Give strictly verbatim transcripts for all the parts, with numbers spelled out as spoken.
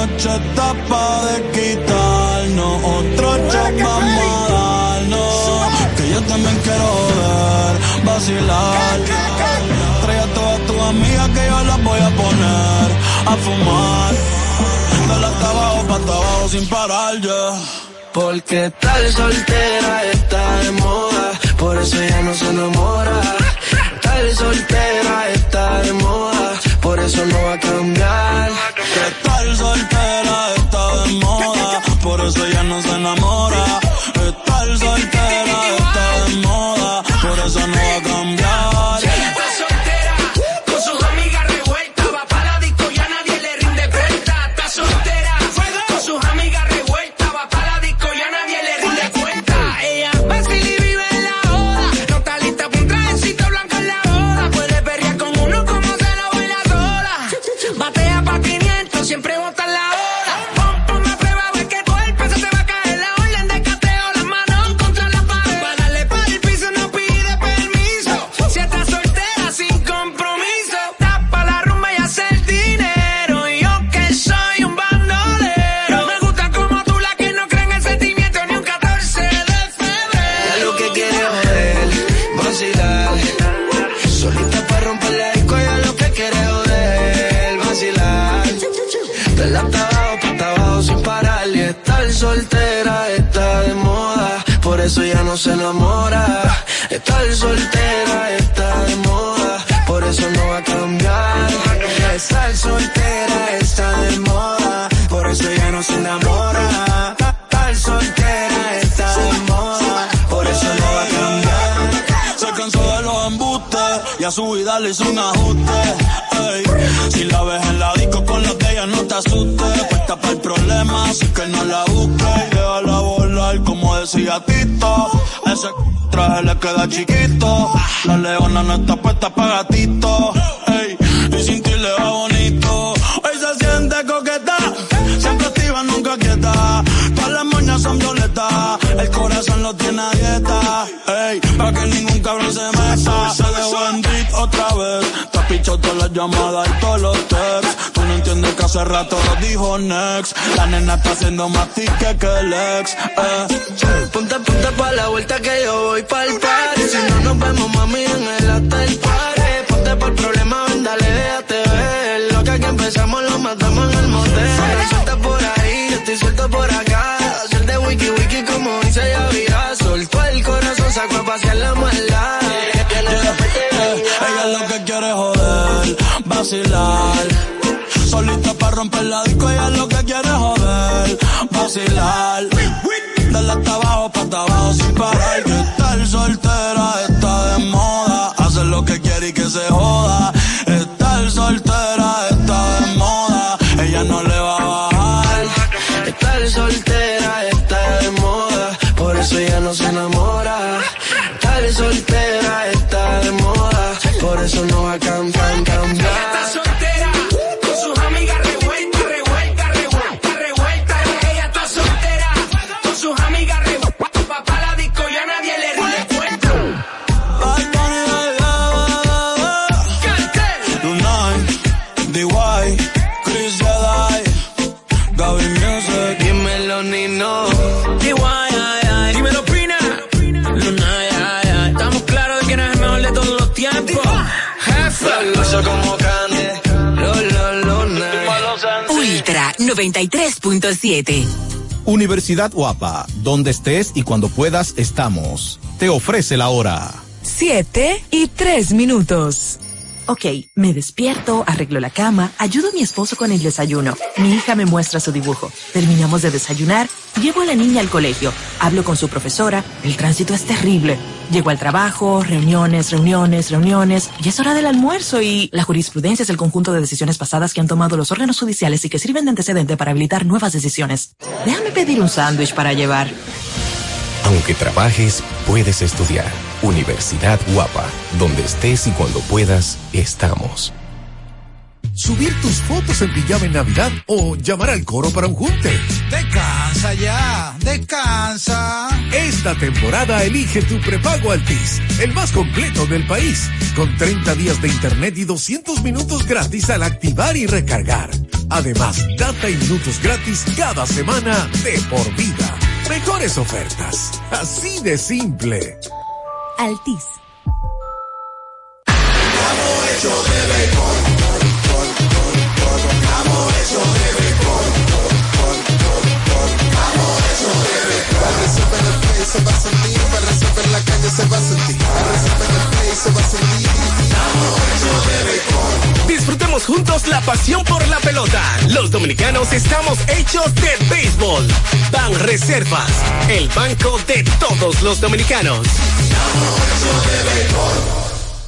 noche está pa' de quitarnos, otro shot vamos a darnos, que yo también quiero ver, vacilar. Trae a todas tus amigas que yo las voy a poner a fumar, dale hasta abajo, pa' hasta abajo sin parar, ya. Yeah. Porque estar soltera está de moda, por eso ella no se enamora. Estar soltera está de moda, por eso no va a cambiar. Que estar soltera está de moda, por eso ella no se enamora. Estar soltera está de moda, por eso no va a cambiar. Si ella está soltera, con sus amigas revueltas, va pa' la disco y a nadie le rinde cuenta. Está soltera, con sus amigas revueltas, va pa' la disco y a nadie le rinde cuenta. Ella vacila y vive en la joda, no está lista pa' un trajecito blanco en la boda. Puede perrear con uno como se lo baila sola. Batea pa' quinientos, siempre bota en la hora. Pon, ponme a prueba, a ver que tu el peso te va a caer. La orden de cateo, las manos contra la pared. Pa' darle pa' el piso no pide permiso. Si estás soltera sin compromiso, tapa la rumba y hace el dinero. Y yo que soy un bandolero, me gusta como tú, la que no cree en el sentimiento ni un catorce de febrero. Ella lo que quiere es joder, vacilar. Solita pa' romper la disco, ella lo que quiere es joder, vacilar. De la hasta abajo, pa' hasta abajo sin parar. Y estar soltera está de moda, por eso ya no se enamora. Estar soltera está de moda, por eso no va a cambiar. Estar soltera está de moda, por eso ya no se enamora. Estar soltera está de moda, por eso no va a cambiar. Se cansó de los embustes y a su vida le hizo un ajuste. Ey, si la ves en la disco con los de ella no te asustes. Puesta para el problema, así que no la busques. Y déjala volar como decía Tito. Ese traje le queda chiquito. La leona no está puesta para gatito. Ey, y sin ti le va bonito. Hoy se siente coqueta, siempre activa, nunca quieta. Todas las moñas son violetas, el corazón lo tiene a dieta. Ey, pa' que ningún cabrón se meta. Se dejó en beat otra vez, te ha pichado todas las llamadas y todos los texts. Tú no entiendes que hace rato lo dijo Next. La nena está haciendo más tique que el ex. Eh. Ponte, ponte pa' la vuelta que yo voy pa'l party. Si no nos vemos, mami, en el hotel party. Ponte por el problema, ven, dale, déjate ver. Lo que aquí empezamos lo matamos en el motel. Suelta por ahí, yo estoy suelto por acá. Hacer de wiki wiki como dice Yavira. Soltó el corazón, sacó a pasear la maldad. Ella es lo que quiere joder, vacilar. Solita para romper la disco, ella es lo que quiere joder, vacilar. Dale hasta abajo, pa' hasta abajo sin parar. Que estar soltera está de moda, hacer lo que quiere y que se joda. Estar soltera está de moda, ella no le va a bajar. Estar soltera está de moda, por eso ella no se enamora. Estar soltera está de moda, por eso no va a cambiar, cambiar. Está soltera, con sus amigas revueltas, revueltas, revueltas, revueltas. Ella está soltera, con sus amigas revueltas, va pa' la disco y a nadie le rinde cuenta. Lunay, D Y, Chris Jedi, Gaby Music. Dímelo, Nino. D Y, ay, ay, dímelo, Pina. Lunay, ay, ay. Estamos claros de que no es el mejor de todos los tiempos. Jefe. Lo uso como Kanye. Lo, lo, lo, Ultra noventa y tres punto siete. Universidad Guapa, donde estés y cuando puedas estamos. Te ofrece la hora. Siete y tres minutos. Ok, me despierto, arreglo la cama, ayudo a mi esposo con el desayuno. Mi hija me muestra su dibujo. Terminamos de desayunar, llevo a la niña al colegio, hablo con su profesora, el tránsito es terrible. Llego al trabajo, reuniones, reuniones, reuniones, y es hora del almuerzo y la jurisprudencia es el conjunto de decisiones pasadas que han tomado los órganos judiciales y que sirven de antecedente para habilitar nuevas decisiones. Déjame pedir un sándwich para llevar. Aunque trabajes, puedes estudiar. Universidad Guapa, donde estés y cuando puedas, estamos. Subir tus fotos en pijama en Navidad o llamar al coro para un junte. Descansa ya, descansa. Esta temporada elige tu prepago Altis, el más completo del país, con treinta días de internet y doscientos minutos gratis al activar y recargar. Además, data y minutos gratis cada semana de por vida. Mejores ofertas. Así de simple. Altis. Estamos hechos de bacon. Estamos hechos de bacon. Estamos hechos de bacon. La reserva en el play se va a sentir. La reserva en la calle se va a sentir. La reserva en el play se va a sentir. Estamos hechos de bacon. Disfrutemos juntos la pasión por la pelota. Los dominicanos estamos hechos de béisbol. Ban Reservas, el banco de todos los dominicanos. Estamos hechos de béisbol.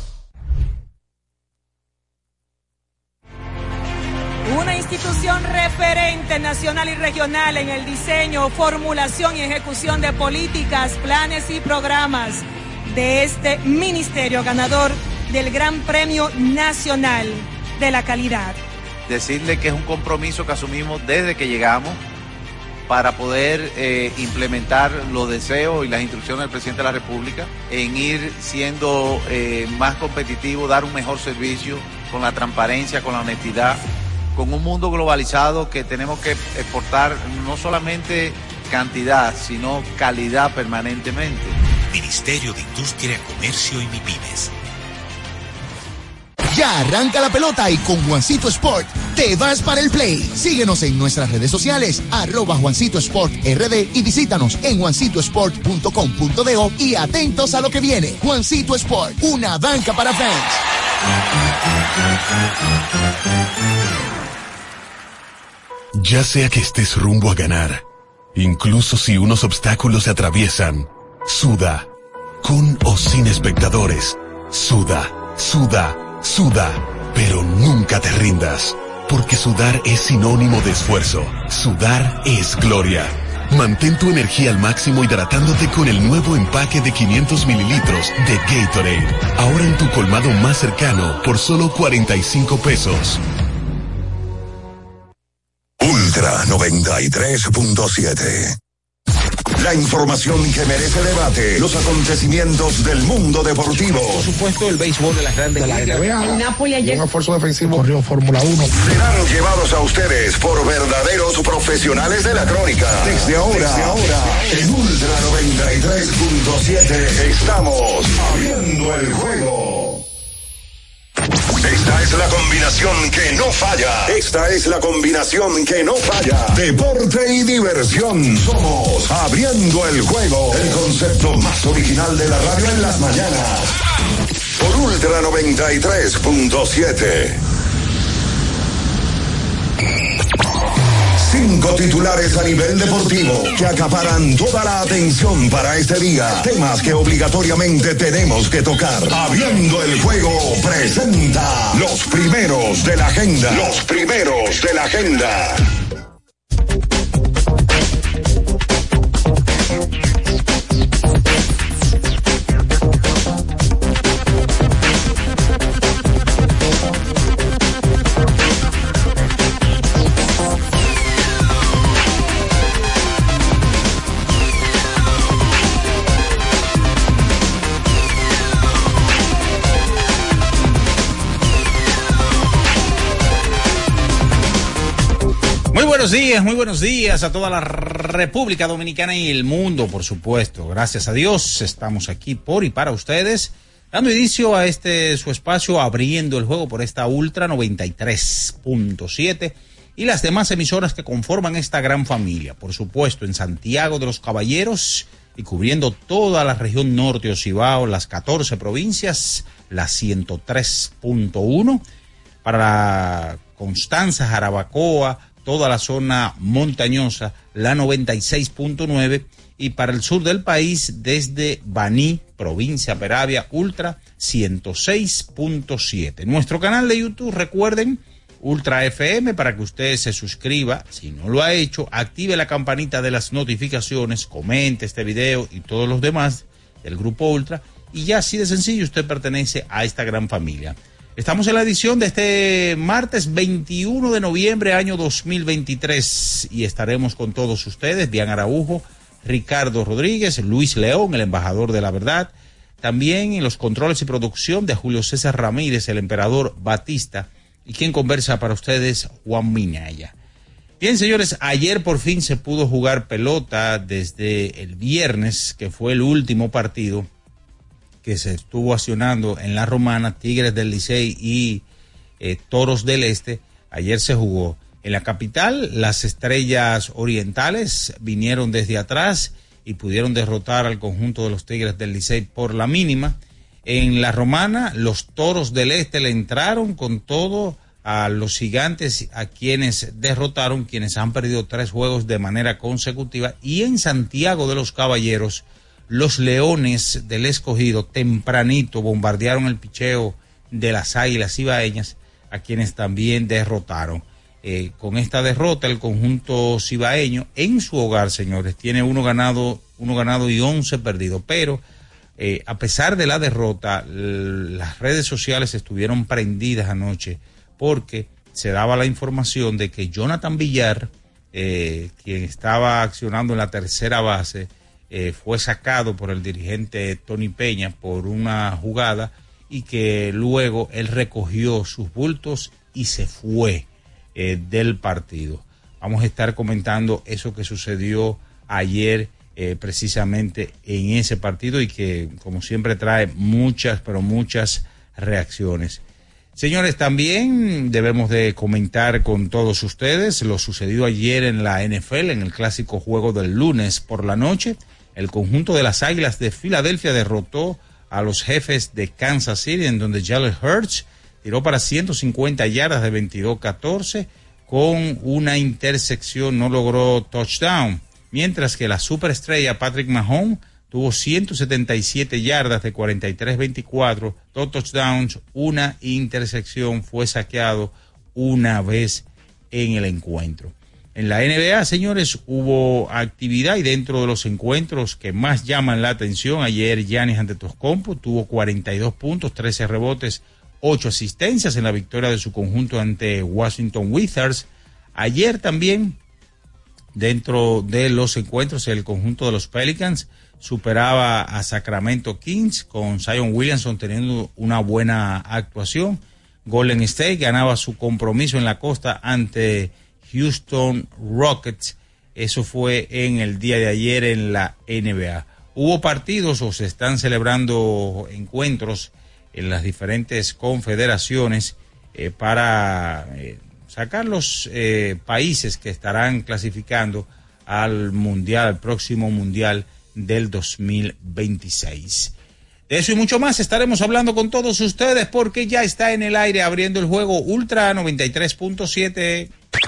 Una institución referente nacional y regional en el diseño, formulación y ejecución de políticas, planes y programas de este ministerio ganador del Gran Premio Nacional de la Calidad. Decirle que es un compromiso que asumimos desde que llegamos para poder eh, implementar los deseos y las instrucciones del presidente de la República en ir siendo eh, más competitivo, dar un mejor servicio con la transparencia, con la honestidad, con un mundo globalizado que tenemos que exportar no solamente cantidad, sino calidad permanentemente. Ministerio de Industria, Comercio y MIPYMES. Ya arranca la pelota y con Juancito Sport te vas para el play. Síguenos en nuestras redes sociales, arroba Juancito Sport R D y visítanos en juancito sport punto com punto do y atentos a lo que viene. Juancito Sport, una banca para fans. Ya sea que estés rumbo a ganar, incluso si unos obstáculos se atraviesan, suda, con o sin espectadores, suda, suda, suda, pero nunca te rindas, porque sudar es sinónimo de esfuerzo, sudar es gloria. Mantén tu energía al máximo hidratándote con el nuevo empaque de quinientos mililitros de Gatorade, ahora en tu colmado más cercano por solo cuarenta y cinco pesos. Ultra noventa y tres punto siete. La información que merece debate, los acontecimientos del mundo deportivo. Por supuesto, el béisbol de las grandes ligas. El Napoli ayer. Un esfuerzo defensivo corrió Fórmula uno. Serán llevados a ustedes por verdaderos profesionales de la crónica. Desde ahora, Desde ahora en Ultra noventa y tres punto siete estamos abriendo el juego. Esta es la combinación que no falla. Esta es la combinación que no falla. Deporte y diversión. Somos Abriendo el Juego. El concepto más original de la radio en las mañanas. Por Ultra noventa y tres punto siete. Cinco titulares a nivel deportivo que acaparan toda la atención para este día. Temas que obligatoriamente tenemos que tocar. Abriendo el Juego presenta los primeros de la agenda. Los primeros de la agenda. Buenos días, muy buenos días a toda la República Dominicana y el mundo, por supuesto. Gracias a Dios, estamos aquí por y para ustedes, dando inicio a este su espacio, abriendo el juego por esta Ultra noventa y tres punto siete y las demás emisoras que conforman esta gran familia. Por supuesto, en Santiago de los Caballeros y cubriendo toda la región norte o Cibao, las catorce provincias, la ciento tres punto uno, para Constanza, Jarabacoa, toda la zona montañosa, la noventa y seis punto nueve, y para el sur del país, desde Baní, provincia Peravia, Ultra ciento seis punto siete. Nuestro canal de YouTube, recuerden, Ultra F M, para que usted se suscriba, si no lo ha hecho, active la campanita de las notificaciones, comente este video y todos los demás del Grupo Ultra, y ya así de sencillo usted pertenece a esta gran familia. Estamos en la edición de este martes veintiuno de noviembre, año dos mil veintitrés, y estaremos con todos ustedes, Bian Araujo, Ricardo Rodríguez, Luis León, el embajador de la verdad, también en los controles y producción de Julio César Ramírez, el emperador Batista, y quien conversa para ustedes, Juan Minaya. Bien, señores, ayer por fin se pudo jugar pelota desde el viernes, que fue el último partido que se estuvo accionando en la Romana, Tigres del Licey y eh, Toros del Este. Ayer se jugó en la capital. Las Estrellas Orientales vinieron desde atrás y pudieron derrotar al conjunto de los Tigres del Licey por la mínima. En la Romana, los Toros del Este le entraron con todo a los Gigantes, a quienes derrotaron, quienes han perdido tres juegos de manera consecutiva. Y en Santiago de los Caballeros, los Leones del Escogido tempranito bombardearon el picheo de las Águilas Cibaeñas, a quienes también derrotaron. Eh, con esta derrota, el conjunto cibaeño en su hogar, señores, tiene uno ganado, uno ganado y once perdido. Pero eh, a pesar de la derrota, las redes sociales estuvieron prendidas anoche porque se daba la información de que Jonathan Villar, eh, quien estaba accionando en la tercera base, eh, fue sacado por el dirigente Tony Peña por una jugada y que luego él recogió sus bultos y se fue eh, del partido. Vamos a estar comentando eso que sucedió ayer eh, precisamente en ese partido y que, como siempre, trae muchas, pero muchas reacciones. Señores, también debemos de comentar con todos ustedes lo sucedido ayer en la N F L, en el clásico juego del lunes por la noche. El conjunto de las Águilas de Filadelfia derrotó a los Jefes de Kansas City, en donde Jalen Hurts tiró para ciento cincuenta yardas de veintidós catorce, con una intersección, no logró touchdown, mientras que la superestrella Patrick Mahomes tuvo ciento setenta y siete yardas de cuarenta y tres veinticuatro, dos touchdowns, una intersección, fue saqueado una vez en el encuentro. En la N B A, señores, hubo actividad y dentro de los encuentros que más llaman la atención, ayer Giannis Antetokounmpo tuvo cuarenta y dos puntos, trece rebotes, ocho asistencias en la victoria de su conjunto ante Washington Wizards. Ayer también, dentro de los encuentros, el conjunto de los Pelicans superaba a Sacramento Kings con Zion Williamson teniendo una buena actuación. Golden State ganaba su compromiso en la costa ante Houston Rockets. Eso fue en el día de ayer en la N B A. Hubo partidos o se están celebrando encuentros en las diferentes confederaciones eh, para eh, sacar los eh, países que estarán clasificando al mundial, al próximo mundial del dos mil veintiséis. De eso y mucho más estaremos hablando con todos ustedes porque ya está en el aire abriendo el juego Ultra noventa y tres punto siete.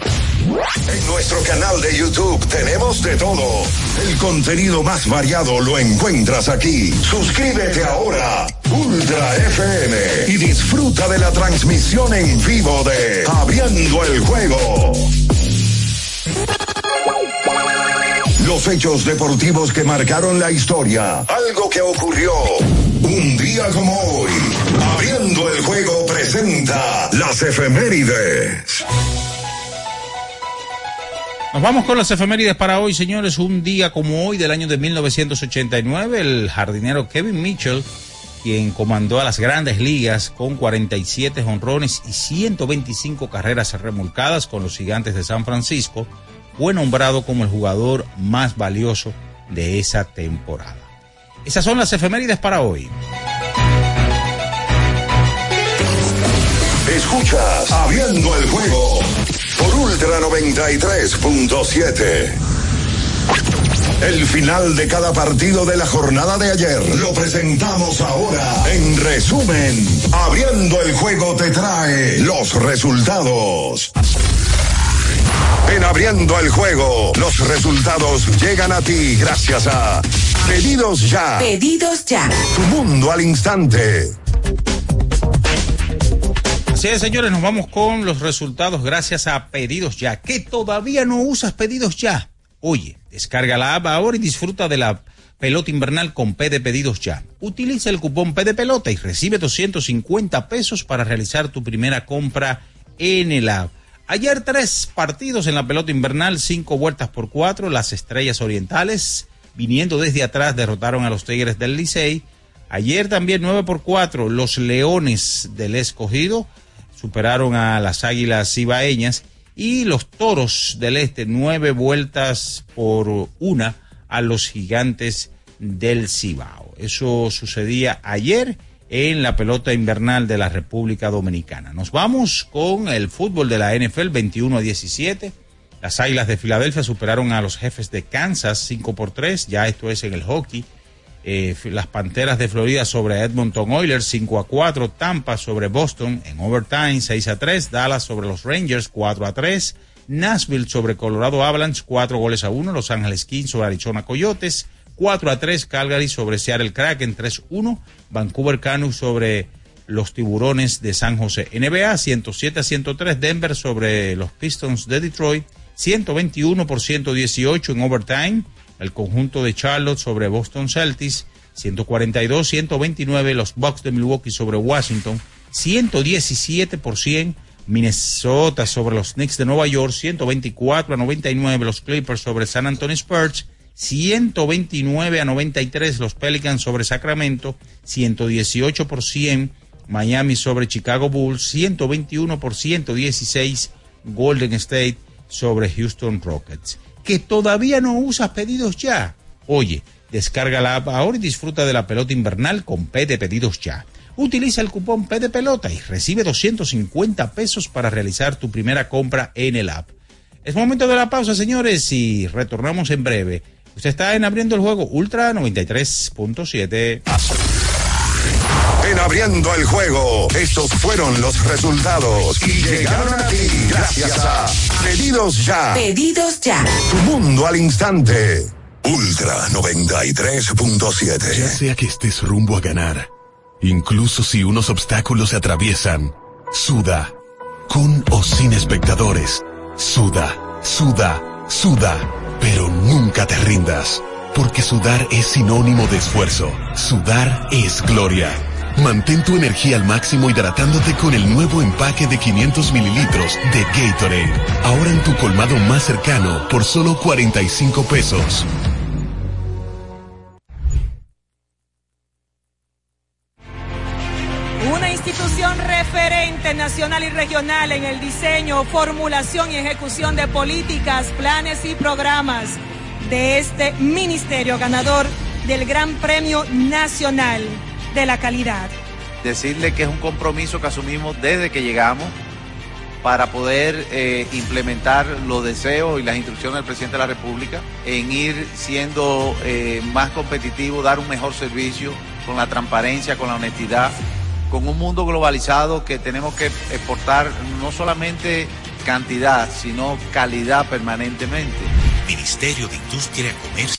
En nuestro canal de YouTube tenemos de todo. El contenido más variado lo encuentras aquí. Suscríbete ahora, Ultra F M, y disfruta de la transmisión en vivo de Abriendo el Juego. Los hechos deportivos que marcaron la historia. Algo que ocurrió un día como hoy. Abriendo el Juego presenta las efemérides. Nos vamos con las efemérides para hoy, señores. Un día como hoy del año de mil novecientos ochenta y nueve, el jardinero Kevin Mitchell, quien comandó a las grandes ligas con cuarenta y siete jonrones y ciento veinticinco carreras remolcadas con los Gigantes de San Francisco, fue nombrado como el jugador más valioso de esa temporada. Esas son las efemérides para hoy. Escuchas Abriendo el Juego por Ultra noventa y tres punto siete. El final de cada partido de la jornada de ayer lo presentamos ahora. En resumen, Abriendo el Juego te trae los resultados. En Abriendo el Juego, los resultados llegan a ti gracias a Pedidos Ya. Pedidos Ya. Tu mundo al instante. Así es, señores, nos vamos con los resultados gracias a Pedidos Ya. ¿Que todavía no usas Pedidos Ya? Oye, descarga la app ahora y disfruta de la pelota invernal con P de Pedidos Ya. Utiliza el cupón P de Pelota y recibe doscientos cincuenta pesos para realizar tu primera compra en el app. Ayer tres partidos en la pelota invernal, cinco vueltas por cuatro. Las Estrellas Orientales, viniendo desde atrás, derrotaron a los Tigres del Licey. Ayer también nueve por cuatro, los Leones del Escogido superaron a las Águilas Cibaeñas y los Toros del Este nueve vueltas por una a los Gigantes del Cibao. Eso sucedía ayer en la pelota invernal de la República Dominicana. Nos vamos con el fútbol de la N F L, veintiuno a diecisiete. Las Águilas de Filadelfia superaron a los Jefes de Kansas cinco por tres, ya esto es en el hockey. Eh, las Panteras de Florida sobre Edmonton Oilers cinco a cuatro, Tampa sobre Boston en overtime seis a tres, Dallas sobre los Rangers cuatro a tres, Nashville sobre Colorado Avalanche cuatro goles a uno, Los Ángeles Kings sobre Arizona Coyotes cuatro a tres, Calgary sobre Seattle Kraken tres a uno, Vancouver Canucks sobre los Tiburones de San José. N B A ciento siete a ciento tres, Denver sobre los Pistons de Detroit ciento veintiuno por ciento dieciocho en overtime. El conjunto de Charlotte sobre Boston Celtics, ciento cuarenta y dos a ciento veintinueve, los Bucks de Milwaukee sobre Washington, ciento diecisiete por ciento, Minnesota sobre los Knicks de Nueva York, ciento veinticuatro a noventa y nueve, los Clippers sobre San Antonio Spurs, ciento veintinueve a noventa y tres, los Pelicans sobre Sacramento, ciento dieciocho por ciento, Miami sobre Chicago Bulls, ciento veintiuno por ciento dieciséis, Golden State sobre Houston Rockets. ¿Que todavía no usas Pedidos Ya? Oye, descarga la app ahora y disfruta de la pelota invernal con P de Pedidos Ya. Utiliza el cupón P de Pelota y recibe doscientos cincuenta pesos para realizar tu primera compra en el app. Es momento de la pausa, señores, y retornamos en breve. Usted está en Abriendo el Juego Ultra noventa y tres punto siete. En Abriendo el Juego, estos fueron los resultados y llegaron a ti gracias a Pedidos Ya. Pedidos Ya. Tu mundo al instante. Ultra noventa y tres punto siete. Ya sea que estés rumbo a ganar, incluso si unos obstáculos se atraviesan, suda. Con o sin espectadores, suda, suda, suda. Pero nunca te rindas, porque sudar es sinónimo de esfuerzo. Sudar es gloria. Mantén tu energía al máximo hidratándote con el nuevo empaque de quinientos mililitros de Gatorade. Ahora en tu colmado más cercano por solo cuarenta y cinco pesos. Una institución referente nacional y regional en el diseño, formulación y ejecución de políticas, planes y programas de este ministerio ganador del Gran Premio Nacional de la Calidad. Decirle que es un compromiso que asumimos desde que llegamos para poder eh, implementar los deseos y las instrucciones del presidente de la República en ir siendo eh, más competitivo, dar un mejor servicio con la transparencia, con la honestidad, con un mundo globalizado que tenemos que exportar no solamente cantidad, sino calidad permanentemente. Ministerio de Industria y Comercio.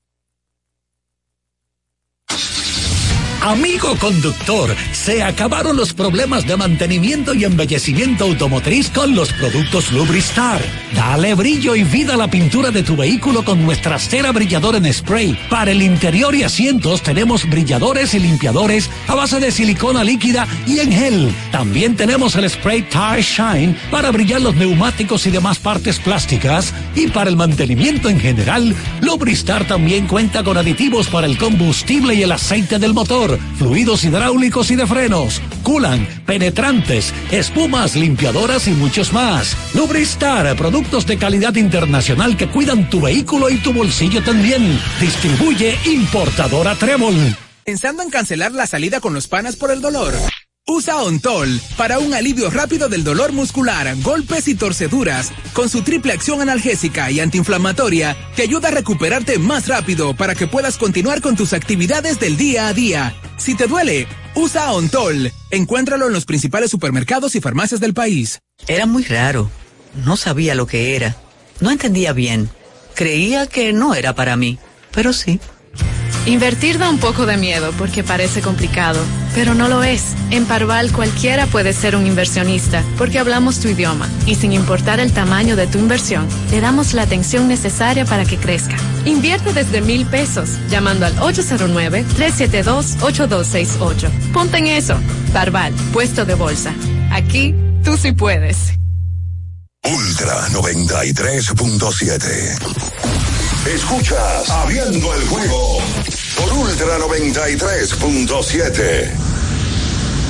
Amigo conductor, se acabaron los problemas de mantenimiento y embellecimiento automotriz con los productos Lubristar. Dale brillo y vida a la pintura de tu vehículo con nuestra cera brilladora en spray. Para el interior y asientos tenemos brilladores y limpiadores a base de silicona líquida y en gel. También tenemos el spray Tire Shine para brillar los neumáticos y demás partes plásticas. Y para el mantenimiento en general, Lubristar también cuenta con aditivos para el combustible y el aceite del motor, fluidos hidráulicos y de frenos, culan, penetrantes, espumas, limpiadoras y muchos más. Lubristar, productos de calidad internacional que cuidan tu vehículo y tu bolsillo también. Distribuye importadora Trébol. ¿Pensando en cancelar la salida con los panas por el dolor? Usa Ontol para un alivio rápido del dolor muscular, golpes y torceduras. Con su triple acción analgésica y antiinflamatoria, te ayuda a recuperarte más rápido para que puedas continuar con tus actividades del día a día. Si te duele, usa Ontol. Encuéntralo en los principales supermercados y farmacias del país. Era muy raro. No sabía lo que era. No entendía bien. Creía que no era para mí, pero sí. Invertir da un poco de miedo porque parece complicado, pero no lo es. En Parval cualquiera puede ser un inversionista porque hablamos tu idioma y sin importar el tamaño de tu inversión, le damos la atención necesaria para que crezca. Invierte desde mil pesos llamando al ocho cero nueve, tres siete dos, ocho dos seis ocho. Ponte en eso. Parval, puesto de bolsa. Aquí, tú sí puedes. Ultra noventa y tres punto siete. Escuchas Abriendo el Juego por Ultra noventa y tres punto siete.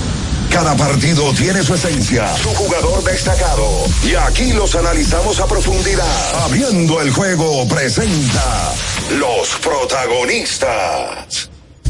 Cada partido tiene su esencia, su jugador destacado. Y aquí los analizamos a profundidad. Abriendo el juego presenta Los Protagonistas.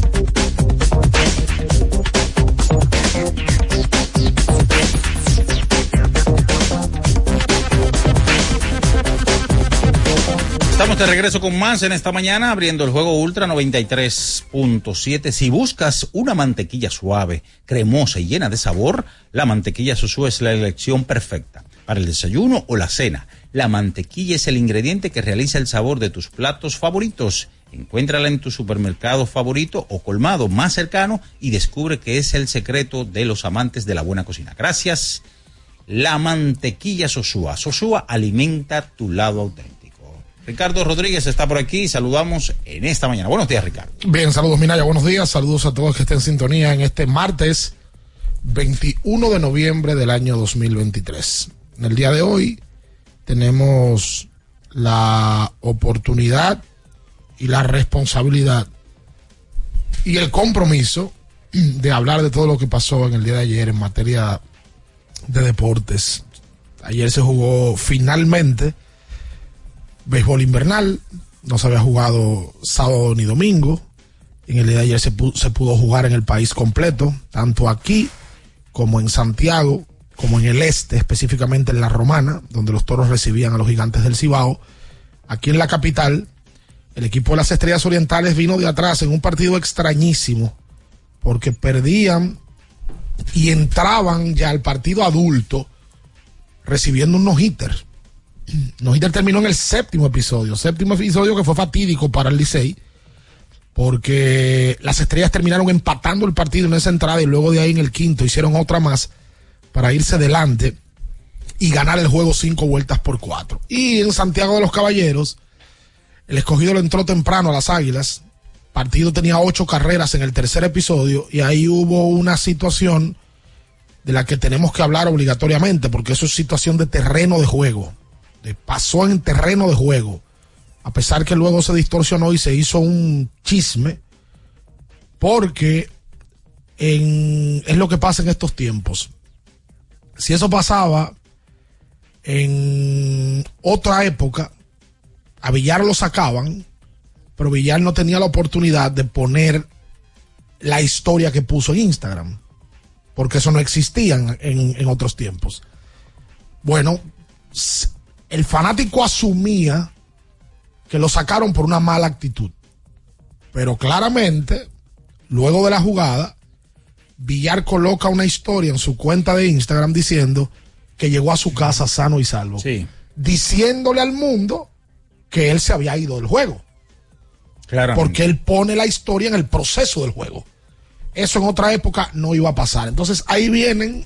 Estamos de regreso con más en esta mañana, abriendo el juego Ultra noventa y tres punto siete. Si buscas una mantequilla suave, cremosa y llena de sabor, la mantequilla Sosúa es la elección perfecta. Para el desayuno o la cena, la mantequilla es el ingrediente que realiza el sabor de tus platos favoritos. Encuéntrala en tu supermercado favorito o colmado más cercano y descubre que es el secreto de los amantes de la buena cocina. Gracias. La mantequilla Sosúa. Sosúa alimenta tu lado auténtico. Ricardo Rodríguez está por aquí, saludamos en esta mañana. Buenos días, Ricardo. Bien, saludos Minaya, buenos días, saludos a todos que estén en sintonía en este martes veintiuno de noviembre del año dos mil veintitrés. En el día de hoy tenemos la oportunidad y la responsabilidad y el compromiso de hablar de todo lo que pasó en el día de ayer en materia de deportes. Ayer se jugó finalmente béisbol invernal, no se había jugado sábado ni domingo. En el día de ayer se pudo, se pudo jugar en el país completo, tanto aquí como en Santiago, como en el este, específicamente en La Romana, donde los Toros recibían a los Gigantes del Cibao. Aquí en la capital, el equipo de las Estrellas Orientales vino de atrás en un partido extrañísimo, porque perdían y entraban ya al partido adulto recibiendo un no-hitter. No-hitter terminó en el séptimo episodio, séptimo episodio que fue fatídico para el Licey, porque las Estrellas terminaron empatando el partido en esa entrada y luego de ahí en el quinto hicieron otra más para irse delante y ganar el juego cinco vueltas por cuatro. Y en Santiago de los Caballeros, el escogido le entró temprano a las Águilas, partido tenía ocho carreras en el tercer episodio y ahí hubo una situación de la que tenemos que hablar obligatoriamente, porque eso es situación de terreno de juego. Pasó en terreno de juego, a pesar que luego se distorsionó y se hizo un chisme, porque en, es lo que pasa en estos tiempos. Si eso pasaba en otra época, a Villar lo sacaban, pero Villar no tenía la oportunidad de poner la historia que puso en Instagram, porque eso no existía en, en, en otros tiempos. Bueno, el fanático asumía que lo sacaron por una mala actitud, pero claramente, luego de la jugada, Villar coloca una historia en su cuenta de Instagram diciendo que llegó a su casa sano y salvo, sí, diciéndole al mundo que él se había ido del juego, claramente, porque él pone la historia en el proceso del juego. Eso en otra época no iba a pasar. Entonces ahí vienen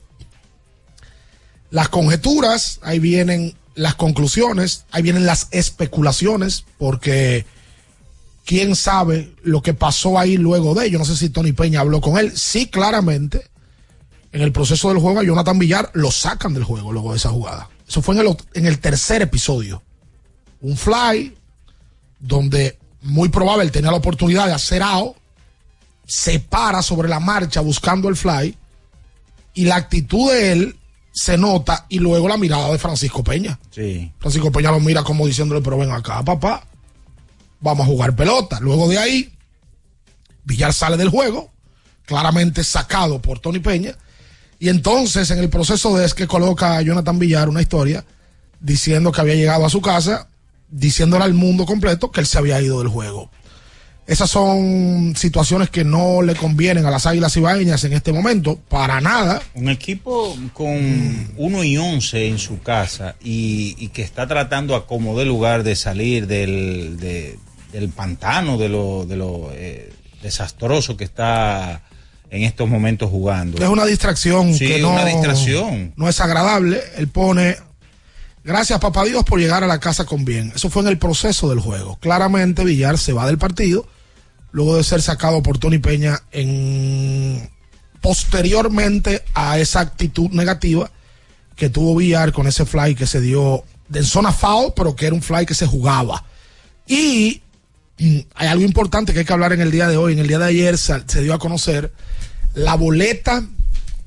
las conjeturas, ahí vienen las conclusiones, ahí vienen las especulaciones, porque quién sabe lo que pasó ahí luego de ello. No sé si Tony Peña habló con él. Sí, claramente, en el proceso del juego a Jonathan Villar lo sacan del juego luego de esa jugada. Eso fue en el, en el tercer episodio. Un fly donde muy probable él tenía la oportunidad de hacer out, se para sobre la marcha buscando el fly y la actitud de él se nota, y luego la mirada de Francisco Peña. Sí. Francisco Peña lo mira como diciéndole, pero ven acá, papá, vamos a jugar pelota. Luego de ahí, Villar sale del juego, claramente sacado por Tony Peña, y entonces en el proceso de es que coloca a Jonathan Villar una historia diciendo que había llegado a su casa, diciéndole al mundo completo que él se había ido del juego. Esas son situaciones que no le convienen a las Águilas Ibaeñas en este momento, para nada. Un equipo con uno y once en su casa y, y que está tratando a como de lugar de salir del, de, del pantano, de lo, de lo eh, desastroso que está en estos momentos jugando. Es una distracción, sí, que no, una distracción. No es agradable. Él pone, gracias papá Dios por llegar a la casa con bien. Eso fue en el proceso del juego. Claramente Villar se va del partido luego de ser sacado por Tony Peña en posteriormente a esa actitud negativa que tuvo Villar con ese fly que se dio de zona foul, pero que era un fly que se jugaba. Y, y hay algo importante que hay que hablar en el día de hoy. En el día de ayer se, se dio a conocer la boleta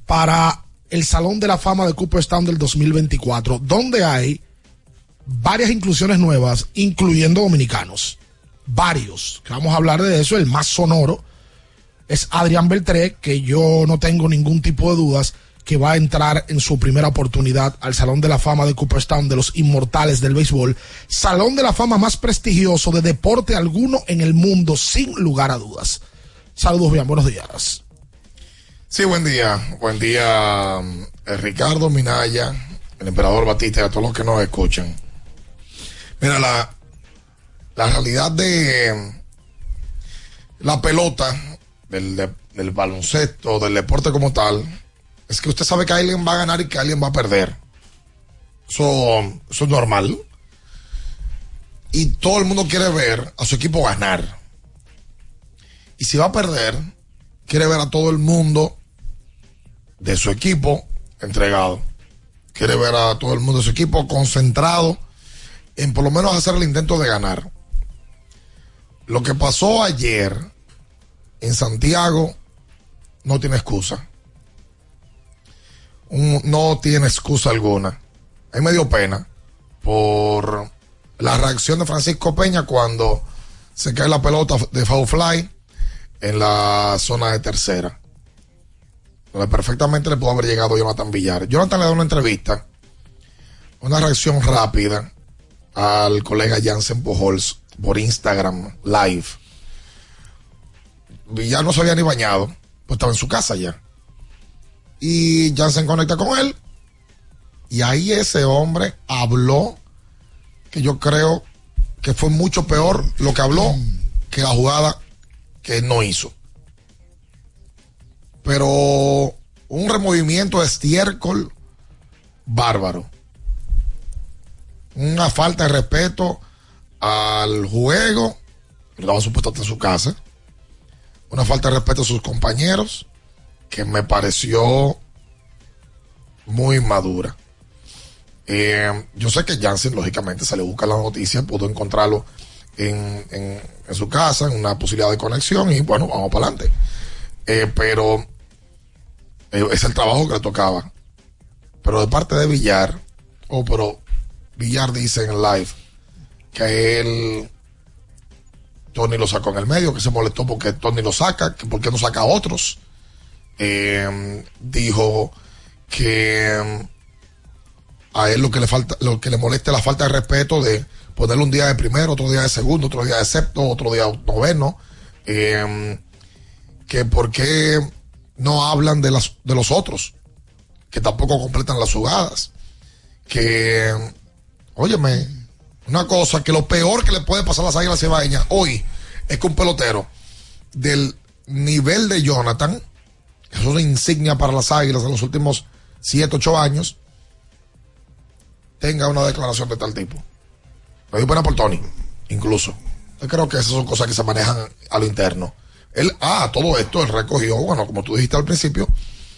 para el Salón de la Fama de Cooperstown del dos mil veinticuatro, donde hay varias inclusiones nuevas, incluyendo dominicanos. Varios, que vamos a hablar de eso. El más sonoro es Adrián Beltré, que yo no tengo ningún tipo de dudas que va a entrar en su primera oportunidad al Salón de la Fama de Cooperstown de los Inmortales del Béisbol, Salón de la Fama más prestigioso de deporte alguno en el mundo, sin lugar a dudas. Saludos, bien, buenos días. Sí, buen día. Buen día, eh, Ricardo Minaya, el emperador Batista y a todos los que nos escuchan. Mira, la, la realidad de la pelota, del, de, del baloncesto, del deporte como tal, es que usted sabe que alguien va a ganar y que alguien va a perder. Eso, eso es normal. Y todo el mundo quiere ver a su equipo ganar. Y si va a perder, quiere ver a todo el mundo de su equipo entregado. Quiere ver a todo el mundo de su equipo concentrado en por lo menos hacer el intento de ganar. Lo que pasó ayer en Santiago no tiene excusa. Un, no tiene excusa alguna. A mí me dio pena por la reacción de Francisco Peña cuando se cae la pelota de foul fly en la zona de tercera, donde perfectamente le pudo haber llegado Jonathan Villar. Jonathan le da una entrevista, una reacción rápida al colega Jansen Pujols por Instagram Live. Villar no se había ni bañado, pues estaba en su casa ya. Y Jansen conecta con él. Y ahí ese hombre habló, que yo creo que fue mucho peor lo que habló que la jugada que no hizo. Pero un removimiento de estiércol bárbaro. Una falta de respeto al juego, que estaba supuesto en su casa. Una falta de respeto a sus compañeros, que me pareció muy madura. Eh, yo sé que Jansen, lógicamente, se le busca la noticia, pudo encontrarlo en, en, en su casa, en una posibilidad de conexión, y bueno, vamos para adelante. Eh, pero eh, es el trabajo que le tocaba. Pero de parte de Villar, oh, pero Villar dice en el live que él, Tony lo sacó en el medio, que se molestó porque Tony lo saca, que por qué no saca a otros. Eh, dijo que a él lo que le falta, lo que le molesta es la falta de respeto de ponerle un día de primero, otro día de segundo, otro día de sexto, otro día de noveno, eh, que por qué no hablan de las de los otros, que tampoco completan las jugadas, que óyeme, una cosa, que lo peor que le puede pasar a las Águilas Cibaeñas hoy es que un pelotero del nivel de Jonathan, que es una insignia para las Águilas en los últimos siete, ocho años, tenga una declaración de tal tipo. Me dio pena por Tony, incluso. Yo creo que esas son cosas que se manejan a lo interno. Él, ah, todo esto, él recogió, bueno, como tú dijiste al principio,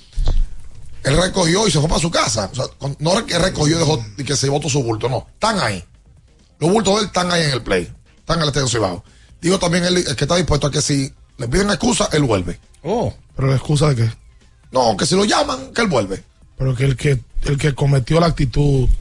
él recogió y se fue para su casa. O sea, no es que recogió y dejó y que se llevó todo su bulto, no. Están ahí. Los bultos de él están ahí en el play. Están en el estadio Cibao. Digo también él, el que está dispuesto a que si le piden excusa, él vuelve. Oh. ¿Pero la excusa de qué? No, que si lo llaman, que él vuelve. Pero que el que, el que cometió la actitud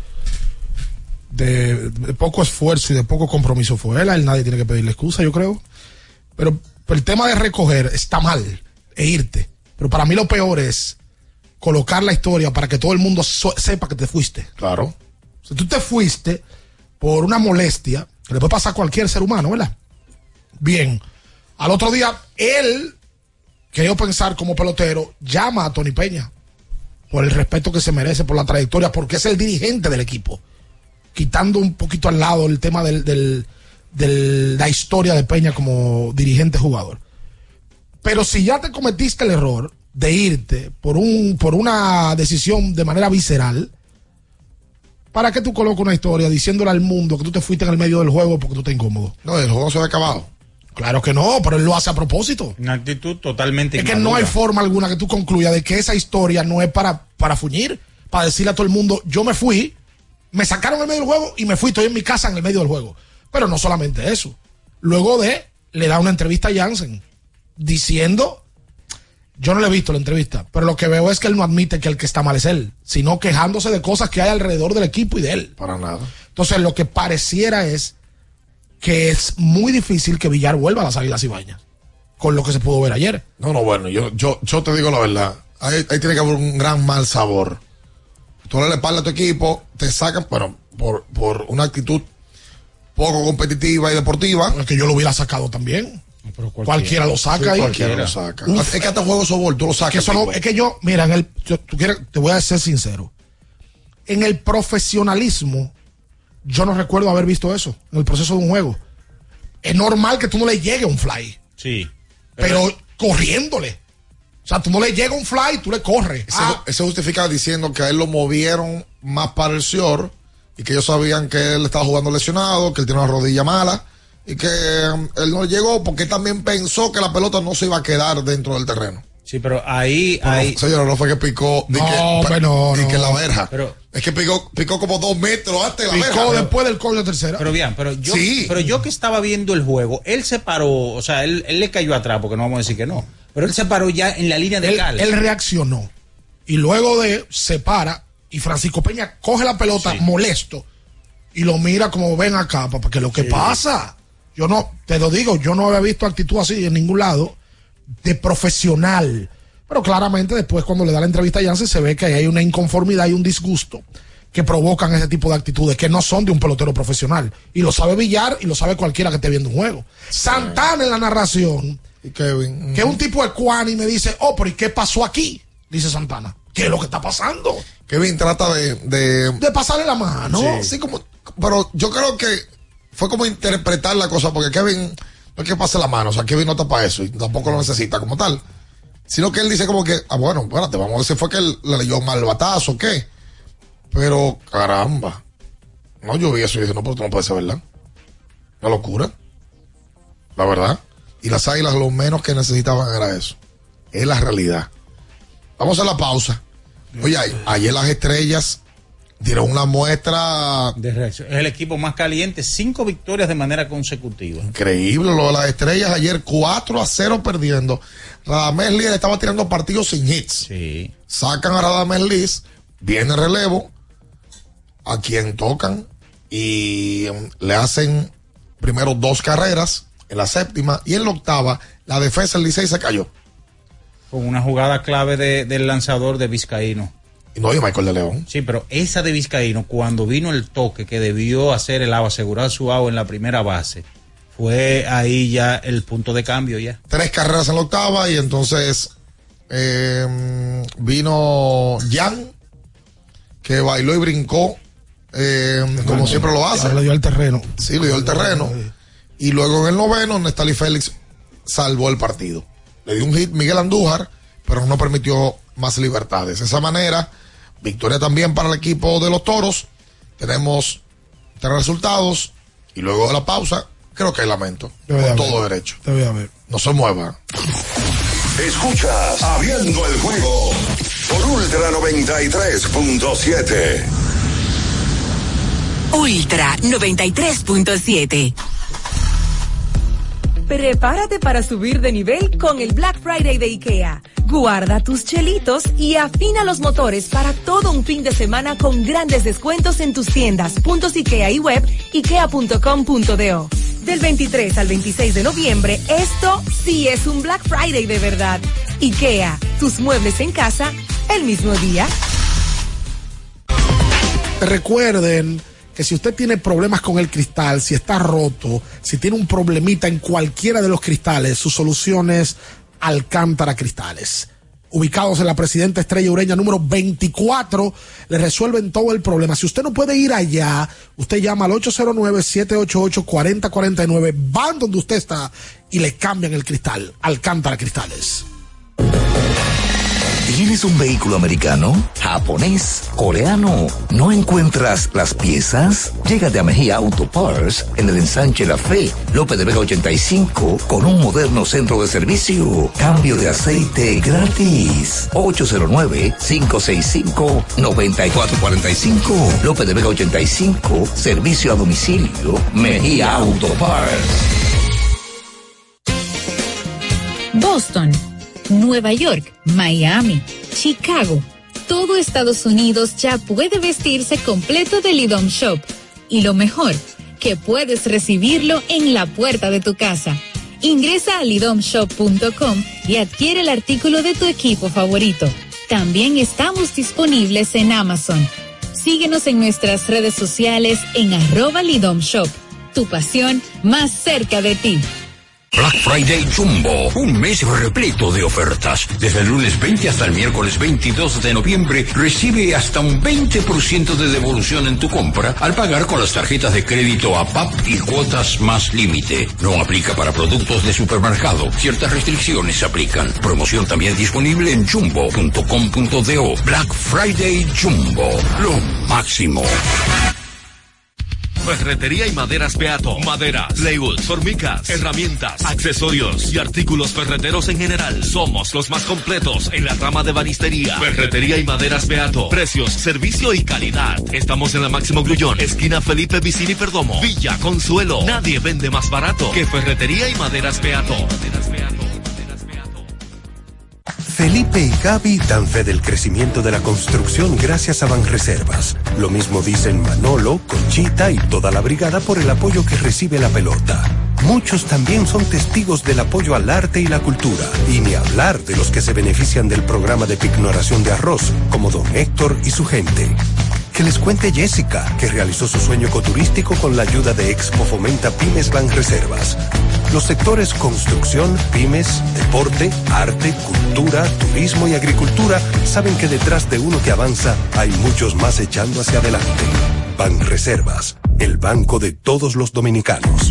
de, de poco esfuerzo y de poco compromiso fue él. A él nadie tiene que pedirle excusa, yo creo. Pero, pero el tema de recoger está mal e irte. Pero para mí lo peor es colocar la historia para que todo el mundo so- sepa que te fuiste. Claro. Si tú te fuiste por una molestia, que le puede pasar a cualquier ser humano, ¿verdad? Bien. Al otro día, él, quería pensar como pelotero, llama a Tony Peña por el respeto que se merece, por la trayectoria, porque es el dirigente del equipo. Quitando un poquito al lado el tema del, del, del la historia de Peña como dirigente jugador. Pero si ya te cometiste el error de irte por un por una decisión de manera visceral, ¿para qué tú colocas una historia diciéndole al mundo que tú te fuiste en el medio del juego porque tú estás incómodo? No, el juego se ha acabado. Claro que no, pero él lo hace a propósito. Una actitud totalmente Es inmadura. que no hay forma alguna que tú concluyas de que esa historia no es para, para fuñir, para decirle a todo el mundo, yo me fui, me sacaron en el medio del juego y me fui, estoy en mi casa en el medio del juego. Pero no solamente eso. Luego de, le da una entrevista a Jansen diciendo Yo no le he visto la entrevista, pero lo que veo es que él no admite que el que está mal es él, sino quejándose de cosas que hay alrededor del equipo y de él. Para nada. Entonces, lo que pareciera es que es muy difícil que Villar vuelva a las Águilas Ibañas, con lo que se pudo ver ayer. No, no, bueno, yo, yo, yo te digo la verdad. Ahí, ahí tiene que haber un gran mal sabor. Tú le espalda a tu equipo, te sacan, bueno, por, por una actitud poco competitiva y deportiva. Es que yo lo hubiera sacado también. Pero cualquiera. cualquiera lo saca sí, ahí. Cualquiera lo saca. Uf, es que hasta juego de softball tú lo sacas. Que eso no, es que yo, mira, en el, yo, tú quieres, te voy a ser sincero. En el profesionalismo, yo no recuerdo haber visto eso en el proceso de un juego. Es normal que tú no le llegue un fly. Sí. Pero, pero corriéndole. O sea, tú no le llega un fly, tú le corres. Ese, ah. ese justifica diciendo que a él lo movieron más para el short y que ellos sabían que él estaba jugando lesionado, que él tiene una rodilla mala y que um, él no llegó porque él también pensó que la pelota no se iba a quedar dentro del terreno. Sí, pero ahí... Pero ahí... No, señor, no fue que picó no, que, pero no, y no. que la verja. Pero, es que picó, picó como dos metros antes de la picó verja. Picó después del coño de tercera. Pero bien, pero yo, sí. pero yo que estaba viendo el juego, él se paró, o sea, él, él le cayó atrás, porque no vamos a decir que no. Pero él se paró ya en la línea de él, cal. Él reaccionó. Y luego de, se para, y Francisco Peña coge la pelota sí. molesto, y lo mira como ven acá, papá, que lo que sí. pasa. Yo no, te lo digo, yo no había visto actitud así en ningún lado, de profesional. Pero claramente después cuando le da la entrevista a Jansen se ve que hay una inconformidad y un disgusto que provocan ese tipo de actitudes que no son de un pelotero profesional. Y lo sabe Villar y lo sabe cualquiera que esté viendo un juego. Santana en la narración, y Kevin, que es un tipo ecuánime, dice, oh, pero ¿y qué pasó aquí? Dice Santana. ¿Qué es lo que está pasando? Kevin trata de... De, de pasarle la mano. Sí. sí, como, pero yo creo que fue como interpretar la cosa, porque Kevin no es que pase la mano, o sea, Kevin no está para eso y tampoco lo necesita como tal. Sino que él dice como que, ah, bueno, espérate, vamos a ver si fue que él le leyó mal batazo o qué. Pero, caramba. No, yo vi eso y dije, no, pero esto no puede ser verdad. Una locura. La verdad. Y las Águilas lo menos que necesitaban era eso. Es la realidad. Vamos a la pausa. Oye, ayer las Estrellas dieron una muestra de reacción. Es el equipo más caliente, cinco victorias de manera consecutiva. Increíble lo de las Estrellas ayer, cuatro a cero perdiendo. Radamés Liz estaba tirando partidos sin hits. Sí. Sacan a Radamés Liz, viene el relevo, a quien tocan y le hacen primero dos carreras en la séptima y en la octava la defensa del Licey se cayó. Con una jugada clave de, del lanzador de Vizcaíno. Y no, y Michael de León. Sí, pero esa de Vizcaíno, cuando vino el toque que debió hacer el out, asegurar su out en la primera base, fue ahí ya el punto de cambio ya. Tres carreras en la octava y entonces eh, vino Jan, que bailó y brincó, eh, como bueno, siempre lo hace. Le dio el terreno. Sí, le dio el terreno. Y luego en el noveno, Nestalí Félix salvó el partido. Le dio un hit Miguel Andújar, pero no permitió más libertades. De esa manera, victoria también para el equipo de los Toros. Tenemos tres resultados y luego de la pausa, creo que hay lamento. Debe con todo derecho. Debe haber. No se mueva. Escuchas Abriendo el Juego por Ultra noventa y tres punto siete. Ultra noventa y tres punto siete. Prepárate para subir de nivel con el Black Friday de IKEA. Guarda tus chelitos y afina los motores para todo un fin de semana con grandes descuentos en tus tiendas, puntos IKEA y web, ikea punto com punto do. Del veintitrés al veintiséis de noviembre, esto sí es un Black Friday de verdad. IKEA, tus muebles en casa, el mismo día. Recuerden que si usted tiene problemas con el cristal, si está roto, si tiene un problemita en cualquiera de los cristales, su solución es Alcántara Cristales. Ubicados en la Presidenta Estrella Ureña número veinticuatro, le resuelven todo el problema. Si usted no puede ir allá, usted llama al ocho cero nueve, siete ocho ocho, cuatro cero cuatro nueve, van donde usted está y le cambian el cristal. Alcántara Cristales. ¿Tienes un vehículo americano, japonés, coreano? ¿No encuentras las piezas? Llégate a Mejía Auto Parts en el ensanche La Fe, López de Vega ochenta y cinco, con un moderno centro de servicio. Cambio de aceite gratis. ocho cero nueve, cinco seis cinco, nueve cuatro cuatro cinco. López de Vega ochenta y cinco, servicio a domicilio. Mejía Auto Parts. Boston, Nueva York, Miami, Chicago. Todo Estados Unidos ya puede vestirse completo de Lidom Shop. Y lo mejor, que puedes recibirlo en la puerta de tu casa. Ingresa a lidom shop punto com y adquiere el artículo de tu equipo favorito. También estamos disponibles en Amazon. Síguenos en nuestras redes sociales en arroba Lidom Shop. Tu pasión más cerca de ti. Black Friday Jumbo, un mes repleto de ofertas. Desde el lunes veinte hasta el miércoles veintidós de noviembre, recibe hasta un veinte por ciento de devolución en tu compra al pagar con las tarjetas de crédito A P A P y cuotas más límite. No aplica para productos de supermercado. Ciertas restricciones se aplican. Promoción también disponible en jumbo punto com punto do. Black Friday Jumbo, lo máximo. Ferretería y maderas Beato. Maderas, plywood, formicas, herramientas, accesorios y artículos ferreteros en general. Somos los más completos en la rama de banistería. Ferretería y maderas Beato. Precios, servicio y calidad. Estamos en la Máximo Grullón, esquina Felipe Vicini Perdomo, Villa Consuelo. Nadie vende más barato que Ferretería y maderas Beato. Felipe y Gaby dan fe del crecimiento de la construcción gracias a Banreservas. Lo mismo dicen Manolo, Conchita y toda la brigada por el apoyo que recibe la pelota. Muchos también son testigos del apoyo al arte y la cultura. Y ni hablar de los que se benefician del programa de pignoración de arroz, como don Héctor y su gente. Que les cuente Jessica, que realizó su sueño ecoturístico con la ayuda de Expo Fomenta Pymes Banreservas. Los sectores construcción, pymes, deporte, arte, cultura, turismo y agricultura saben que detrás de uno que avanza hay muchos más echando hacia adelante. Banreservas, el banco de todos los dominicanos.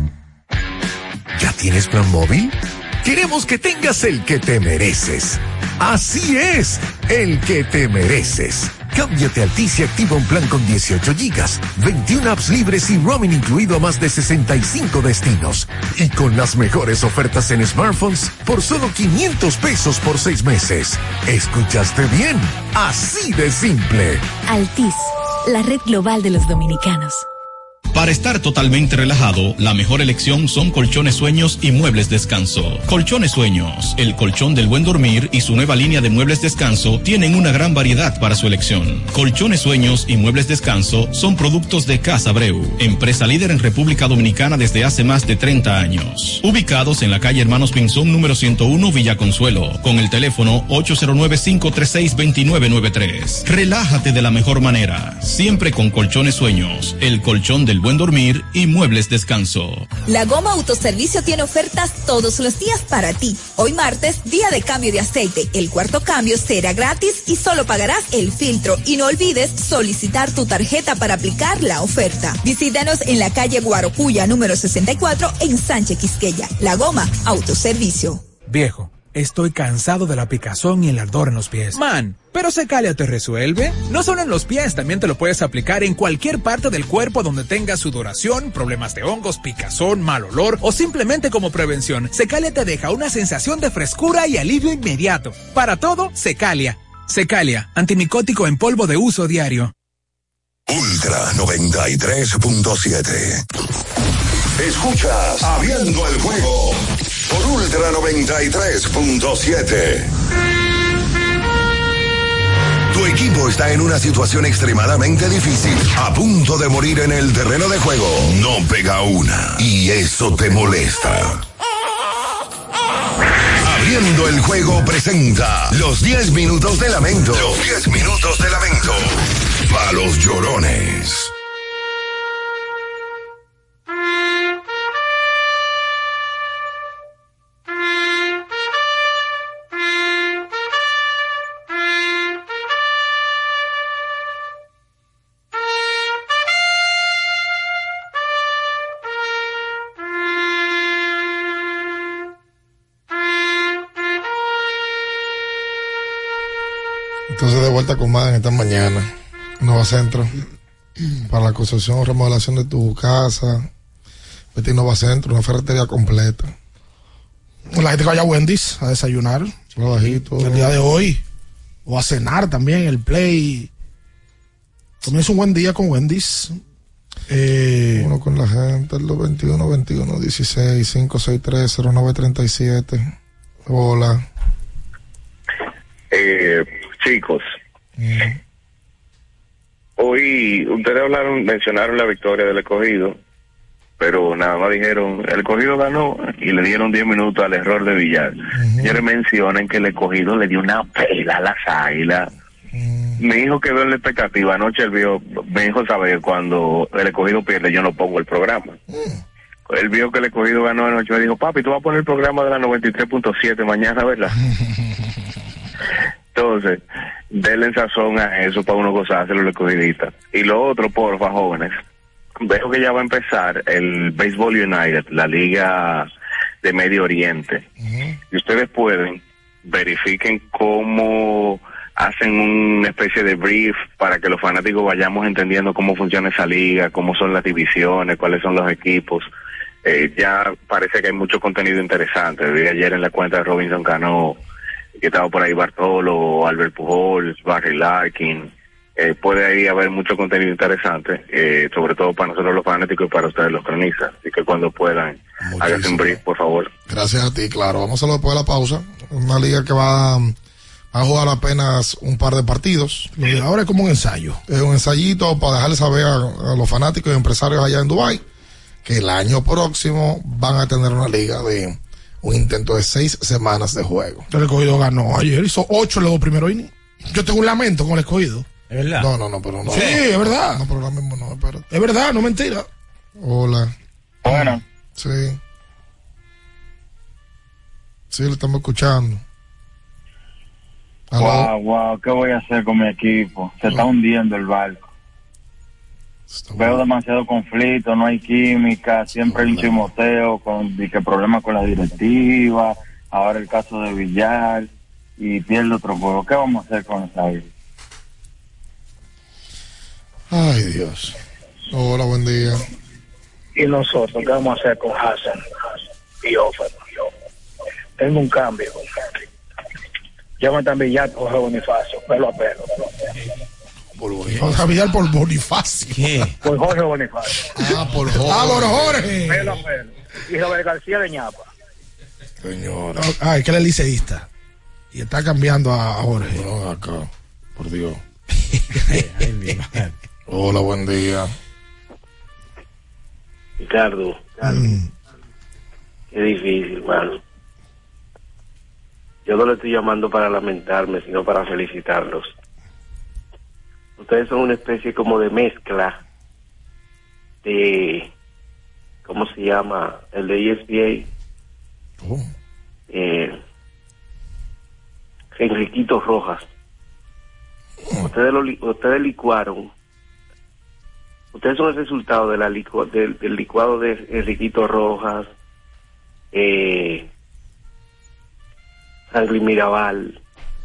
¿Ya tienes plan móvil? Queremos que tengas el que te mereces. Así es, el que te mereces. Cámbiate a Altis y activa un plan con dieciocho gigas, veintiuna apps libres y roaming incluido a más de sesenta y cinco destinos. Y con las mejores ofertas en smartphones por solo quinientos pesos por seis meses. ¿Escuchaste bien? Así de simple. Altis, la red global de los dominicanos. Para estar totalmente relajado, la mejor elección son Colchones Sueños y Muebles Descanso. Colchones Sueños, el colchón del buen dormir y su nueva línea de muebles descanso tienen una gran variedad para su elección. Colchones Sueños y Muebles Descanso son productos de Casa Abreu, empresa líder en República Dominicana desde hace más de treinta años. Ubicados en la calle Hermanos Pinzón número ciento uno, Villa Consuelo, con el teléfono ocho cero nueve, cinco tres seis, dos nueve nueve tres. Relájate de la mejor manera, siempre con Colchones Sueños, el colchón del buen dormir y Muebles Descanso. La Goma Autoservicio tiene ofertas todos los días para ti. Hoy martes, día de cambio de aceite. El cuarto cambio será gratis y solo pagarás el filtro. Y no olvides solicitar tu tarjeta para aplicar la oferta. Visítanos en la calle Guarocuya número sesenta y cuatro en Sánchez Quisqueya. La Goma Autoservicio. Viejo, estoy cansado de la picazón y el ardor en los pies. Man, ¿pero Secalia te resuelve? No solo en los pies, también te lo puedes aplicar en cualquier parte del cuerpo donde tengas sudoración, problemas de hongos, picazón, mal olor o simplemente como prevención. Secalia te deja una sensación de frescura y alivio inmediato. Para todo, Secalia. Secalia, antimicótico en polvo de uso diario. Ultra noventa y tres punto siete. Escuchas Abriendo el Juego por Ultra noventa y tres punto siete. Tu equipo está en una situación extremadamente difícil, a punto de morir en el terreno de juego. No pega una y eso te molesta. Abriendo el Juego presenta los diez minutos de lamento. Los diez minutos de lamento para los llorones. Entonces, de vuelta con más en esta mañana. Nueva Centro para la construcción o remodelación de tu casa. Betín Nova Centro, una ferretería completa. La gente que vaya a Wendy's a desayunar. Trabajito. El día de hoy. O a cenar también, el Play. Comienza un buen día con Wendy's. Eh, Uno con la gente, el dos veintiuno, veintiuno, dieciséis, cinco seis tres, cero nueve tres siete. Hola. Eh, chicos, mm. hoy ustedes hablaron, mencionaron la victoria del Escogido, pero nada más dijeron, el Escogido ganó y le dieron diez minutos al error de Villar. Uh-huh. Señores, mencionen que el Escogido le dio una pela a las Águilas. Uh-huh. Mi hijo quedó en la expectativa. Anoche él vio, me dijo saber cuando el Escogido pierde, yo no pongo el programa. Uh-huh. Él vio que el Escogido ganó anoche y me dijo, papi, tú vas a poner el programa de la noventa y tres punto siete mañana, ¿verdad? Entonces, denle sazón a eso para uno gozárselo el escogidista. Y lo otro, porfa, jóvenes, veo que ya va a empezar el Baseball United, la liga de Medio Oriente. Uh-huh. Y ustedes pueden, verifiquen cómo hacen una especie de brief para que los fanáticos vayamos entendiendo cómo funciona esa liga, cómo son las divisiones, cuáles son los equipos. Eh, ya parece que hay mucho contenido interesante. Vi ayer en la cuenta de Robinson Cano que estaba por ahí Bartolo, Albert Pujols, Barry Larkin. Eh, puede ahí haber mucho contenido interesante, eh, sobre todo para nosotros los fanáticos y para ustedes los cronistas. Así que cuando puedan, háganse un brief, por favor. Gracias a ti, claro. Vamos a hacerlo después de la pausa. Una liga que va a jugar apenas un par de partidos. Lo de ahora es como un ensayo. Es un ensayito para dejarles saber a, a los fanáticos y empresarios allá en Dubái que el año próximo van a tener una liga de un intento de seis semanas de juego. El Escogido ganó ayer, hizo ocho en los dos primeros innings. Yo tengo un lamento con el Escogido. ¿Es verdad? No, no, no, pero no. Sí, es verdad. No, pero ahora mismo no, espérate. Es verdad, no mentira. Hola. Bueno. Sí. Sí, lo estamos escuchando. Wow, wow, ¿qué voy a hacer con mi equipo? Se está hundiendo el barco. Veo demasiado conflicto, no hay química, siempre hay un chimoteo con y que problemas con la directiva, ahora el caso de Villar y pierde otro juego. ¿Qué vamos a hacer con esa vida? Ay, Dios. Hola, buen día. ¿Y nosotros qué vamos a hacer con Hassan y Offer? Tengo un cambio. Llámate a Villar por Jorge Bonifacio, pelo a pelo. Por Bonifacio. A Villar por Bonifacio. ¿Qué? Por Jorge Bonifacio. Ah, por Jorge. Ah, por Jorge. Pelo a pelo. Y Robert García de Ñapa. Señora. Ah, es que él es liceísta. Y está cambiando a Jorge. No, acá. Por Dios. Ay, mi madre. Hola, buen día. Ricardo. Ricardo. Mm. Qué difícil, hermano. Yo no le estoy llamando para lamentarme, sino para felicitarlos. Ustedes son una especie como de mezcla de, ¿cómo se llama? El de E S P A. Oh. Eh, Enriquito Rojas. Oh. Ustedes, lo, ustedes licuaron. Ustedes son el resultado de la licua, del, del licuado de Enriquito Rojas, eh, Franklin Mirabal.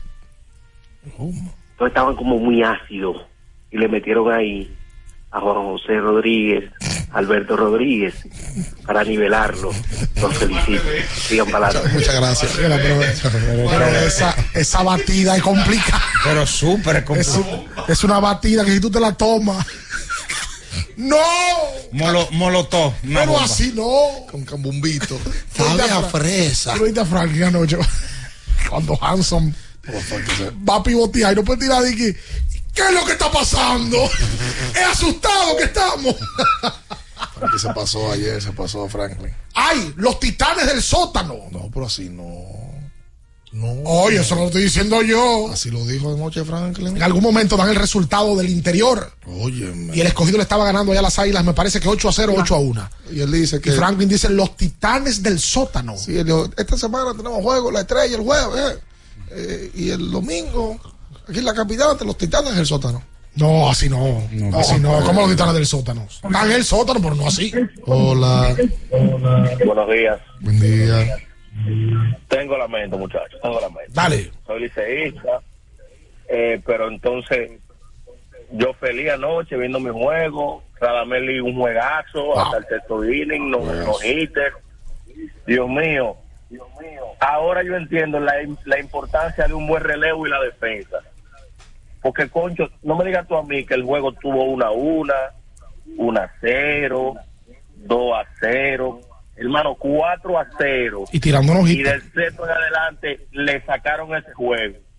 Oh. Todos estaban como muy ácidos y le metieron ahí a Juan José Rodríguez, Alberto Rodríguez, para nivelarlo. Los felicito. Sigan para adelante. Muchas gracias. Pero, pero, pero esa, esa batida es complicada. Pero súper complicada. Es, es una batida que si tú te la tomas. ¡No! Molo, molotov. Pero bomba. Así no. Con cambumbito. Sabe a fresa. Tú viste a Franklin anoche. Cuando Hanson va a pivotear y no puede tirar de que, ¿qué es lo que está pasando? Es asustado que estamos. ¿Qué se pasó ayer? Se pasó a Franklin. ¡Ay! Los titanes del sótano. No, pero así no. No. Oye, eso lo estoy diciendo yo. Así lo dijo anoche Franklin. En algún momento dan el resultado del interior. Oye, y el Escogido le estaba ganando allá a las Águilas, me parece que ocho a cero, ocho a uno. Y él dice que. Y Franklin dice los titanes del sótano. Sí, él dijo, esta semana tenemos juego, la estrella el jueves. Eh. Eh, y el domingo, aquí en la capital, ante los titanes del sótano. No, así no. no así no. ¿Cómo los titanes del sótano? Están en el sótano, pero no así. Hola. Hola. Buenos días. Buen día. Tengo lamento, muchachos. Tengo lamento. Dale. Soy liceísta. Eh, pero entonces, yo feliz anoche viendo mi juego. Radamel un juegazo. Wow. Hasta el sexto inning. No, no hitter. Dios mío. Dios mío. Ahora yo entiendo la, la importancia de un buen relevo y la defensa. Porque, concho, no me digas tú a mí que el juego tuvo una a una, una a cero, dos a cero, hermano, cuatro a cero. Y tirando unos Y del sexto en adelante le sacaron ese juego.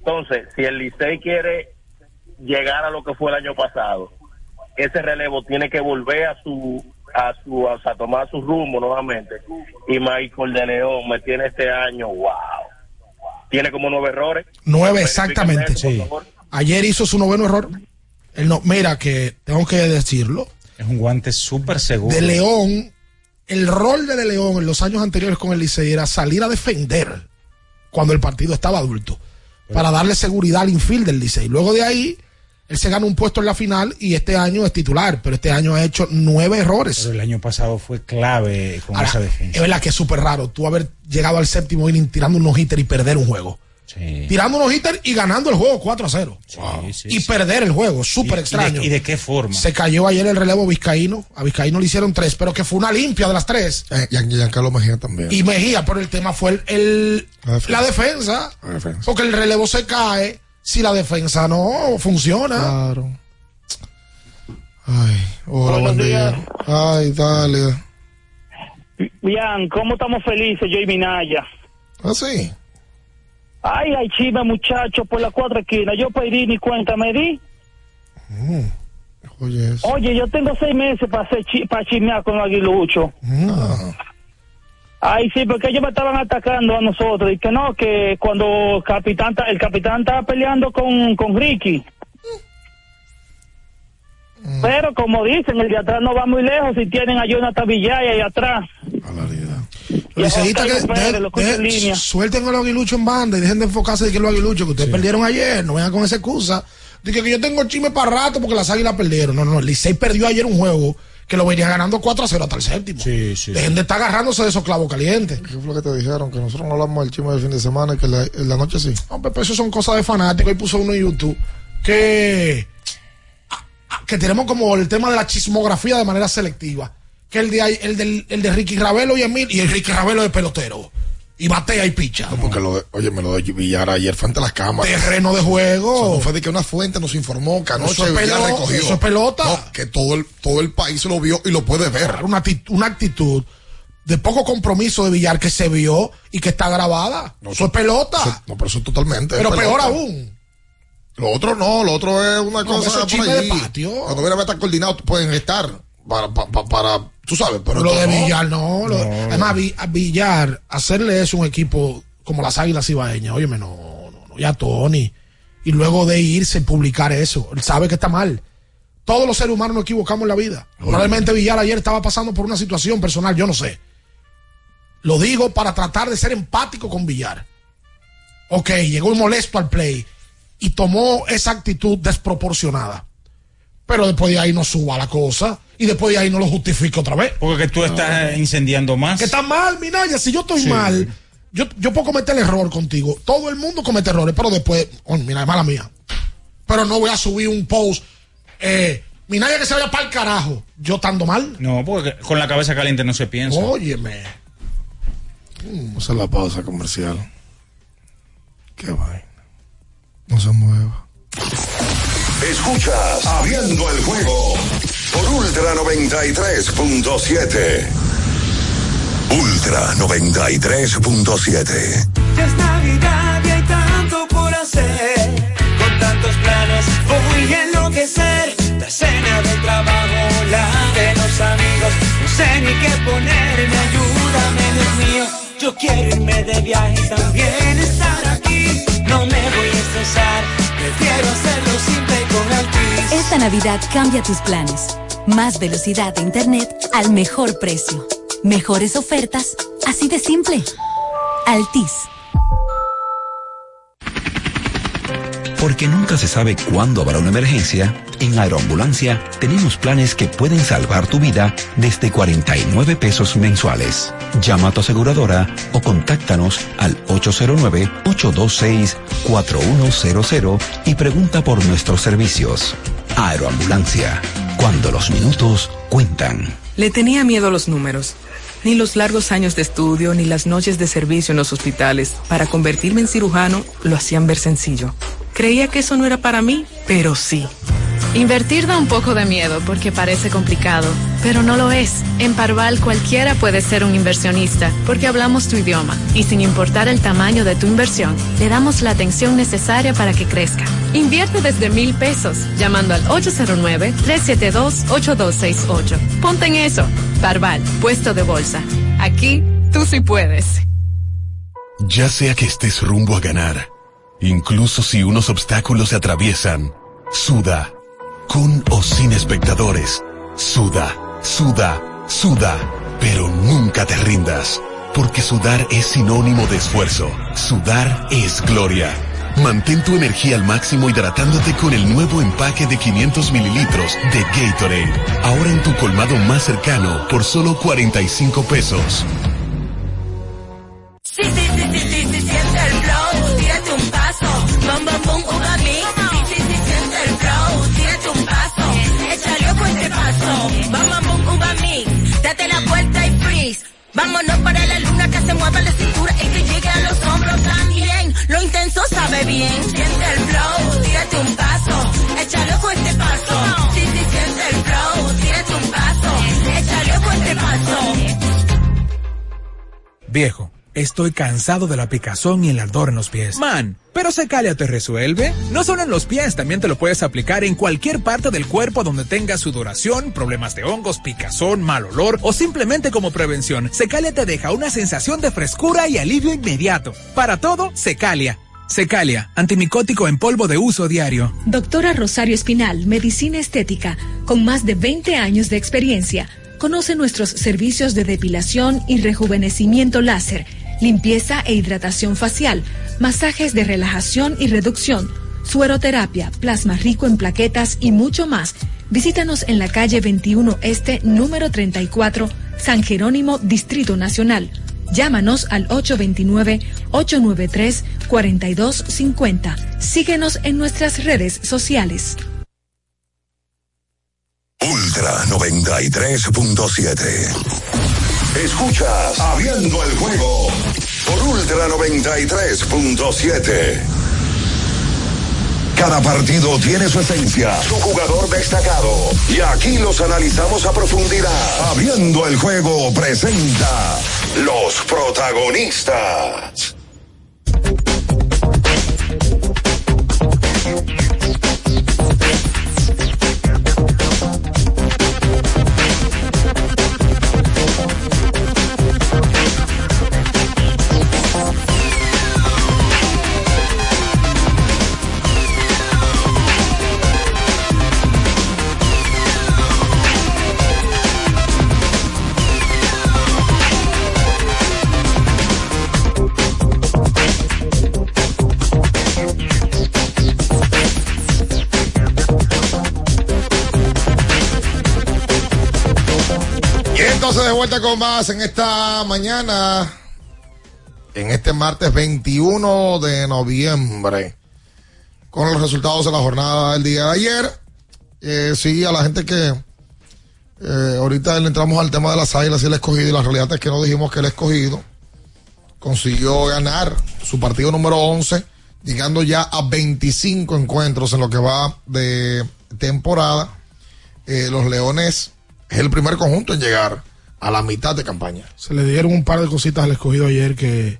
Entonces, si el Licey quiere llegar a lo que fue el año pasado, ese relevo tiene que volver a su a su a, a tomar su rumbo nuevamente. Y Michael de León me tiene este año, wow, tiene como nueve errores. Nueve exactamente. Eso, sí. Ayer hizo su noveno error. Él no, mira que tengo que decirlo. Es un guante súper seguro. De León, el rol de De León en los años anteriores con el Licey era salir a defender cuando el partido estaba adulto, pero para darle seguridad al infield del Licey. Luego de ahí, él se ganó un puesto en la final y este año es titular, pero este año ha hecho nueve errores. Pero el año pasado fue clave con Ahora, esa defensa. Es verdad que es súper raro tú haber llegado al séptimo inning tirando un no-hitter y perder un juego. Sí. Tirando un no-hitter y ganando el juego cuatro a cero. Sí, wow. sí, y sí. perder el juego, súper extraño. ¿Y de, ¿Y de qué forma? Se cayó ayer el relevo Vizcaíno. A Vizcaíno le hicieron tres, pero que fue una limpia de las tres. Eh, y a Giancarlo Mejía también. Y Mejía, pero el tema fue el, el la, defensa. La, defensa, la defensa. Porque el relevo se cae si la defensa no funciona. Claro. Ay, hola, buen día. Ay, dale. Bien, ¿cómo estamos felices yo y Minaya? ¿Ah, sí? Ay, ay, chiva, muchacho, por las cuatro esquinas. Yo pedí ni cuenta me di. Mm. Oye, eso. Oye, yo tengo seis meses para chi para chismear con los aguiluchos. Mm. Ay, sí, porque ellos me estaban atacando a nosotros. Y que no, que cuando capitán, el capitán estaba peleando con, con Ricky. Mm. Pero como dicen, el de atrás no va muy lejos. Si tienen a Jonathan Villaya ahí atrás. A la realidad. Los liceístas que de, de, de, suelten a los aguiluchos en banda y dejen de enfocarse de que los aguiluchos que ustedes sí. perdieron ayer, no vengan con esa excusa de que, que yo tengo chisme para rato porque las águilas perdieron. No, no, el Licey perdió ayer un juego que lo venía ganando cuatro a cero hasta el séptimo. Sí, sí, dejen sí. de estar agarrándose de esos clavos calientes. ¿Qué fue lo que te dijeron? Que nosotros no hablamos del chisme del fin de semana y que la, en la noche sí. No, pero eso son cosas de fanáticos. Ahí puso uno en YouTube que, que tenemos como el tema de la chismografía de manera selectiva. Que el de, el, del, el de Ricky Ravelo y Emil, y el Ricky Ravelo de pelotero. Y batea y picha. No, porque lo de, oye, me lo de Villar ayer frente a las cámaras. Terreno de juego. O sea, no fue de que una fuente nos informó que anoche eso Villar pelota, recogió. Eso es pelota. No, que todo el, todo el país lo vio y lo puede ver. Una actitud, una actitud de poco compromiso de Villar que se vio y que está grabada. No, eso es pelota. Eso, no, pero eso totalmente. Pero peor aún. Lo otro no, lo otro es una no, cosa por chisme ahí. De patio. Cuando viene a estar coordinado, pueden estar para, para, para, para tú sabes, pero lo de no. Villar no, lo, no además a Villar hacerle eso a un equipo como las Águilas Ibaeñas, óyeme, no, no, no, ya Tony, y luego de irse y publicar eso, él sabe que está mal. Todos los seres humanos nos equivocamos en la vida. Oye. Probablemente Villar ayer estaba pasando por una situación personal, yo no sé. Lo digo para tratar de ser empático con Villar. Ok, llegó molesto al play y tomó esa actitud desproporcionada. Pero después de ahí no suba la cosa y después de ahí no lo justifique otra vez. Porque que tú estás no. incendiando más. Que está mal, Minaya. Si yo estoy sí. mal, yo, yo puedo cometer el error contigo. Todo el mundo comete errores, pero después, oh, mira, es mala mía. Pero no voy a subir un post. Eh, Minaya que se vaya para el carajo. Yo estando mal. No, porque con la cabeza caliente no se piensa. Óyeme. Vamos a la pausa comercial. Qué vaina. No se mueva. Escuchas Abriendo el Juego por Ultra noventa y tres punto siete. Ultra noventa y tres punto siete. Ya es Navidad y hay tanto por hacer. Con tantos planes voy a enloquecer. La cena del trabajo, la de los amigos. No sé ni qué ponerme, ayúdame, Dios mío. Yo quiero irme de viaje y también estar aquí. No me voy a estresar, prefiero hacerlo simple con Altis. Esta Navidad cambia tus planes. Más velocidad de internet al mejor precio. Mejores ofertas, así de simple. Altis. Porque nunca se sabe cuándo habrá una emergencia, en Aeroambulancia tenemos planes que pueden salvar tu vida desde cuarenta y nueve pesos mensuales. Llama a tu aseguradora o contáctanos al ocho cero nueve, ocho dos seis, cuatro uno cero cero y pregunta por nuestros servicios. Aeroambulancia, cuando los minutos cuentan. Le tenía miedo a los números. Ni los largos años de estudio, ni las noches de servicio en los hospitales para convertirme en cirujano lo hacían ver sencillo. Creía que eso no era para mí, pero sí. Invertir da un poco de miedo porque parece complicado, pero no lo es. En Parval cualquiera puede ser un inversionista porque hablamos tu idioma y sin importar el tamaño de tu inversión, le damos la atención necesaria para que crezca. Invierte desde mil pesos llamando al ocho cero nueve, tres siete dos, ocho dos seis ocho. Ponte en eso. Parval, puesto de bolsa. Aquí, tú sí puedes. Ya sea que estés rumbo a ganar, incluso si unos obstáculos se atraviesan, suda. Con o sin espectadores, suda, suda, suda, pero nunca te rindas, porque sudar es sinónimo de esfuerzo, sudar es gloria. Mantén tu energía al máximo hidratándote con el nuevo empaque de quinientos mililitros de Gatorade, ahora en tu colmado más cercano por solo cuarenta y cinco pesos. Sí, sí, sí, sí, sí, sí, siente el flow, tírate un paso, bum, bum, bum, uva mix. Sí, sí, sí, siente el flow, tírate un paso, échale ojo este paso, bum, bum, bum, uva mix. Date la vuelta y freeze, vámonos para la luna que se mueva la cintura y que llegue a los hombros también. Lo intenso sabe bien, siente el flow, tírate un paso, échale ojo este paso. Sí, sí, siente el flow, tírate un paso, échale ojo este paso. Viejo, estoy cansado de la picazón y el ardor en los pies. Man, ¿pero Secalia te resuelve? No solo en los pies, también te lo puedes aplicar en cualquier parte del cuerpo donde tengas sudoración, problemas de hongos, picazón, mal olor o simplemente como prevención. Secalia te deja una sensación de frescura y alivio inmediato. Para todo, Secalia. Secalia, antimicótico en polvo de uso diario. Doctora Rosario Espinal, Medicina Estética, con más de veinte años de experiencia. Conoce nuestros servicios de depilación y rejuvenecimiento láser, limpieza e hidratación facial, masajes de relajación y reducción, sueroterapia, plasma rico en plaquetas y mucho más. Visítanos en la calle veintiuno Este, número treinta y cuatro, San Jerónimo, Distrito Nacional. Llámanos al ocho dos nueve, ocho nueve tres, cuatro dos cinco cero. Síguenos en nuestras redes sociales. Ultra noventa y tres punto siete. Escuchas Abriendo el Juego por Ultra noventa y tres punto siete. Cada partido tiene su esencia, su jugador destacado, y aquí los analizamos a profundidad. Abriendo el Juego presenta los protagonistas. De vuelta con más en esta mañana, en este martes veintiuno de noviembre, con los resultados de la jornada del día de ayer. Eh, sí, a la gente que eh, ahorita le entramos al tema de las Águilas y el Escogido, y la realidad es que no dijimos que el Escogido consiguió ganar su partido número once, llegando ya a veinticinco encuentros en lo que va de temporada. Eh, los Leones es el primer conjunto en llegar a la mitad de campaña. Se le dieron un par de cositas al Escogido ayer, que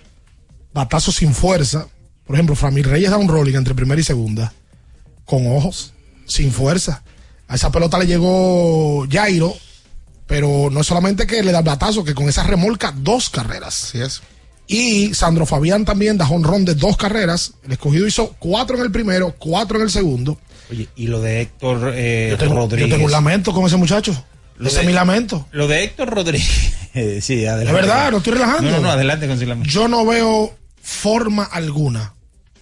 batazos sin fuerza. Por ejemplo, Framil Reyes da un rolling entre primera y segunda con ojos, sin fuerza. A esa pelota le llegó Jairo, pero no es solamente que le da el batazo, que con esa remolca dos carreras. Así es. Y Sandro Fabián también da jonrón de dos carreras. El Escogido hizo cuatro en el primero, cuatro en el segundo. Oye, y lo de Héctor eh, yo tengo, Rodríguez. Yo tengo un lamento con ese muchacho. Lo ese de, es mi lamento. Lo de Héctor Rodríguez. Sí, adelante. Es verdad, no estoy relajando. No, no, no, adelante con su lamento. Yo no veo forma alguna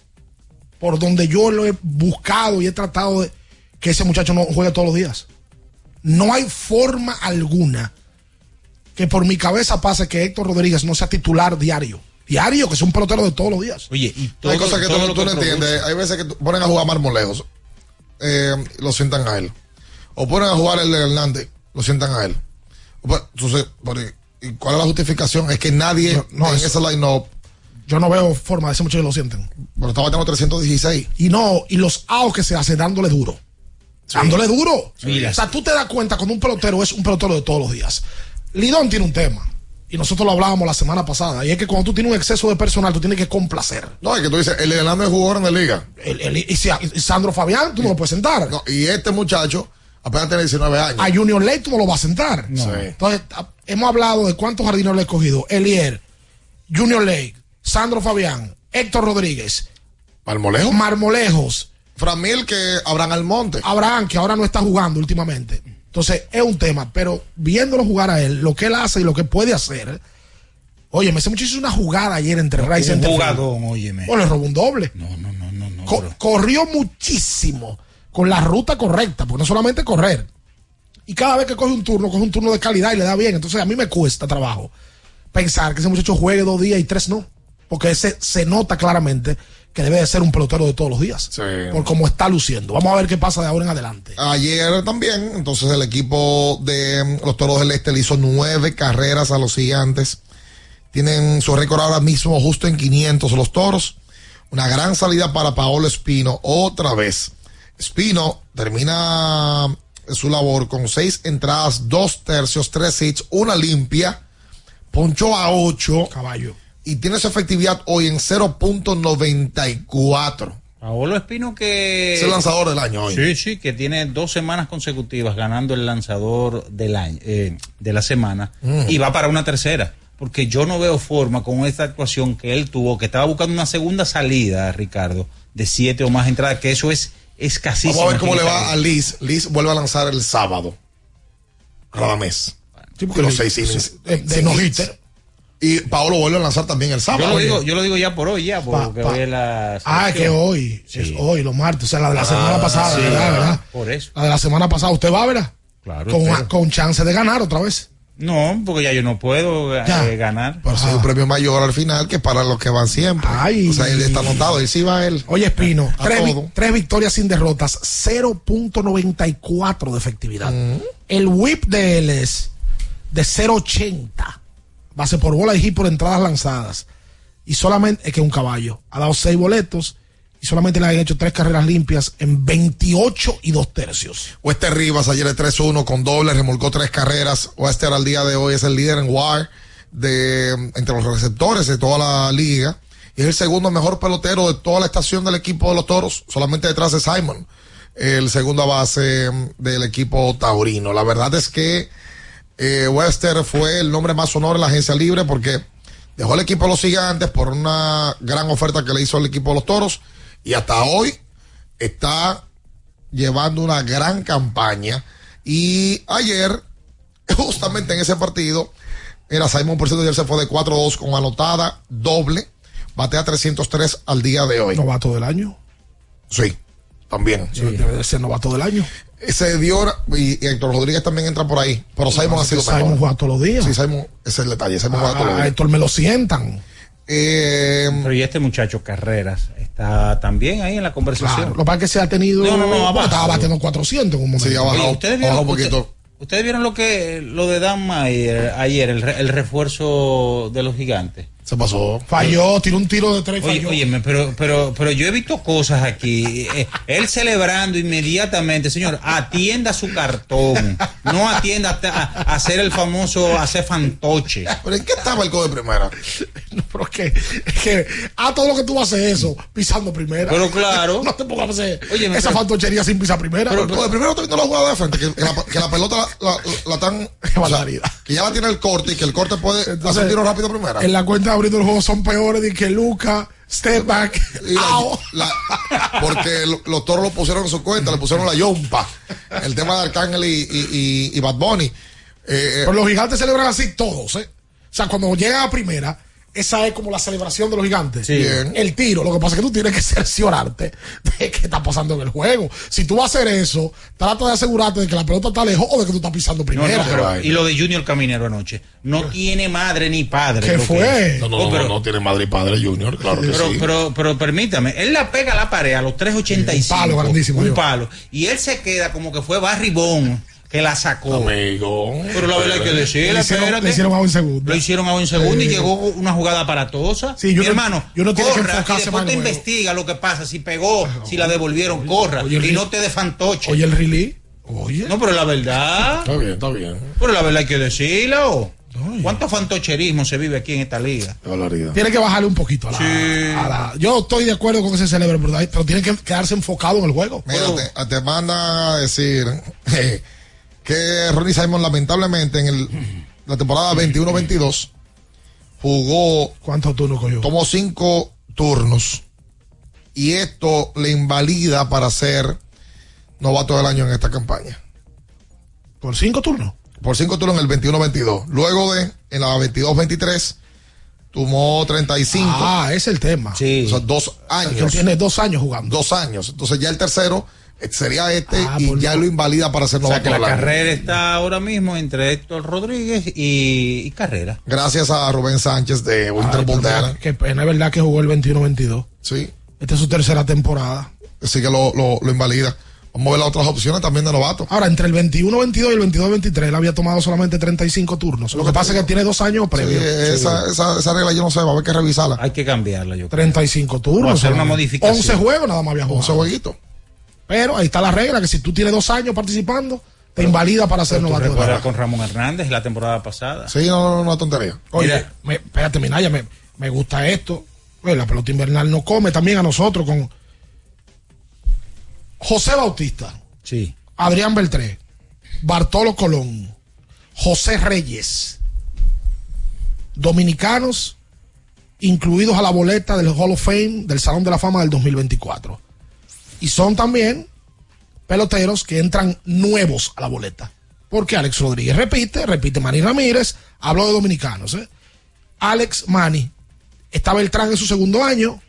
por donde yo lo he buscado y he tratado de que ese muchacho no juegue todos los días. No hay forma alguna que por mi cabeza pase que Héctor Rodríguez no sea titular diario. Diario, que es un pelotero de todos los días. Oye, y todo, hay cosas que tú, tú no entiendes. Hay veces que ponen a jugar Marmolejos, eh, lo sientan a él. O ponen a jugar el de Hernández, lo sientan a él. Entonces, ¿y cuál es la justificación? Es que nadie no, no, en eso, ese line-up. Yo no veo forma de ese muchacho que lo sienten. Pero está batiendo trescientos dieciséis. Y no, y los outs que se hace dándole duro. sí. dándole duro. Sí. O sea, tú te das cuenta cuando un pelotero es un pelotero de todos los días. Lidón tiene un tema. Y nosotros lo hablábamos la semana pasada. Y es que cuando tú tienes un exceso de personal, tú tienes que complacer. No, es que tú dices, el Hernández jugó en la liga. El, el, y, si, y Sandro Fabián, tú no lo puedes sentar. No, y este muchacho apenas tiene diecinueve años. A Junior Lake tú no lo vas a sentar. No. Sí. Entonces, a, hemos hablado de cuántos jardineros le he escogido. Elier, Junior Lake, Sandro Fabián, Héctor Rodríguez. Marmolejos. Marmolejos. Framil, que Abraham Almonte. Abraham, que ahora no está jugando últimamente. Entonces, es un tema. Pero viéndolo jugar a él, lo que él hace y lo que puede hacer. Oye, me hizo muchísimo una jugada ayer entre no, Rice y un jugador, óyeme. O le robó un doble. No, no, no, no. no Co- corrió muchísimo con la ruta correcta, porque no solamente correr. Y cada vez que coge un turno, coge un turno de calidad y le da bien. Entonces, a mí me cuesta trabajo pensar que ese muchacho juegue dos días y tres no. Porque ese se nota claramente que debe de ser un pelotero de todos los días. Sí. Por cómo está luciendo. Vamos a ver qué pasa de ahora en adelante. Ayer también, entonces el equipo de los Toros del Este le hizo nueve carreras a los Gigantes. Tienen su récord ahora mismo justo en quinientos los Toros. Una gran salida para Paolo Espino otra vez. Espino termina su labor con seis entradas, dos tercios, tres hits, una limpia. Ponchó a ocho. Caballo. Y tiene su efectividad hoy en cero punto noventa y cuatro. Paolo Espino que... Es el lanzador del año hoy. Sí, sí, que tiene dos semanas consecutivas ganando el lanzador del año, eh, de la semana. Mm. Y va para una tercera. Porque yo no veo forma con esta actuación que él tuvo, que estaba buscando una segunda salida, Ricardo, de siete o más entradas, que eso es escasísimo. Vamos a ver cómo le va a Liz. Liz vuelve a lanzar el sábado. Radamés. Sí, porque los seis innings. De, de no hitter. Y Paolo vuelve a lanzar también el sábado. Yo lo digo, yo lo digo ya por hoy, ya, porque pa, pa. hoy es la... Ah, que hoy. Sí. Es hoy, los martes. O sea, la de la ah, semana pasada, sí, ¿verdad? ¿verdad? Por eso. La de la semana pasada. ¿Usted va, verdad? Claro. Con, con chance de ganar otra vez. No, porque ya yo no puedo eh, ganar. Por ser un premio mayor al final que para los que van siempre. Ay. O sea, él está anotado, él sí va él. Oye, Espino, tres, vi tres victorias sin derrotas, cero punto noventa y cuatro de efectividad. Mm. El whip de él es de cero punto ochenta. Base por bola y hit por entradas lanzadas. Y solamente, es que es un caballo. Ha dado seis boletos y solamente le han hecho tres carreras limpias en veintiocho y dos tercios. Wester Rivas ayer de tres uno con doble, remolcó tres carreras. Wester al día de hoy es el líder en W A R de, entre los receptores de toda la liga. Y es el segundo mejor pelotero de toda la estación del equipo de los Toros, solamente detrás de Simon, el segundo base del equipo taurino. La verdad es que eh, Wester fue el nombre más sonoro en la agencia libre porque dejó el equipo de los Gigantes por una gran oferta que le hizo el equipo de los Toros. Y hasta hoy está llevando una gran campaña. Y ayer, justamente en ese partido, era Simon por ciento, ayer se fue de cuatro dos con anotada doble. Batea trescientos tres al día de hoy. ¿Novato del año? Sí, también. Sí. Debe de ser novato del año. Se dio, y, y Héctor Rodríguez también entra por ahí. Pero Simon no, ha sido Simon mejor. Juega todos los días. Sí, Simon, ese es el detalle. Simon ah, juega todos los días. Héctor me lo sientan. Eh, Pero y este muchacho Carreras está también ahí en la conversación. Claro, lo que pasa es que se ha tenido. No, no, no, abajo. Estaba batiendo cuatrocientos en un momento. Sí, abajo, Oye, ¿ustedes vieron, abajo un poquito. Usted, ¿Ustedes vieron lo que lo de Dan Mayer ayer, el, el refuerzo de los Gigantes? Se pasó. Falló, tiró un tiro de tres y falló. Oye, óyeme, pero, pero, pero yo he visto cosas aquí. Eh, él celebrando inmediatamente, señor, atienda su cartón. No atienda a, a hacer el famoso, hacer fantoche. ¿Pero en qué estaba el codo de primera? No, pero es que, es que a todo lo que tú haces eso, pisando primera. Pero claro. No te pongas a hacer Óyeme, esa pero, fantochería sin pisar primera. Pero, pero, pero el primero te viendo la jugada de frente, que, que, la, que la pelota la, la, la tan. O sea, que ya la tiene el corte y que el corte puede Entonces, hacer un tiro rápido primera. En la cuenta de abriendo el juego son peores de que Luca, step back. Y la, la, porque lo, los Toros lo pusieron en su cuenta, le pusieron la yompa. El tema de Arcángel y, y, y, y Bad Bunny. Eh, Pero los Gigantes celebran así todos, ¿eh? O sea, cuando llegan a primera, esa es como la celebración de los Gigantes. Sí. El tiro. Lo que pasa es que tú tienes que cerciorarte de qué está pasando en el juego. Si tú vas a hacer eso, trata de asegurarte de que la pelota está lejos o de que tú estás pisando primera. No, no, pero, y lo de Junior Caminero anoche. No ¿Qué? Tiene madre ni padre. ¿Qué fue? No, no, no, pero, no, no tiene madre y padre Junior, claro que pero, sí. Pero, pero permítame, él la pega a la pared a los tres ochenta y cinco. Un palo grandísimo. Un palo. Y él se queda como que fue Barry Bond. que la sacó. Amigo. Pero la verdad hay que decirle, Le hicieron, espérate. le hicieron a un segundo. Lo hicieron a un segundo Eh, y llegó una jugada aparatosa. Sí, yo Mi no- hermano, yo no tiene que corra, enfocarse y después más en te el juego. investiga lo que pasa, si pegó, si la devolvieron, corra, oye, el y ri- no te de fantoche. Oye, el release. Oye. No, pero la verdad, Está bien, está bien. pero la verdad hay que decirla, ¿o? ¿Cuánto fantocherismo se vive aquí en esta liga? Qué barbaridad. Tiene que bajarle un poquito a la, Sí. a la- Yo estoy de acuerdo con que se celebre, pero, pero tiene que quedarse enfocado en el juego. Mira, te, te manda a decir eh, que Ronnie Simon lamentablemente en el, la temporada veintiuno veintidós jugó, ¿Cuántos turnos cogió? tomó cinco turnos y esto le invalida para ser novato del año en esta campaña. ¿Por cinco turnos? Por cinco turnos en el veintiuno veintidós. Luego de, en la veintidós veintitrés, tomó treinta y cinco. Ah, ese es el tema. Sí. O sea, dos El que años. tiene dos años jugando. Dos años. Entonces ya el tercero eh, sería este Ah, y por ya lo- lo invalida para ser O sea novato que la del año. carrera está ahora mismo entre Héctor Rodríguez y, y Carrera. Gracias a Rubén Sánchez de Winter Ay, pero Boldera. qué pena, es verdad que jugó el veintiuno veintidós. Sí. Esta es su tercera temporada. Así que lo, lo, lo invalida. Vamos a ver las otras opciones también de novato. Ahora, entre el veintiuno veintidós y el veintidós veintitrés, él había tomado solamente treinta y cinco turnos. Lo que pasa es que tiene dos años Sí, previos. esa, esa, esa regla yo no sé, va a haber que revisarla. Hay que cambiarla, yo creo. treinta y cinco O turnos. hacer una solamente. modificación. once juegos nada más había jugado. once jueguitos. Pero ahí está la regla, que si tú tienes dos años participando, te invalida para ser ¿Tú novato. del recuerdas año. con Ramón Hernández la temporada pasada? Sí, no, no, no, no tontería. Oye, Mira. me, espérate, Minaya, me, me gusta esto. Pues la pelota invernal no come también a nosotros con José Bautista, Sí. Adrián Beltré, Bartolo Colón, José Reyes, dominicanos incluidos a la boleta del Hall of Fame del Salón de la Fama del dos mil veinticuatro. Y son también peloteros que entran nuevos a la boleta. Porque Alex Rodríguez repite, repite Manny Ramírez, hablo de dominicanos. ¿eh? Alex Manny, está Beltrán en su segundo año.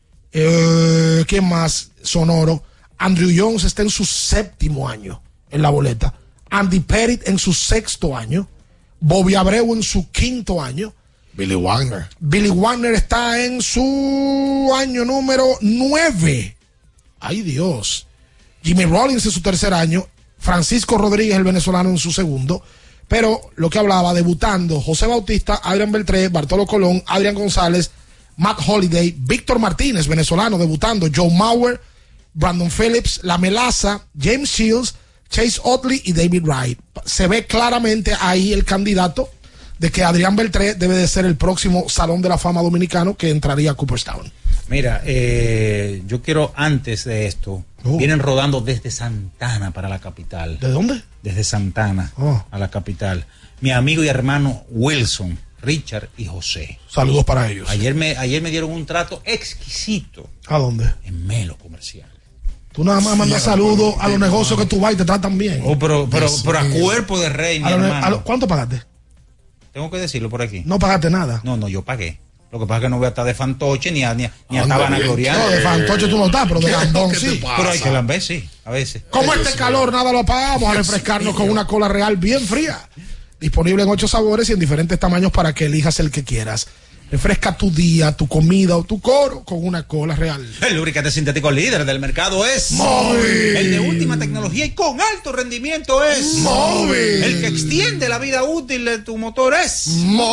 Eh, ¿Quién más? Sonoro. Andrew Jones está en su séptimo año en la boleta. Andy Pettit en su sexto año. Bobby Abreu en su quinto año. Billy Wagner. Billy Wagner está en su año número nueve. Ay, Dios. Jimmy Rollins en su tercer año. Francisco Rodríguez, el venezolano, en su segundo. Pero lo que hablaba, debutando José Bautista, Adrián Beltré, Bartolo Colón, Adrián González, Matt Holiday, Víctor Martínez, venezolano, debutando, Joe Mauer, Brandon Phillips, La Melaza, James Shields, Chase Utley y David Wright. Se ve claramente ahí el candidato de que Adrián Beltré debe de ser el próximo Salón de la Fama dominicano que entraría a Cooperstown. Mira, eh, yo quiero antes de esto, Oh. vienen rodando desde Santana para la capital. ¿De dónde? Desde Santana Oh. a la capital. Mi amigo y hermano Wilson, Richard y José. Saludos para ellos. Ayer me, ayer me dieron un trato exquisito ¿A dónde? en Melo Comercial. Tú nada más mandas saludos a los negocios que tú vas y te tratan bien. Oh, pero, pero, Dios pero a mío. cuerpo de rey, mi A los ne- hermano. a los- ¿Cuánto pagaste? Tengo que decirlo por aquí. No pagaste nada. No, no, yo pagué. Lo que pasa es que no voy a estar de fantoche ni a, ni a, ni a Anda estar bien. vanagloriando. No, de fantoche tú no estás, pero de gambón ¿Qué te sí. pasa? Pero hay que lamber, sí, a veces. Como este calor nada lo apagamos, a refrescarnos con una cola real bien fría. Disponible en ocho sabores y en diferentes tamaños para que elijas el que quieras. Refresca tu día, tu comida o tu coro con una cola real. El lubricante sintético líder del mercado es Móvil. El de última tecnología y con alto rendimiento es Móvil. El que extiende la vida útil de tu motor es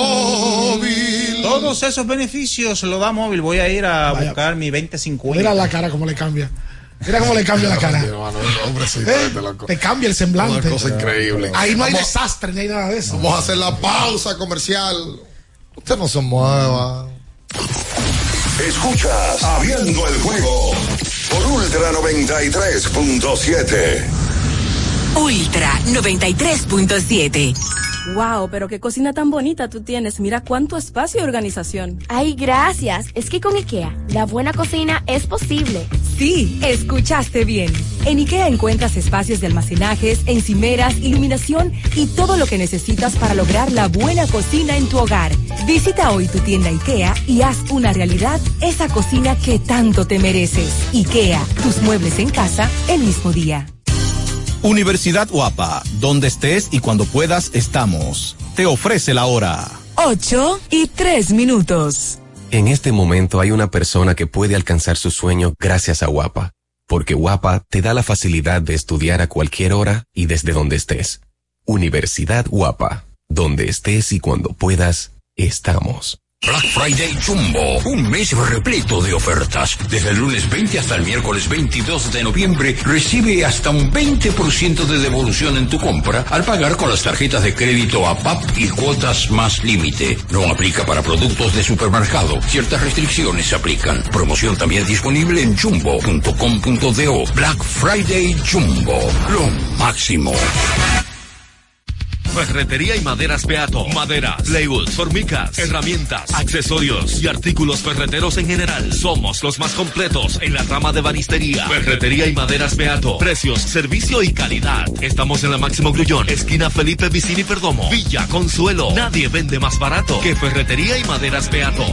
Móvil. Todos esos beneficios lo da Móvil. Voy a ir a Vaya. buscar mi veinte cincuenta. Mira la cara cómo le cambia. Mira cómo le cambia la cara. Hermano, hombre, sí, ¿Eh? te loco. Te cambia el Una semblante. cosa increíble. Ahí no hay Vamos- desastre ni hay nada de eso. Vamos a hacer la pausa comercial. Usted no se mueva. Escuchas Abriendo el Juego por Ultra noventa y tres punto siete. Ultra noventa y tres punto siete. Wow, pero qué cocina tan bonita tú tienes. Mira cuánto espacio y organización. Ay, gracias. Es que con IKEA, la buena cocina es posible. Sí, escuchaste bien. En IKEA encuentras espacios de almacenajes, encimeras, iluminación y todo lo que necesitas para lograr la buena cocina en tu hogar. Visita hoy tu tienda IKEA y haz una realidad esa cocina que tanto te mereces. IKEA, tus muebles en casa el mismo día. Universidad Guapa, donde estés y cuando puedas estamos. Te ofrece la hora. Ocho y tres minutos. En este momento hay una persona que puede alcanzar su sueño gracias a Guapa. porque U A P A te da la facilidad de estudiar a cualquier hora y desde donde estés. Universidad U A P A, donde estés y cuando puedas, estamos. Black Friday Jumbo, un mes repleto de ofertas. Desde el lunes veinte hasta el miércoles veintidós de noviembre, recibe hasta un veinte por ciento de devolución en tu compra al pagar con las tarjetas de crédito A P A P y cuotas más límite. No aplica para productos de supermercado. Ciertas restricciones se aplican. Promoción también disponible en jumbo punto com punto do. Black Friday Jumbo, lo máximo. Ferretería y maderas Beato. Maderas, plywood, formicas, herramientas, accesorios y artículos ferreteros en general. Somos los más completos en la rama de banistería. Ferretería y maderas Beato. Precios, servicio y calidad. Estamos en la Máximo Grullón, esquina Felipe Vicini Perdomo, Villa Consuelo. Nadie vende más barato que Ferretería y maderas Beato.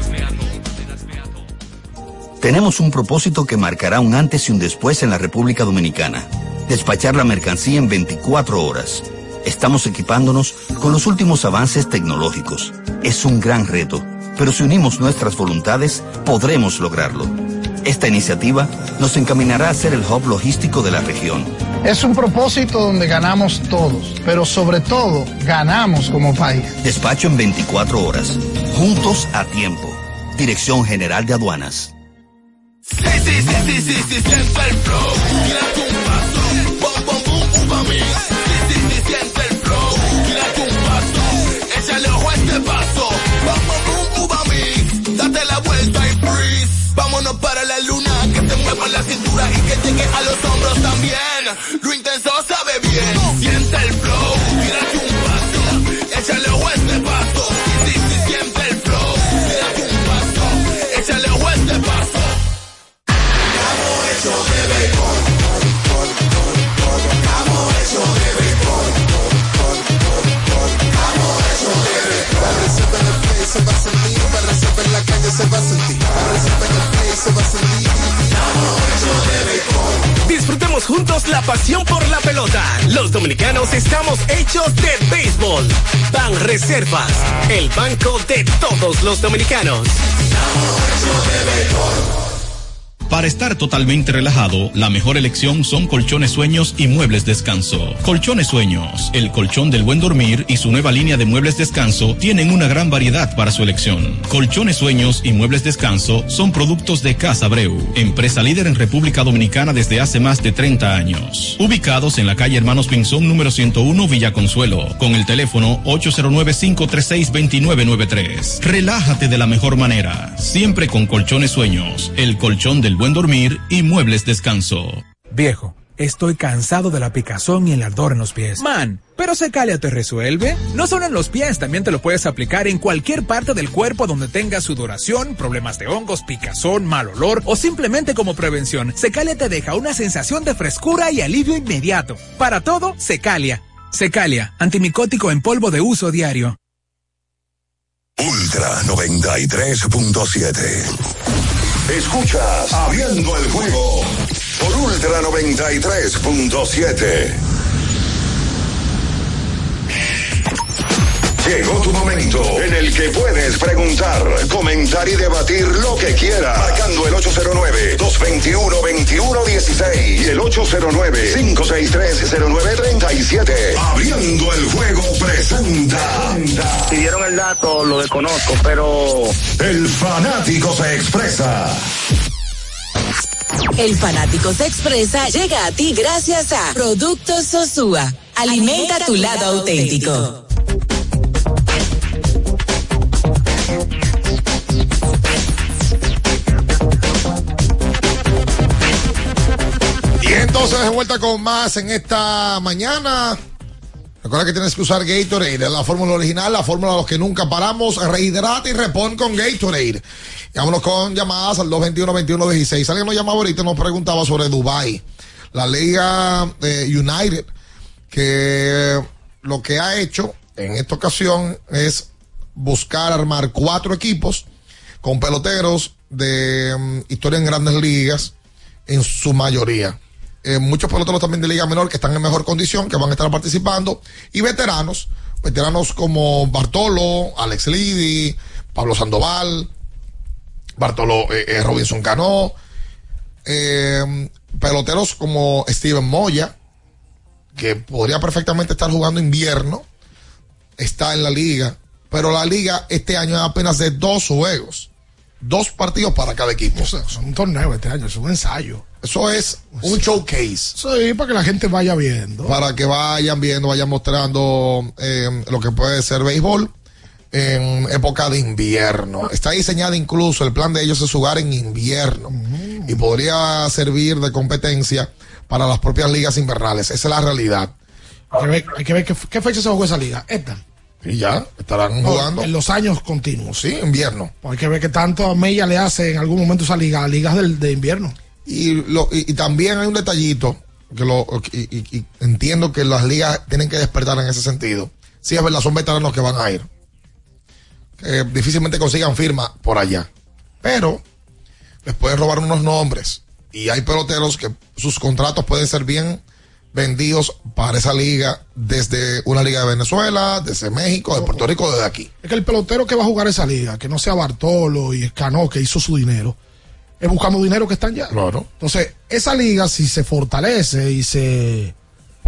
Tenemos un propósito que marcará un antes y un después en la República Dominicana. Despachar la mercancía en veinticuatro horas. Estamos equipándonos con los últimos avances tecnológicos. Es un gran reto, pero si unimos nuestras voluntades, podremos lograrlo. Esta iniciativa nos encaminará a ser el hub logístico de la región. Es un propósito donde ganamos todos, pero sobre todo, ganamos como país. Despacho en veinticuatro horas. Juntos a tiempo. Dirección General de Aduanas. Sí, sí, sí, sí, sí, sí, siente el flow. Tírate un paso. Bom, bom, boom, uva mix. Sí, sí, sí, siente el flow. Tírate un paso. Échale ojo a este paso. Bom, bom, boom, uva mix. Date la vuelta y freeze. Vámonos para la luna. Que te mueva la cintura y que llegue a los hombros también. Lo intenso sabe bien. Siente el flow. Tírate un paso. Échale ojo a este paso. Sí, sí, sí, siente el flow. Tírate un paso. Échale ojo a este paso. Hecho de béisbol, estamos hechos de béisbol, estamos hechos de béisbol. La reserva en el play se va a sentir, la reserva en la calle se va a sentir, la reserva en el play se va a sentir. Estamos hechos de béisbol. Disfrutemos juntos la pasión por la pelota. Los dominicanos estamos hechos de béisbol. Ban Reservas, el banco de todos los dominicanos. Estamos hechos de béisbol. Para estar totalmente relajado, la mejor elección son Colchones Sueños y Muebles Descanso. Colchones Sueños, el colchón del buen dormir y su nueva línea de muebles Descanso tienen una gran variedad para su elección. Colchones Sueños y Muebles Descanso son productos de Casa Abreu, empresa líder en República Dominicana desde hace más de treinta años. Ubicados en la calle Hermanos Pinzón número ciento uno, Villa Consuelo, con el teléfono ocho cero nueve, cinco tres seis, dos nueve nueve tres. Relájate de la mejor manera, siempre con Colchones Sueños, el colchón del buen dormir y Muebles Descanso. Viejo, estoy cansado de la picazón y el ardor en los pies. Man, pero Secalia te resuelve. No solo en los pies, también te lo puedes aplicar en cualquier parte del cuerpo donde tengas sudoración, problemas de hongos, picazón, mal olor o simplemente como prevención. Secalia te deja una sensación de frescura y alivio inmediato. Para todo, Secalia. Secalia, antimicótico en polvo de uso diario. Ultra noventa y tres punto siete. Escuchas Abriendo el Juego por Ultra noventa y tres punto siete. Llegó tu momento en el que puedes preguntar, comentar y debatir lo que quieras. Marcando el ocho cero nueve, dos dos uno, dos uno uno seis y el ocho cero nueve, cinco seis tres, cero nueve tres siete. Abriendo el Juego presenta. Si dieron el dato, lo desconozco, pero... El fanático se expresa. El fanático se expresa llega a ti gracias a Productos Sosúa. Alimenta, Alimenta tu lado, lado auténtico. auténtico. Y entonces de vuelta con más en esta mañana. Recuerda que tienes que usar Gatorade, la fórmula original, la fórmula de los que nunca paramos. Rehidrata y repon con Gatorade. Y vámonos con llamadas al dos veintiuno, veintiuno dieciséis. Alguien nos llamaba ahorita y nos preguntaba sobre Dubái. La Liga eh, United, que lo que ha hecho en esta ocasión es buscar armar cuatro equipos con peloteros de um, historia en grandes ligas en su mayoría. Eh, muchos peloteros también de liga menor que están en mejor condición, que van a estar participando, y veteranos, veteranos como Bartolo, Alex Liddy, Pablo Sandoval, Bartolo, eh, eh, Robinson Cano, eh, peloteros como Steven Moya, que podría perfectamente estar jugando invierno, está en la liga, pero la liga este año es apenas de dos juegos, dos partidos para cada equipo. O sea, es un torneo este año, es un ensayo. Eso es un showcase. Sí, para que la gente vaya viendo. Para que vayan viendo, vayan mostrando eh, lo que puede ser béisbol en época de invierno. Está diseñada incluso, el plan de ellos es jugar en invierno. Mm. Y podría servir de competencia para las propias ligas invernales. Esa es la realidad. Hay que ver, hay que ver qué, qué fecha se jugó esa liga. Esta. Y ya, estarán no, jugando. En los años continuos. Sí, invierno. Pues hay que ver qué tanto a Mella le hace en algún momento esa liga, ligas del, de invierno. Y, lo, y, y también hay un detallito, que lo y, y, y entiendo que las ligas tienen que despertar en ese sentido. Sí, es verdad, son veteranos que van a ir. Que difícilmente consigan firma por allá. Pero les pueden robar unos nombres. Y hay peloteros que sus contratos pueden ser bien vendidos para esa liga, desde una liga de Venezuela, desde México, de Puerto Rico, desde aquí. Es que el pelotero que va a jugar esa liga, que no sea Bartolo y Escanó, que hizo su dinero, es buscando dinero que están ya. Claro. Entonces, esa liga, si se fortalece y se,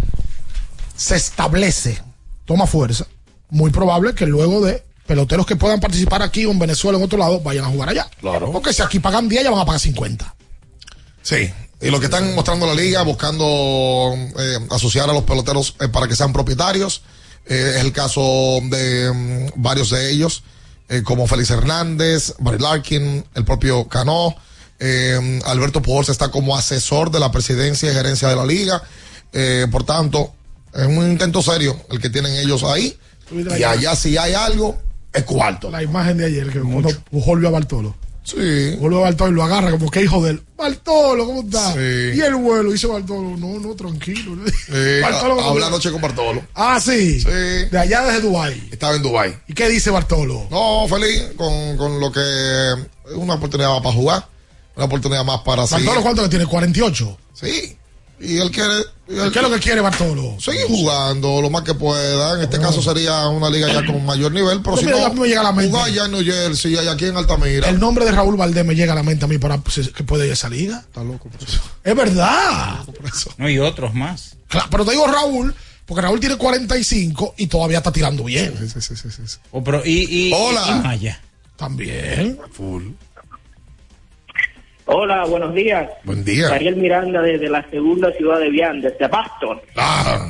se establece, toma fuerza, muy probable que luego de peloteros que puedan participar aquí o en Venezuela o en otro lado, vayan a jugar allá. Claro. Porque si aquí pagan diez, ya van a pagar cincuenta. Sí. Y lo que están mostrando la liga, buscando eh, asociar a los peloteros eh, para que sean propietarios, eh, es el caso de um, varios de ellos, eh, como Félix Hernández, Barry Larkin, el propio Cano, eh, Alberto Pujols está como asesor de la presidencia y gerencia de la liga, eh, por tanto, es un intento serio el que tienen ellos ahí, y allá si hay algo, es cuarto. La imagen de ayer, que cuando Pujols vio a Bartolo. Sí. Vuelve a Bartolo y lo agarra como que hijo de él. Bartolo, ¿cómo está? Sí. Y el vuelo, dice Bartolo, no, no, tranquilo. Sí, Bartolo, hablé anoche con Bartolo. Ah, sí. Sí. De allá desde Dubái. Estaba en Dubái. ¿Y qué dice Bartolo? No, feliz con, con lo que es una oportunidad más para jugar, una oportunidad más para ¿Bartolo seguir. cuánto le tiene? ¿cuarenta y ocho? Sí. Y él quiere... Y él, ¿Qué es lo que quiere Bartolo? Seguir jugando lo más que pueda. En este oh. caso sería una liga ya con mayor nivel, pero, pero si mira, no, me llega a la mente. jugar ya en New Jersey, y aquí en Altamira. El nombre de Raúl Valdés me llega a la mente a mí para que puede ir a esa liga. Está loco por eso. Es verdad. Por eso. No, y otros más. Claro, pero te digo Raúl, porque Raúl tiene cuarenta y cinco y todavía está tirando bien. Sí, sí, sí, sí, sí. Oh, pero y, y, Hola. Y, y Maya. También. Full. Hola, buenos días. Buen día. Ariel Miranda desde la segunda ciudad de Vian, desde Boston. Ah.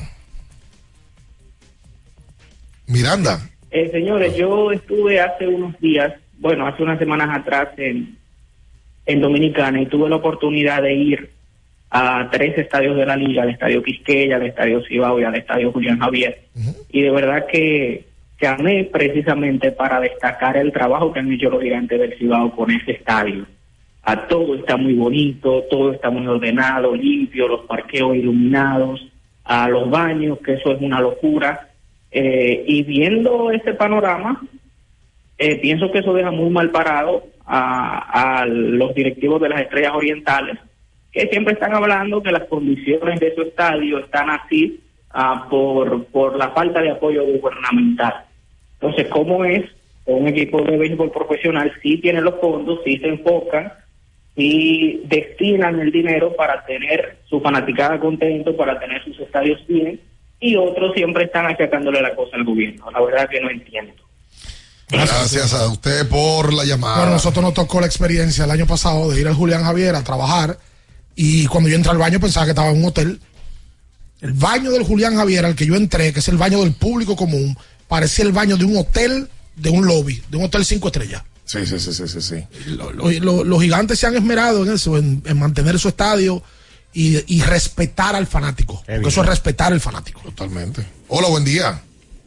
Miranda. Eh, señores, yo estuve hace unos días, bueno, hace unas semanas atrás en, en Dominicana y tuve la oportunidad de ir a tres estadios de la liga, al Estadio Quisqueya, al Estadio Cibao y al Estadio Julián Javier. Uh-huh. Y de verdad que llamé precisamente para destacar el trabajo que han hecho los Gigantes del Cibao con ese estadio. A todo está muy bonito, todo está muy ordenado, limpio, los parqueos iluminados, a los baños, que eso es una locura. Eh, y viendo ese panorama, eh, pienso que eso deja muy mal parado a, a los directivos de las Estrellas Orientales, que siempre están hablando que las condiciones de su estadio están así uh, por, por la falta de apoyo gubernamental. Entonces, ¿cómo es? Un equipo de béisbol profesional sí tiene los fondos, sí se enfocan, y destinan el dinero para tener su fanaticada contento, para tener sus estadios bien, y otros siempre están achacándole la cosa al gobierno. La verdad que no entiendo. Gracias a usted por la llamada. Bueno, nosotros nos tocó la experiencia el año pasado de ir al Julián Javier a trabajar, y cuando yo entré al baño pensaba que estaba en un hotel. El baño del Julián Javier al que yo entré, que es el baño del público común, parecía el baño de un hotel, de un lobby, de un hotel cinco estrellas. Sí, sí, sí, sí, sí, sí. Lo, lo, lo, los gigantes se han esmerado en eso, en, en mantener su estadio y, y respetar al fanático. Porque bien. Eso es respetar al fanático. Totalmente. Hola, buen día.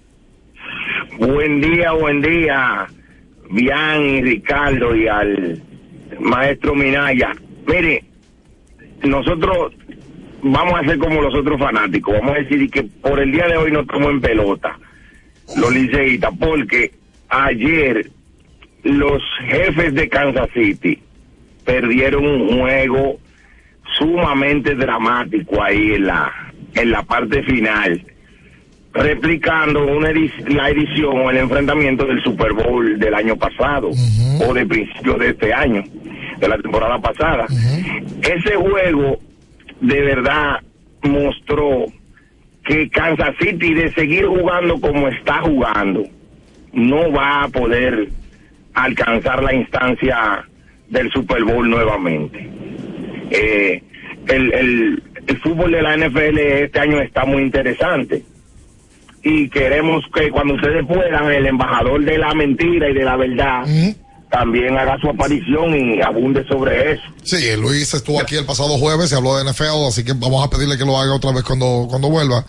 Buen día, buen día, Bian y Ricardo y al maestro Minaya. Mire, nosotros vamos a hacer como los otros fanáticos. Vamos a decir que por el día de hoy no estamos en pelota, los liceístas, porque ayer los Jefes de Kansas City perdieron un juego sumamente dramático ahí en la en la parte final, replicando una edic- la edición o el enfrentamiento del Super Bowl del año pasado, uh-huh. o de principio de este año, de la temporada pasada. Uh-huh. Ese juego de verdad mostró que Kansas City, de seguir jugando como está jugando, no va a poder alcanzar la instancia del Super Bowl nuevamente. Eh, el, el, el fútbol de la N F L este año está muy interesante y queremos que cuando ustedes puedan, el embajador de la mentira y de la verdad uh-huh. también haga su aparición y abunde sobre eso. Sí, Luis estuvo aquí el pasado jueves y habló de N F L, así que vamos a pedirle que lo haga otra vez cuando, cuando vuelva.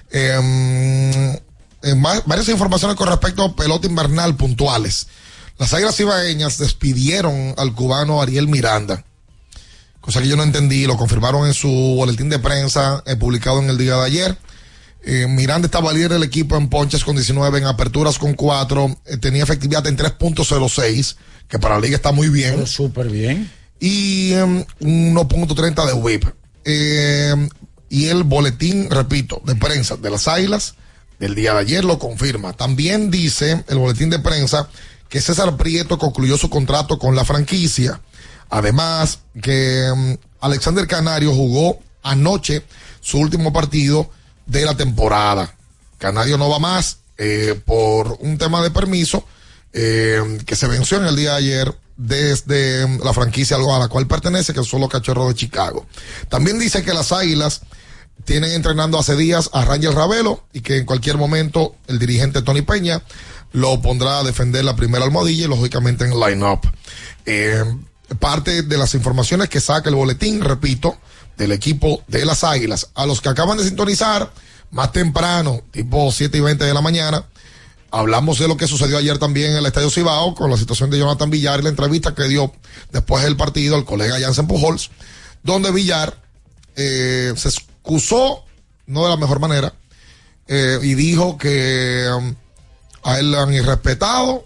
Eh, eh, más, varias informaciones con respecto a pelota invernal puntuales. Las Águilas Cibaeñas despidieron al cubano Ariel Miranda, cosa que yo no entendí, lo confirmaron en su boletín de prensa eh, publicado en el día de ayer. Eh, Miranda estaba líder del equipo en ponches con diecinueve, en aperturas con cuatro, eh, tenía efectividad en tres punto cero seis, que para la liga está muy bien. Súper bien. Y um, uno punto treinta de whip. Eh, y el boletín, repito, de prensa de las Águilas del día de ayer lo confirma. También dice el boletín de prensa que César Prieto concluyó su contrato con la franquicia. Además, que um, Alexander Canario jugó anoche su último partido de la temporada. Canario no va más eh, por un tema de permiso eh, que se venció en el día de ayer desde la franquicia a la cual pertenece, que son los Cachorros de Chicago. También dice que las Águilas tienen entrenando hace días a Rangel Ravelo y que en cualquier momento el dirigente Tony Peña lo pondrá a defender la primera almohadilla y lógicamente en el line-up. Eh, parte de las informaciones que saca el boletín, repito, del equipo de las Águilas. A los que acaban de sintonizar más temprano, tipo siete y veinte de la mañana, hablamos de lo que sucedió ayer también en el Estadio Cibao con la situación de Jonathan Villar y la entrevista que dio después del partido al colega Jansen Pujols, donde Villar eh, se excusó, no de la mejor manera, eh, y dijo que um, a él lo han irrespetado,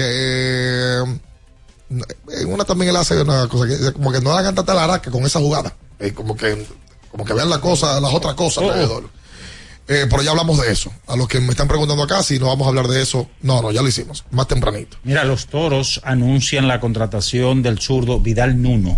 que en eh, una también él hace una cosa, que como que no hagan tanta laraca con esa jugada, eh, como que como que vean la cosa, las otras cosas oh. alrededor. Eh, pero ya hablamos de eso. A los que me están preguntando acá si no vamos a hablar de eso, no, no, ya lo hicimos, más tempranito. Mira, los Toros anuncian la contratación del zurdo Vidal Nuno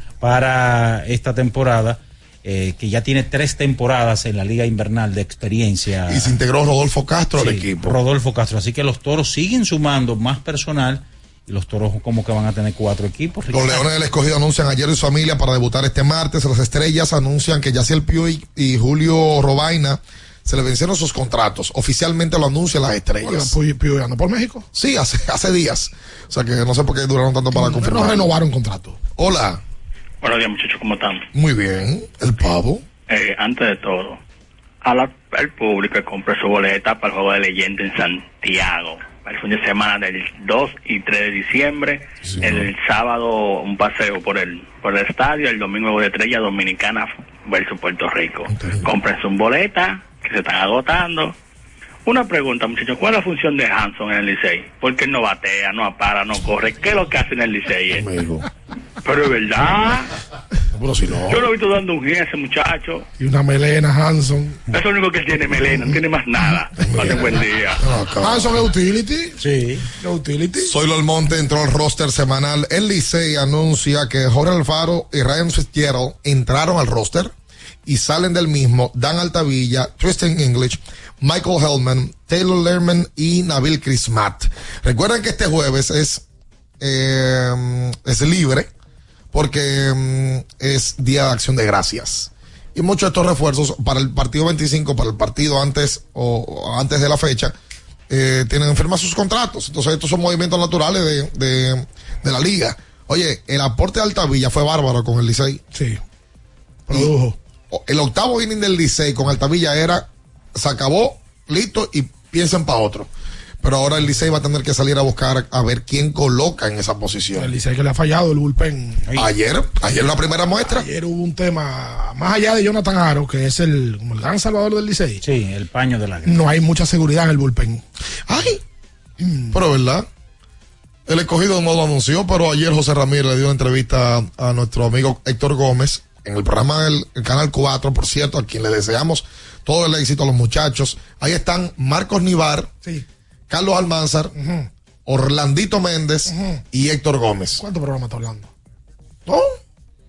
para esta temporada, eh, que ya tiene tres temporadas en la Liga Invernal de experiencia. Y se integró Rodolfo Castro sí, al equipo. Rodolfo Castro, así que los Toros siguen sumando más personal y los Toros como que van a tener cuatro equipos. Los Leones del Escogido anuncian a Jerry y su familia para debutar este martes. Las Estrellas anuncian que Yaciel Puig y Julio Robaina se le vencieron sus contratos. Oficialmente lo anuncian las Estrellas. Puig anda por México. Sí, hace, hace días. O sea que no sé por qué duraron tanto para no, confirmar. No renovaron contrato. Hola. Buenos días, muchachos, ¿cómo están? Muy bien. El pavo. Eh, antes de todo, a la, al público que compre su boleta para el Juego de Leyenda en Santiago. El fin de semana del dos y tres de diciembre, sí, el sábado un paseo por el por el estadio, el domingo de Estrella Dominicana versus Puerto Rico. Okay. Compren su boleta, que se están agotando. Una pregunta, muchachos, ¿cuál es la función de Hanson en el Licey? Porque él no batea, no apara, no corre. ¿Qué es lo que hace en el Licey? Amigo. Pero es verdad. Pero si no. Yo lo he visto dando un giro a ese muchacho. Y una melena, Hanson. Eso es lo único que él tiene, melena, no tiene más nada. Pase buen día. Hanson es utility. Sí. Es utility. Zoilo Almonte entró al roster semanal. El Licey anuncia que Jorge Alfaro y Ryan Fitzgerald entraron al roster y salen del mismo Dan Altavilla, Tristan English, Michael Hellman, Taylor Lerman y Nabil Crismat. Recuerden que este jueves es eh, es libre porque um, es Día de Acción de Gracias. Y muchos de estos refuerzos para el partido veinticinco, para el partido antes o, o antes de la fecha, eh, tienen firmas sus contratos. Entonces estos son movimientos naturales de, de, de la liga. Oye, el aporte de Altavilla fue bárbaro con el Licey. Sí. Produjo. Y el octavo inning del Licey con Altavilla era, se acabó, listo, y piensen para otro. Pero ahora el Licey va a tener que salir a buscar a ver quién coloca en esa posición. El Licey que le ha fallado el bullpen. Ayer, ayer la primera muestra. Ayer hubo un tema, más allá de Jonathan Aro, que es el, como el gran salvador del Licey. Sí, el paño de la guerra. No hay mucha seguridad en el bullpen. Ay, mm. pero verdad. El Escogido no lo anunció, pero ayer José Ramírez le dio una entrevista a, a nuestro amigo Héctor Gómez en el programa del el Canal cuatro, por cierto, a quien le deseamos todo el éxito a los muchachos. Ahí están Marcos Nivar, sí, Carlos Almanzar, uh-huh, Orlandito Méndez, uh-huh, y Héctor Gómez. ¿Cuántos programas está hablando? ¿No?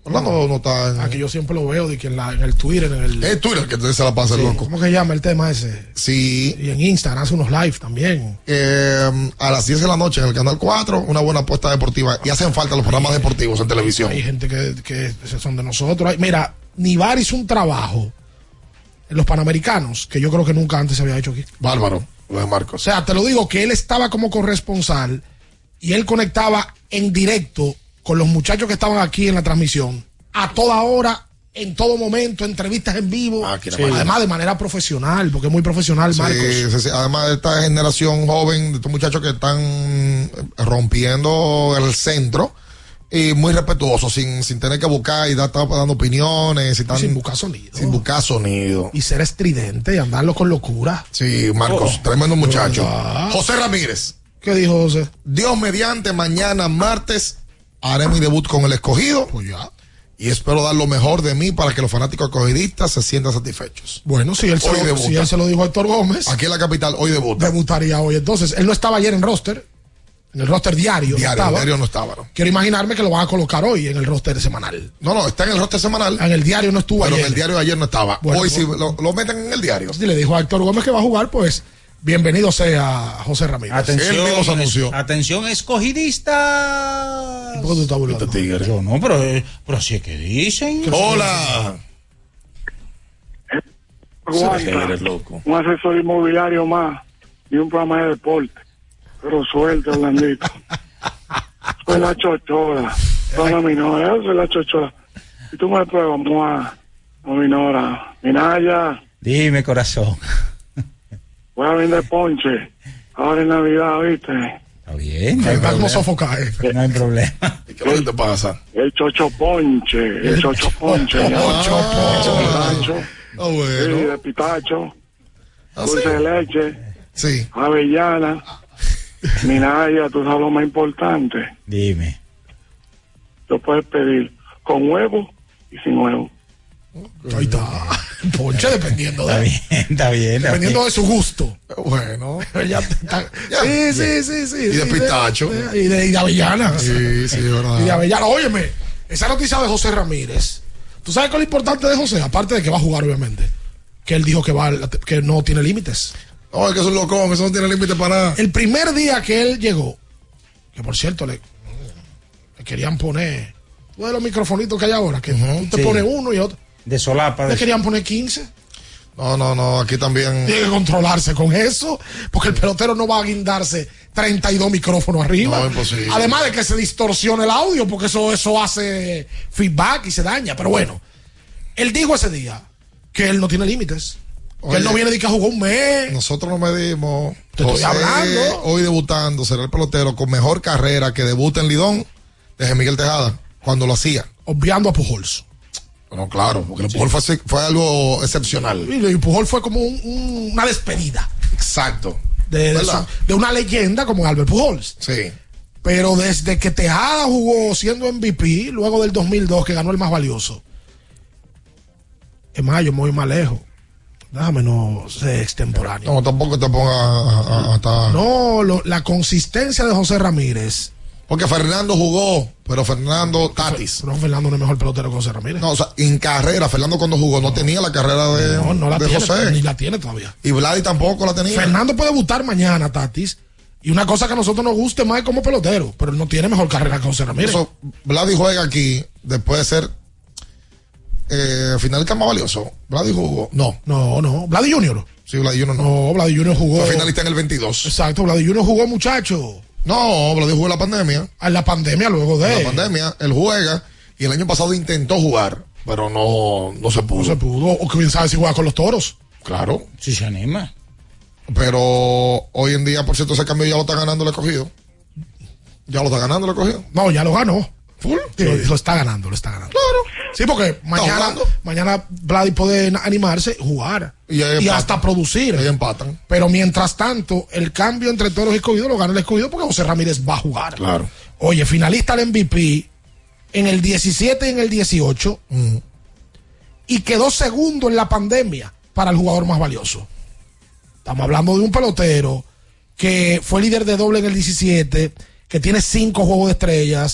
Orlando no está en... Aquí yo siempre lo veo de que en, la, en el Twitter, en el... Es Twitter que se la pasa el Sí, loco. ¿Cómo que llama el tema ese? Sí. Y en Instagram hace unos live también. Eh, a las diez de la noche en el Canal cuatro, una buena apuesta deportiva. Y hacen falta los programas deportivos en televisión. Hay gente que, que son de nosotros. Hay- Mira, Nivar hizo un trabajo en los Panamericanos que yo creo que nunca antes se había hecho aquí. Bárbaro, lo de O Marcos. sea, te lo digo, que él estaba como corresponsal y él conectaba en directo con los muchachos que estaban aquí en la transmisión a toda hora, en todo momento, entrevistas en vivo. Ah, que era Sí. más- Además de manera profesional, porque es muy profesional, Sí, Marcos. sí, sí. Además de esta generación joven, de estos muchachos que están eh, rompiendo el centro y muy respetuosos, sin, sin tener que buscar y dar, estar dando opiniones. Y están, Sin buscar sonido. Sin buscar sonido. Y ser estridente y andarlo con locura. Sí, Marcos, Oh. tremendo muchacho. ¿Verdad? José Ramírez. ¿Qué dijo José? Dios mediante, mañana martes haré mi debut con el escogido. Pues ya. Y espero dar lo mejor de mí para que los fanáticos escogidistas se sientan satisfechos. Bueno, si él, se Hoy lo, debuta. si él se lo dijo a Héctor Gómez, Aquí en la capital, hoy debuta. debutaría hoy. Entonces, él no estaba ayer en roster, en el roster diario. Diario, no estaba. diario no estaba, ¿no? Quiero imaginarme que lo van a colocar hoy en el roster semanal. No, no, está en el roster semanal. En el diario no estuvo Pero ayer. en el diario de ayer no estaba. Bueno, hoy pues- sí lo, lo meten en el diario. Si le dijo a Héctor Gómez que va a jugar, pues bienvenido sea José Ramírez. Atención, Él mismo se anunció. atención, escogidista. ¿Por qué tú estás burlando? Tigre. Yo no, pero, eh, pero así es que dicen. Hola. Aguanta. loco. Un asesor inmobiliario más y un programa de deporte. Pero suerte, Orlandito. Soy la chochora. Soy la minora. Yo soy la chochora. Y tú me pruebas, mua. No, minora. Minaya, Dime, corazón. voy a vender ponche. Ahora en Navidad, ¿viste? Está bien. No hay Está como problema. sofocar. eh. No hay problema. ¿Qué es lo que te pasa? El chocho ponche. El chocho ponche. Chocho ponche. Pitacho. Ah, Sí, bueno. de pitacho. Ah, Dulce sí. de leche. Sí. Avellana. Minaya, tú sabes lo más importante. Dime. Lo puedes pedir con huevo y sin huevo. Ahí está. Ponche dependiendo Está de, bien, está bien. está dependiendo bien. de su gusto. Bueno. Ya está- Ya. Sí, sí, sí, sí. Y de sí, pistacho. Y de, y de avellanas. Sí, sí, es verdad. Y de Avellana. Óyeme, esa noticia de José Ramírez. ¿Tú sabes qué es lo importante de José? Aparte de que va a jugar, obviamente. Que él dijo que, va, que no tiene límites. No, es que es un locón, eso no tiene límite para nada. El primer día que él llegó, que por cierto le, le querían poner, tú ves los microfonitos que hay ahora, que tú te sí. pones uno y otro. De solapa. Le De... querían poner quince. No, no, no, aquí también. Tiene que controlarse con eso, porque el pelotero no va a guindarse treinta y dos micrófonos arriba. No, imposible. Además de que se distorsiona el audio, porque eso, eso hace feedback y se daña. Pero bueno, él dijo ese día que él no tiene límites. Que Oye, él no viene de que jugó un mes. Nosotros nos medimos. Te estoy hablando. Hoy debutando, será el pelotero con mejor carrera que debuta en Lidón desde Miguel Tejada, cuando lo hacía. Obviando a Pujols. Bueno, claro, porque el Pujol fue, así- fue algo excepcional. Y y Pujol fue como un- un- una despedida Exacto. de, de, ¿Verdad? su- de una leyenda como Albert Pujols. Sí. Pero desde que Tejada jugó siendo M V P, luego del dos mil dos que ganó el más valioso. Es más, yo me voy más lejos. Déjame no ser extemporáneo. No, tampoco te pongas a- a- a- hasta. No, lo- la consistencia de José Ramírez. Porque Fernando jugó, pero Fernando Tatis. No, Fernando no es mejor pelotero que José Ramírez. No, o sea, en carrera, Fernando cuando jugó no, tenía la carrera de, No, no la de tiene, José. ni la tiene todavía. Y Vladi tampoco la tenía. Fernando puede debutar mañana, Tatis. Y una cosa que a nosotros nos guste más es como pelotero, pero él no tiene mejor carrera que José Ramírez. Eso, Vladi juega aquí después de ser eh, finalista más valioso. Vladi jugó. No. No, no. Vladi Junior. Sí, Vladi Junior no. No, Vladi Junior jugó. Fue finalista en el veintidós. Exacto, Vladi Junior jugó, muchacho. No, Vladi jugó en la pandemia. A la pandemia luego de. En la pandemia, él juega y el año pasado intentó jugar, pero no, no se pudo. No se pudo. O quién sabe si juega con los toros. Claro. Si se anima. Pero hoy en día, por cierto, ese cambio ya lo está ganando el escogido. Ya lo está ganando el escogido. No, ya lo ganó. Full. Sí, lo, lo está ganando, lo está ganando. Claro. Sí, porque mañana, jugando. mañana Vladi puede animarse, jugar Y ahí y empatan. hasta producir. Ahí empatan. Pero mientras tanto, el cambio entre toros y escogido lo gana el escogido porque José Ramírez va a jugar. Claro. Oye, finalista al M V P en el diecisiete y en el dieciocho Mm. y quedó segundo en la pandemia para el jugador más valioso. Estamos hablando de un pelotero que fue líder de doble en el diecisiete, que tiene cinco juegos de estrellas,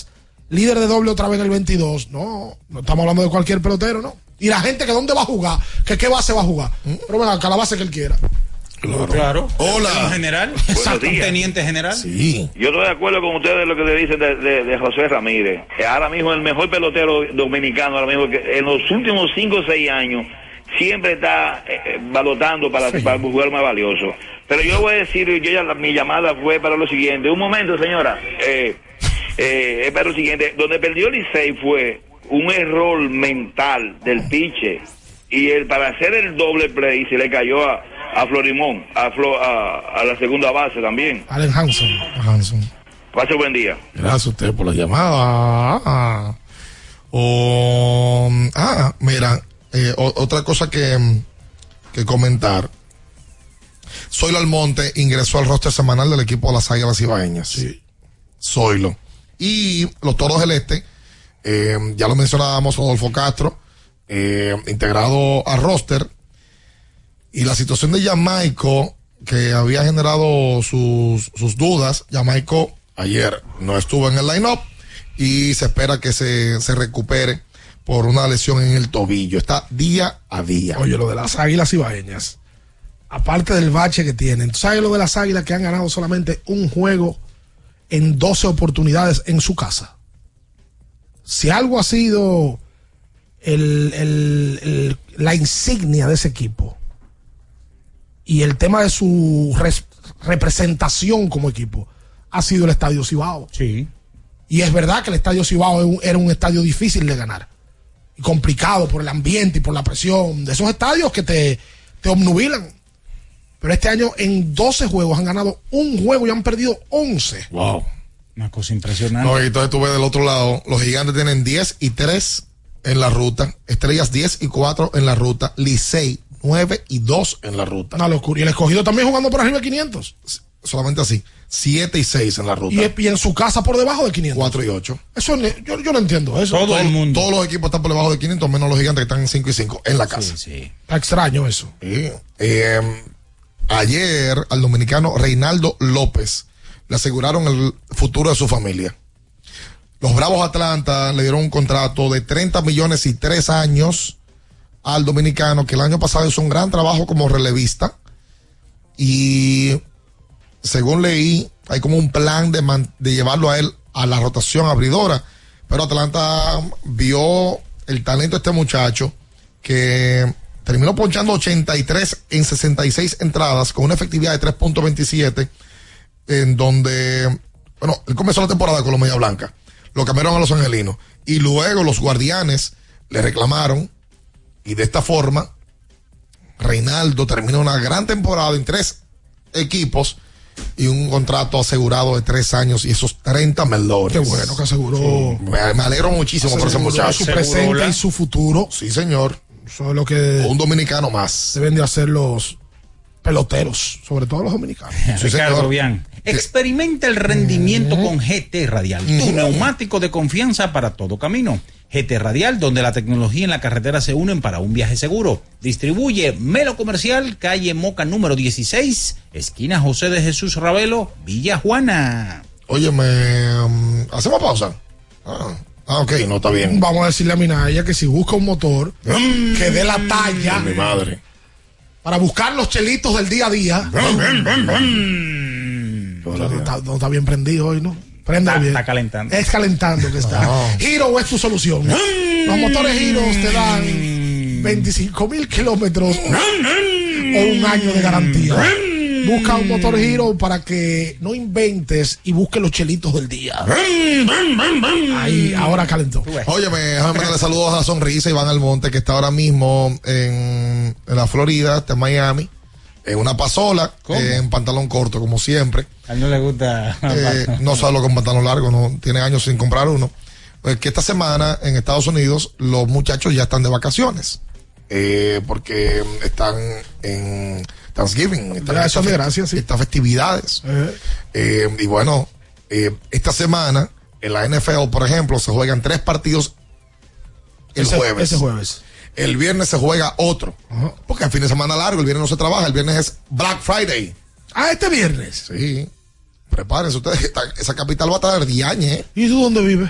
líder de doble otra vez en el veintidós. No, no estamos hablando de cualquier pelotero, ¿no? Y la gente que dónde va a jugar, que qué base va a jugar. ¿Mm? Pero venga, acá la base que él quiera. Claro. claro. Hola. General. Exacto, teniente general. Sí. Yo estoy de acuerdo con ustedes lo que le dicen de, de, de José Ramírez. Ahora mismo el mejor pelotero dominicano, ahora mismo que en los últimos cinco o seis años siempre está eh, balotando para, sí. para jugar más valioso. Pero yo voy a decir, yo ya, mi llamada fue para lo siguiente. Un momento, señora. Eh, eh, es para lo siguiente. Donde perdió el Licey fue un error mental del pitcher. Y él, para hacer el doble play, se le cayó a, a Florimón, a, Flo, a, a la segunda base también. Allen Hanson. Hanson. Pase buen día. Gracias a usted por la llamada. Ah, oh, ah mira, eh, o, otra cosa que, que comentar. Zoilo Almonte ingresó al roster semanal del equipo de las Águilas Cibaeñas. Sí. Zoilo. Y los Toros del Este, eh, ya lo mencionábamos, Rodolfo Castro, eh, integrado al roster. Y la situación de Jamaico, que había generado sus, sus dudas, Jamaico ayer no estuvo en el line-up y se espera que se, se recupere por una lesión en el tobillo. Está día a día. Oye, lo de las Águilas Cibaeñas, aparte del bache que tienen, ¿tú sabes lo de las Águilas que han ganado solamente un juego en doce oportunidades en su casa? Si algo ha sido el, el, el, la insignia de ese equipo y el tema de su res, representación como equipo, ha sido el Estadio Cibao. Sí. Y es verdad que el Estadio Cibao era un estadio difícil de ganar y complicado por el ambiente y por la presión de esos estadios que te, te obnubilan. Pero este año en doce juegos han ganado un juego y han perdido once. Wow. Una cosa impresionante. No, y entonces tú ves del otro lado, los Gigantes tienen diez y tres en la ruta, Estrellas diez y cuatro en la ruta, Licey nueve y dos en la ruta. Una locura. Y el Escogido también jugando por arriba de quinientos. Solamente así. siete y seis en la ruta. Y, y en su casa por debajo de quinientos. cuatro y ocho. Eso yo, yo no entiendo eso. Todo, Todo el mundo. Todos los equipos están por debajo de quinientos, menos los Gigantes que están en cinco y cinco en la casa. Sí, sí. Está extraño eso. Sí. Eh, ayer al dominicano Reinaldo López le aseguraron el futuro de su familia. Los Bravos Atlanta le dieron un contrato de treinta millones y tres años al dominicano, que el año pasado hizo un gran trabajo como relevista. Y según leí, hay como un plan de, man, de llevarlo a él a la rotación abridora. Pero Atlanta vio el talento de este muchacho, que terminó ponchando ochenta y tres en sesenta y seis entradas con una efectividad de tres punto veintisiete, en donde, bueno, él comenzó la temporada con los Media Blanca, lo cambiaron a los Angelinos y luego los Guardianes le reclamaron, y de esta forma Reinaldo terminó una gran temporada en tres equipos y un contrato asegurado de tres años y esos treinta melones. Qué bueno que aseguró. Sí, me, me alegro muchísimo por ese muchacho. Su presente y su futuro. Sí, señor. Eso es lo que un dominicano más deben de hacer los peloteros, sobre todo los dominicanos. Sí, Ricardo Bian. Experimenta el rendimiento mm. con G T Radial, mm. tu neumático de confianza para todo camino. G T Radial, donde la tecnología y la carretera se unen para un viaje seguro. Distribuye Melo Comercial, calle Moca número dieciséis, esquina José de Jesús Ravelo, Villa Juana. Óyeme, um, ¿hacemos pausa? Ah. Ah, ok, no está bien. Vamos a decirle a Minaya que si busca un motor mm. que dé la talla. Mi madre. Para buscar los chelitos del día a día. No está, no está bien prendido hoy, ¿no? Prenda está, bien. Está calentando. Es calentando que está. Oh. Hero es tu solución. Los motores Hero te dan veinticinco mil kilómetros o un año de garantía. Busca un motor Hero para que no inventes y busque los chelitos del día. Ahí, ahora calentó. Óyeme, déjame mandarle saludos a la sonrisa Iván Almonte, que está ahora mismo en, en la Florida, está en Miami, en una pasola, eh, en pantalón corto, como siempre. A él no le gusta. Eh, no sabe lo que es un pantalón largo, no tiene años sin comprar uno. Pues que esta semana en Estados Unidos los muchachos ya están de vacaciones, eh, porque están en Thanksgiving, estas fe gracias, sí. esta festividades. Uh-huh. eh, y bueno, eh, esta semana en la N F L, por ejemplo, se juegan tres partidos el ese, jueves. Ese jueves. El viernes se juega otro. Uh-huh. Porque el fin de semana largo, el viernes no se trabaja, el viernes es Black Friday. Ah, este viernes. Sí. Prepárense ustedes, esta, esa capital va a estar diañe, ¿eh? ¿Y tú dónde vives?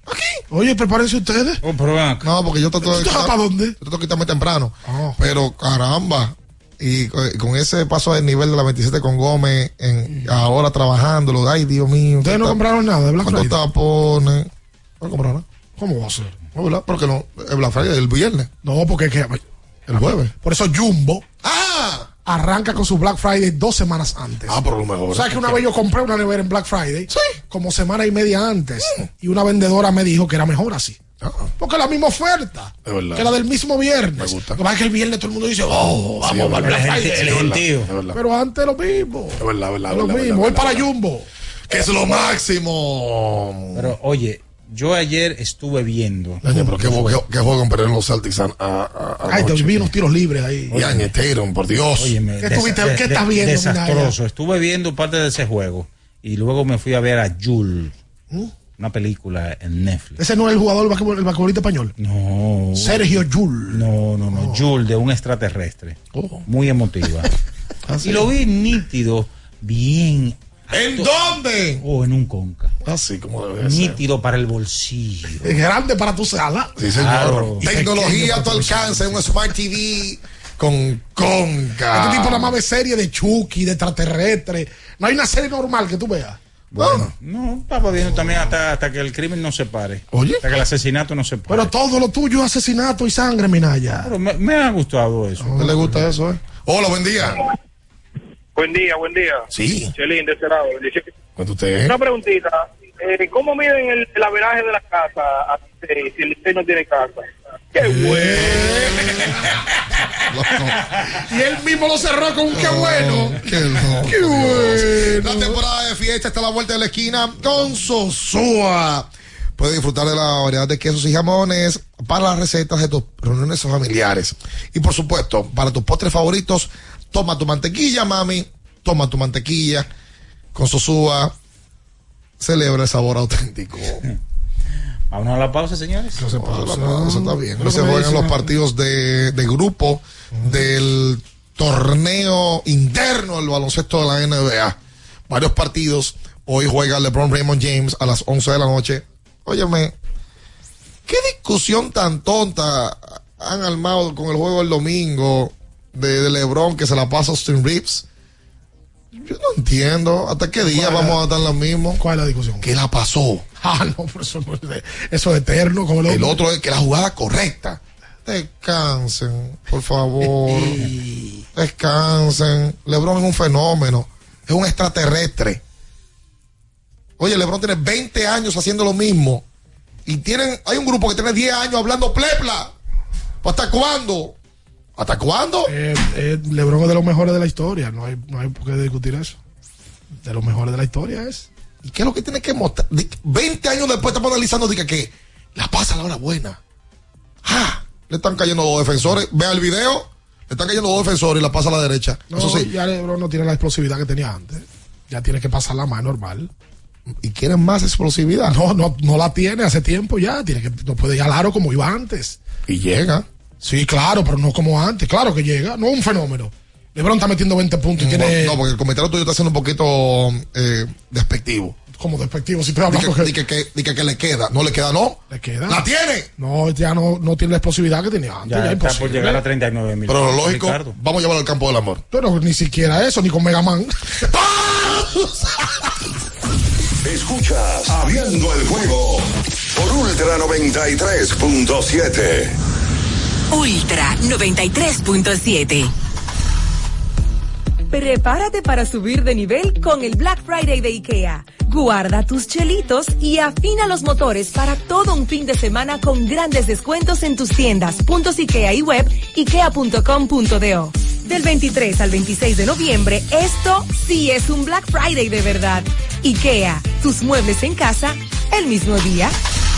Aquí. Oye, prepárense ustedes. Oh, pero ven acá. No, porque yo trato de. ¿Tú vas para dónde? Yo trato de quitarme temprano. Oh. Pero caramba. Y con, con ese paso del nivel de la veintisiete con Gómez, en, ahora trabajándolo. Ay, Dios mío. ¿Ustedes no compraron nada de Black Friday? ¿Cuántos tapones? No compraron nada. ¿Cómo va a ser? No, ¿verdad? Porque no, el Black Friday el viernes. No, porque es que. El jueves. Por eso Jumbo. ¡Ah! Arranca con su Black Friday dos semanas antes. Ah, pero lo mejor. O sea que una vez yo compré una nevera en Black Friday, sí, como semana y media antes, mm. y una vendedora me dijo que era mejor así. Ah. Porque es la misma oferta, es verdad, que la del mismo viernes. Me gusta. Lo que pasa es que el viernes todo el mundo dice, oh, vamos, sí, al Black Friday. El gentío. Pero antes lo mismo. Es verdad, verdad. Es lo verdad, mismo. Voy para verdad. Jumbo. Que es lo máximo. Pero oye, yo ayer estuve viendo. Yañe, pero qué, qué, qué juego perdieron los Celtics a, a, a Ay, te vi unos tiros libres ahí. Yañe, Tatum, por Dios. Óyeme, ¿Qué, tuviste, ¿qué estás viendo? Desastroso. Minaya? Estuve viendo parte de ese juego y luego me fui a ver a Jules, ¿Mm? una película en Netflix. ¿Ese no es el jugador, el basquetbolista español? No. Sergio Jules. No, no, no. Oh. Jules de un extraterrestre. Oh. Muy emotiva. ¿Ah, sí? Y lo vi nítido, bien. ¿En dónde? O oh, en un Conca. Así como debe nítido ser. para el bolsillo. Es grande para tu sala. Sí, señor. Claro. Tecnología a tu alcance, un Smart T V con Conca. Este tipo nada más ve serie de Chucky, de extraterrestre. No hay una serie normal que tú veas. Bueno, no, estaba viendo también hasta, hasta que el crimen no se pare. Oye. Hasta que el asesinato no se pare. Pero todo lo tuyo es asesinato y sangre, Minaya. Pero me, me ha gustado eso. ¿A usted le gusta eso, eh? Hola, buen día. Buen día, buen día. Sí. Chelín, de ese lado. ¿Cuánto usted? Una preguntita. Eh, ¿Cómo miden el, el averaje de la casa eh, si el Licey no tiene casa? ¡Qué bueno! Y él mismo lo cerró con un qué bueno. ¡Qué loco! ¡Qué bueno! La temporada de fiesta está a la vuelta de la esquina con Sosúa. Puedes disfrutar de la variedad de quesos y jamones para las recetas de tus reuniones familiares. Y por supuesto, para tus postres favoritos, toma tu mantequilla, mami. Toma tu mantequilla. Con Sosúa, celebra el sabor auténtico. Vámonos a la pausa, señores. No se pausa. La pausa está bien. No se juegan los partidos de, de grupo uh-huh. del torneo interno del baloncesto de la N B A. Varios partidos. Hoy juega LeBron Raymond James a las once de la noche. Óyeme, ¿qué discusión tan tonta han armado con el juego del domingo de, de LeBron que se la pasa a Austin Reeves? Yo no entiendo. ¿Hasta qué día vamos a estar lo mismo? ¿Cuál es la discusión? ¿Qué la pasó? Ah, no, pero eso, no es, de, eso es eterno. Como el, el otro es que la jugada correcta. Descansen, por favor. Descansen. LeBron es un fenómeno. Es un extraterrestre. Oye, LeBron tiene veinte años haciendo lo mismo. Y tienen, hay un grupo que tiene diez años hablando plepla. ¿Hasta cuándo? ¿Hasta cuándo? Eh, eh, LeBron es de los mejores de la historia. No hay, no hay por qué discutir eso. De los mejores de la historia es. ¿Y qué es lo que tiene que mostrar? veinte años después estamos analizando diga, que la pasa a la hora buena. Ah, le están cayendo dos defensores. Vea el video. Le están cayendo dos defensores y la pasa a la derecha. No, eso sí. Ya LeBron no tiene la explosividad que tenía antes. Ya tiene que pasarla más normal. ¿Y quieren más explosividad? No, no, no la tiene hace tiempo ya. Tiene que, no puede ir al aro como iba antes. Y llega. Sí, claro, pero no como antes. Claro que llega. No es un fenómeno. LeBron está metiendo veinte puntos y no, tiene... No, porque el comentario tuyo está siendo un poquito eh, despectivo. Como despectivo, si estoy hablando que... Dice que, que, que, que le queda. No le queda, ¿no? ¿Le queda? ¡La tiene! No, ya no, no tiene la explosividad que tenía antes. Ya, ya está por llegar a treinta y nueve mil. Pero lo lógico, Ricardo. Vamos a llevarlo al campo del amor. Pero ni siquiera eso, ni con Mega Man. Escuchas Abriendo el Juego por Ultra noventa y tres punto siete. Ultra noventa y tres punto siete. Prepárate para subir de nivel con el Black Friday de IKEA. Guarda tus chelitos y afina los motores para todo un fin de semana con grandes descuentos en tus tiendas, puntos IKEA y web, ikea punto com punto do. Del veintitrés al veintiséis de noviembre, esto sí es un Black Friday de verdad. IKEA, tus muebles en casa, el mismo día.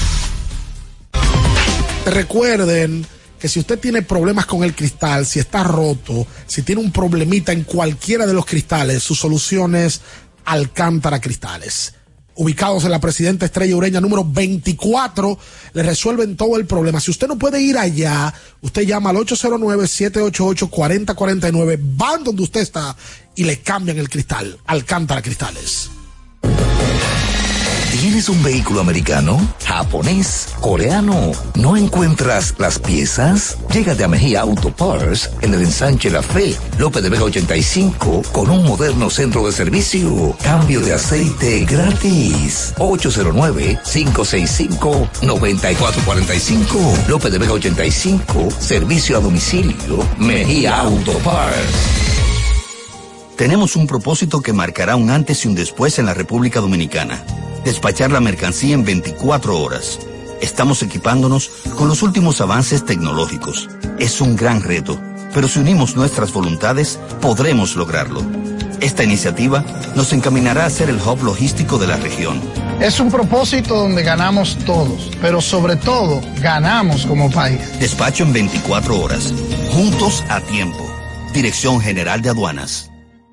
Recuerden que si usted tiene problemas con el cristal, si está roto, si tiene un problemita en cualquiera de los cristales, su solución es Alcántara Cristales. Ubicados en la Presidenta Estrella Ureña número veinticuatro, le resuelven todo el problema. Si usted no puede ir allá, usted llama al ocho cero nueve, siete ocho ocho, cuatro cero cuatro nueve, van donde usted está y le cambian el cristal. Alcántara Cristales. ¿Tienes ¿Quieres un vehículo americano, japonés, coreano? ¿No encuentras las piezas? Llégate a Mejía Auto Parts en el ensanche La Fe, López de Vega ochenta y cinco, con un moderno centro de servicio. Cambio de aceite gratis. ocho cero nueve, cinco seis cinco, nueve cuatro cuatro cinco. López de Vega ochenta y cinco, servicio a domicilio. Mejía Auto Parts. Tenemos un propósito que marcará un antes y un después en la República Dominicana. Despachar la mercancía en veinticuatro horas. Estamos equipándonos con los últimos avances tecnológicos. Es un gran reto, pero si unimos nuestras voluntades, podremos lograrlo. Esta iniciativa nos encaminará a ser el hub logístico de la región. Es un propósito donde ganamos todos, pero sobre todo, ganamos como país. Despacho en veinticuatro horas. Juntos a tiempo. Dirección General de Aduanas.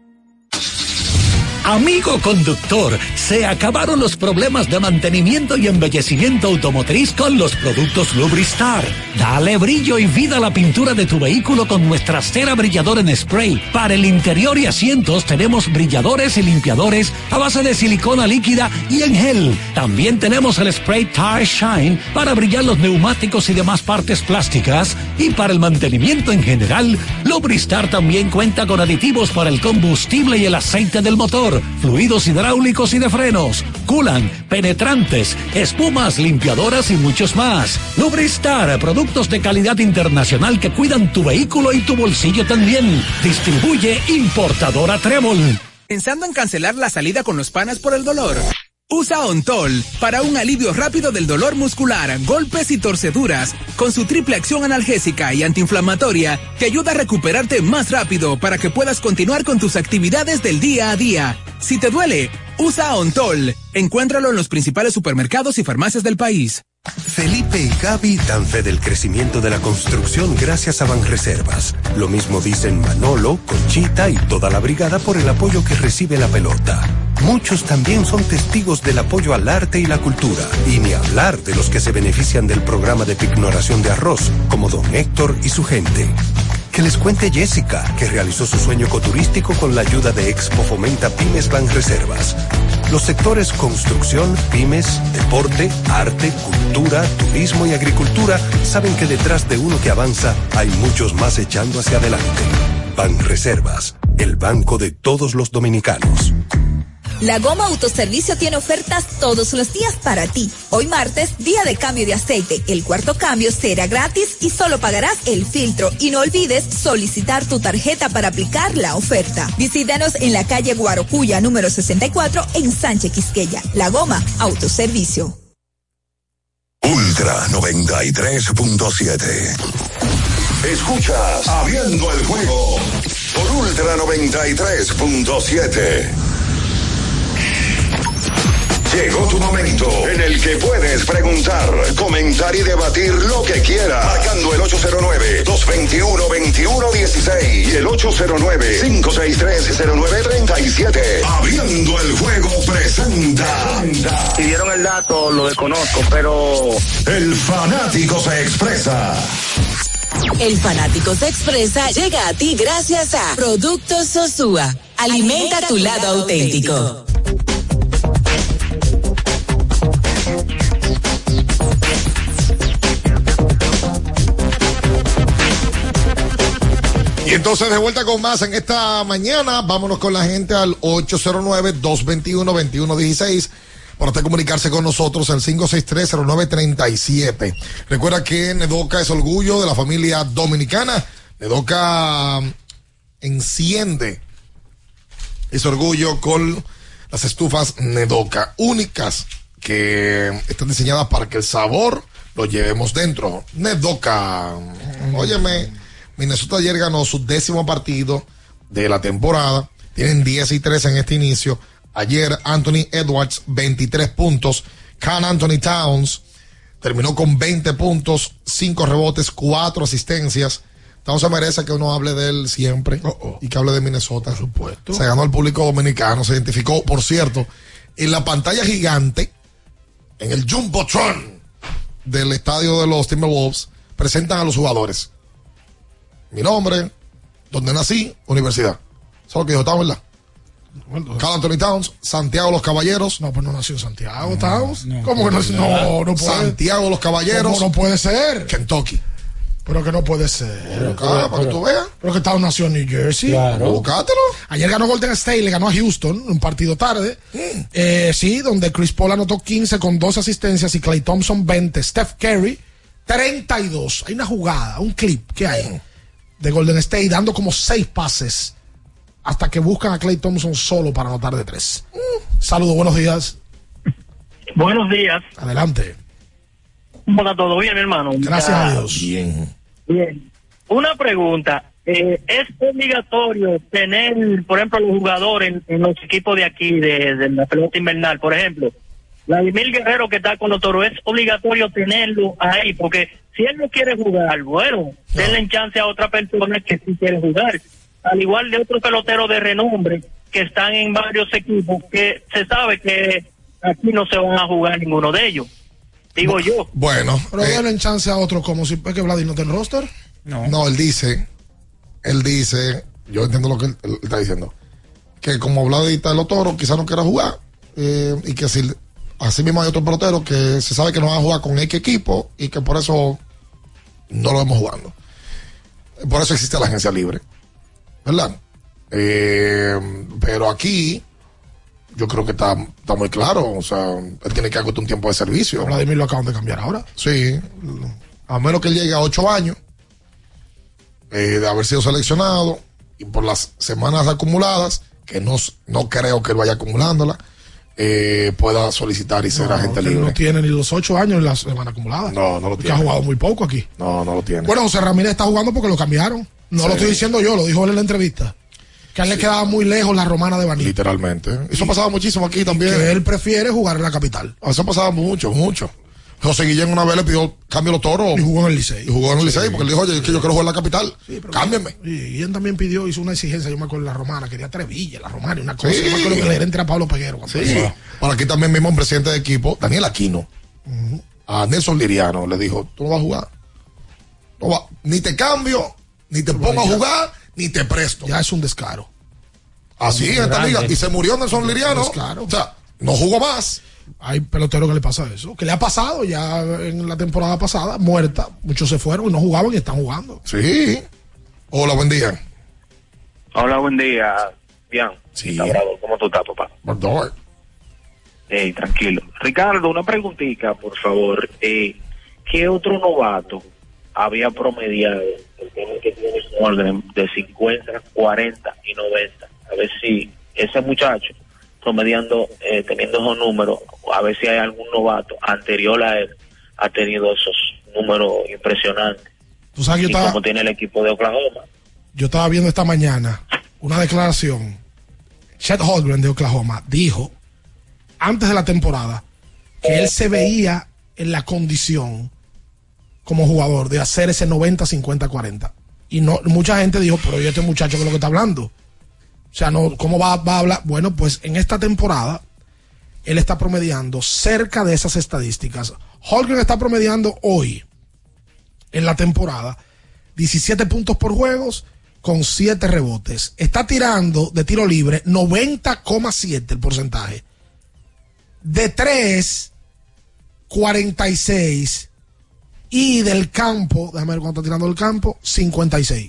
Amigo conductor, se acabaron los problemas de mantenimiento y embellecimiento automotriz con los productos Lubristar. Dale brillo y vida a la pintura de tu vehículo con nuestra cera brilladora en spray. Para el interior y asientos tenemos brilladores y limpiadores a base de silicona líquida y en gel. También tenemos el spray Tire Shine para brillar los neumáticos y demás partes plásticas. Y para el mantenimiento en general, Lubristar también cuenta con aditivos para el combustible y el aceite del motor, fluidos hidráulicos y de frenos, culan, penetrantes, espumas, limpiadoras y muchos más. Lubristar, productos de calidad internacional que cuidan tu vehículo y tu bolsillo también. Distribuye importadora Trébol. ¿Pensando en cancelar la salida con los panas por el dolor? Usa Ontol para un alivio rápido del dolor muscular, golpes y torceduras, con su triple acción analgésica y antiinflamatoria que ayuda a recuperarte más rápido para que puedas continuar con tus actividades del día a día. Si te duele, usa Ontol. Encuéntralo en los principales supermercados y farmacias del país. Felipe y Gaby dan fe del crecimiento de la construcción gracias a Banreservas. Lo mismo dicen Manolo, Conchita y toda la brigada por el apoyo que recibe la pelota. Muchos también son testigos del apoyo al arte y la cultura. Y ni hablar de los que se benefician del programa de pignoración de arroz, como don Héctor y su gente. Que les cuente Jessica, que realizó su sueño ecoturístico con la ayuda de Expo Fomenta Pymes Banreservas. Los sectores construcción, pymes, deporte, arte, cultura, turismo y agricultura saben que detrás de uno que avanza hay muchos más echando hacia adelante. Banreservas, el banco de todos los dominicanos. La Goma Autoservicio tiene ofertas todos los días para ti. Hoy martes, día de cambio de aceite. El cuarto cambio será gratis y solo pagarás el filtro. Y no olvides solicitar tu tarjeta para aplicar la oferta. Visítanos en la calle Guarocuya, número sesenta y cuatro, en Sánchez Quisqueya. La Goma Autoservicio. Ultra noventa y tres punto siete. Escuchas Abriendo el Juego por Ultra noventa y tres punto siete. Llegó tu momento en el que puedes preguntar, comentar y debatir lo que quieras. Marcando el ocho cero nueve, dos dos uno, dos uno uno seis y el ocho cero nueve, cinco seis tres, cero nueve tres siete. Abriendo el Juego presenta. Si dieron el dato, lo desconozco, pero... El fanático se expresa. El fanático se expresa llega a ti gracias a Productos Sosúa. Alimenta, Alimenta tu lado auténtico. auténtico. Y entonces de vuelta con más en esta mañana, vámonos con la gente al ocho cero nueve, dos dos uno, dos uno uno seis para usted comunicarse con nosotros al cinco seis tres, cero nueve tres siete. Recuerda que Nedoca es orgullo de la familia dominicana. Nedoca enciende ese orgullo con las estufas Nedoca, únicas que están diseñadas para que el sabor lo llevemos dentro. Nedoca, óyeme. Minnesota ayer ganó su décimo partido de la temporada. Tienen diez y tres en este inicio. Ayer Anthony Edwards, veintitrés puntos. Karl Anthony Towns terminó con veinte puntos, cinco rebotes, cuatro asistencias. Towns se merece que uno hable de él siempre. Oh, oh. Y que hable de Minnesota. Por supuesto. Se ganó el público dominicano. Se identificó, por cierto, en la pantalla gigante, en el Jumbotron del estadio de los Timberwolves, presentan a los jugadores. Mi nombre, donde nací, universidad. Eso es lo que dijo, ¿está verdad? Carl Anthony Towns, Santiago los Caballeros. No, pues no nació en Santiago, no, Towns. No, ¿Cómo que no? No, no puede. Santiago los Caballeros. ¿Cómo no puede ser? Kentucky. Pero que no puede ser. Pero, ah, para que tú veas. Pero que Towns nació en New Jersey. Claro. Búscatelo. Ayer ganó Golden State, le ganó a Houston, un partido tarde. Mm. Eh, sí, donde Chris Paul anotó quince con dos asistencias y Klay Thompson veinte. Steph Curry, treinta y dos. Hay una jugada, un clip que hay mm. de Golden State dando como seis pases hasta que buscan a Klay Thompson solo para anotar de tres. Mm. Saludos, buenos días. Buenos días. Adelante. ¿Cómo está todo bien, mi hermano? Gracias ya. a Dios. Bien. Bien. Una pregunta. Eh, ¿Es obligatorio tener, por ejemplo, los jugadores en, en los equipos de aquí, de, de la pelota invernal? Por ejemplo, Vladimir Guerrero, que está con los Toros, ¿es obligatorio tenerlo ahí? Porque si él no quiere jugar, bueno, no. denle chance a otra persona que sí quiere jugar. Al igual de otros peloteros de renombre que están en varios equipos que se sabe que aquí no se van a jugar ninguno de ellos. Digo yo. Bueno. Pero eh, denle chance a otro como si es que Vladimir no está en roster. No. No, él dice, él dice, yo entiendo lo que él, él está diciendo, que como Vladimir está en los Toros, quizás no quiera jugar, eh, y que si así mismo hay otros peloteros que se sabe que no van a jugar con X equipo y que por eso no lo vemos jugando. Por eso existe la agencia libre, ¿verdad? Eh, pero aquí yo creo que está, está muy claro, o sea, él tiene que agotar un tiempo de servicio. Vladimir lo acaban de cambiar ahora. Sí, a menos que él llegue a ocho años eh, de haber sido seleccionado y por las semanas acumuladas, que no, no creo que él vaya acumulándola, eh, pueda solicitar y ser no, agente él libre. No tiene ni los ocho años en la semana acumulada. No, no lo tiene. Que ha jugado muy poco aquí. No, no lo tiene. Bueno, José Ramírez está jugando porque lo cambiaron. No sí. lo estoy diciendo yo, lo dijo él en la entrevista. Que a él sí. le quedaba muy lejos la romana de Baní. Literalmente. Eso pasaba muchísimo aquí también. Que él prefiere jugar en la capital. Eso pasaba mucho, mucho. José Guillén una vez le pidió cambio a los Toros. Y jugó en el Licey. Y jugó en el Licey sí. porque él dijo, oye, es que yo quiero jugar en la capital. Sí, cámbienme. Y Guillén también pidió, hizo una exigencia, yo me acuerdo en la romana, quería tres villas, la romana y una cosa. Sí. Yo me acuerdo que le era entre a Pablo Peguero. Sí. Para aquí también mismo un presidente de equipo, Daniel Aquino, uh-huh. a Nelson Liriano, le dijo, tú no vas a jugar. No va, ni te cambio, ni te pongo a jugar, ni te presto. Ya es un descaro. Así en esta liga. Y se murió Nelson Liriano. Claro. O sea, no jugó más. Hay peloteros que le pasa eso. Que le ha pasado ya en la temporada pasada, muerta. Muchos se fueron y no jugaban y están jugando. Sí. Hola, buen día. Hola, buen día. Bien. Sí. Labrador, ¿cómo tú estás, papá? Perdón. Hey, tranquilo. Ricardo, una preguntita, por favor. Eh, ¿Qué otro novato había promediado el tema que tiene un orden de cincuenta, cuarenta y noventa? A ver si ese muchacho promediando, eh, teniendo esos números, a ver si hay algún novato anterior a él ha tenido esos números impresionantes. ¿Tú sabes que yo y estaba, como tiene el equipo de Oklahoma? Yo estaba viendo esta mañana una declaración. Chet Holmgren de Oklahoma dijo antes de la temporada que él se veía en la condición como jugador de hacer ese noventa, cincuenta, cuarenta. Y no, mucha gente dijo, pero ¿y este muchacho qué es lo que está hablando? O sea, no, ¿cómo va, va a hablar? Bueno, pues en esta temporada él está promediando cerca de esas estadísticas. Holmgren está promediando hoy en la temporada diecisiete puntos por juegos con siete rebotes. Está tirando de tiro libre noventa coma siete el porcentaje. De tres, cuarenta y seis. Y del campo, déjame ver cuánto está tirando del campo, cincuenta y seis.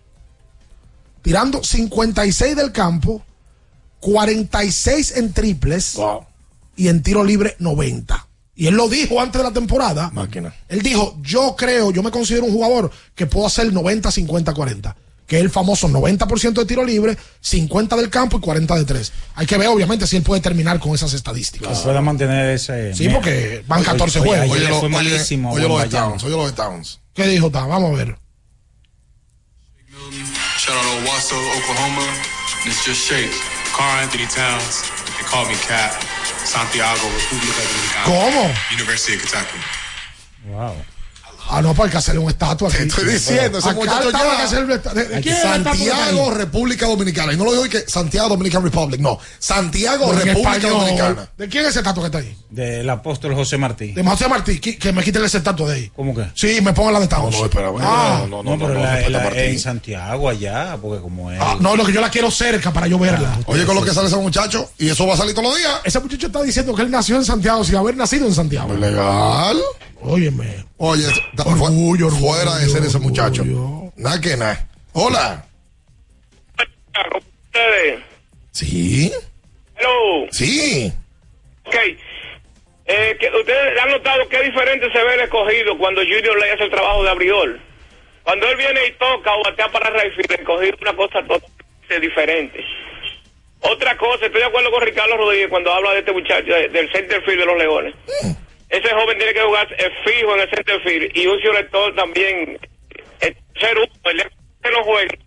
Tirando cincuenta y seis del campo, cuarenta y seis en triples. Wow. Y en tiro libre noventa. Y él lo dijo antes de la temporada. Máquina. Él dijo, yo creo, yo me considero un jugador que puedo hacer noventa, cincuenta, cuarenta. Que es el famoso noventa por ciento de tiro libre, cincuenta del campo y cuarenta de tres. Hay que ver, obviamente, si él puede terminar con esas estadísticas. Claro. Puede mantener ese... Sí, porque van catorce oye, juegos. Oye, oye, fue malísimo. Oye, lo de Towns, oye lo de Towns. ¿Qué dijo Towns? Vamos a ver. Shout out to Wasso, Oklahoma. And it's just Shake. Karl Anthony Towns. They call me Cap. Santiago, República Dominicana. ¿Cómo? University of Kentucky. Wow. Ah, no, pues hay que hacerle un estatua aquí. Te estoy diciendo, ese Acá muchacho estaba ya. que hacerle una estatua. ¿De quién es la estatua que está Santiago, ahí? República Dominicana. Y no lo digo que Santiago Dominican Republic, no. Santiago, No, en República español. Dominicana. ¿De quién es ese estatua que está ahí? Del apóstol José Martí. De José Martí, que, que me quiten ese estatua de ahí. ¿Cómo que? Sí, me pongan la de Towns. No, no, espera, Ah, no, no, No, no, pero no, la- respeta la- Martín. en Santiago allá, porque como es. Ah, no, lo que yo la quiero cerca para yo verla. Oye, con lo que sale ese muchacho, y eso va a salir todos los días. Ese muchacho está diciendo que él nació en Santiago sin haber nacido en Santiago. Legal. Óyeme. Oye, está Orgullo, fu- fuera de ser ese orgullo, muchacho. orgullo. Nada que nada. Hola. Ustedes. Sí. Hello. Sí. Ok. Eh, que ustedes han notado qué diferente se ve el escogido cuando Junior le hace el trabajo de abridor. Cuando él viene y toca o batea para Rayfield, el escogido es una cosa totalmente diferente. Otra cosa, estoy de acuerdo con Ricardo Rodríguez cuando habla de este muchacho, de- del center field de los Leones. Ese joven tiene que jugar eh, fijo en el center field y un selector también. El ser uno, el que lo juegue.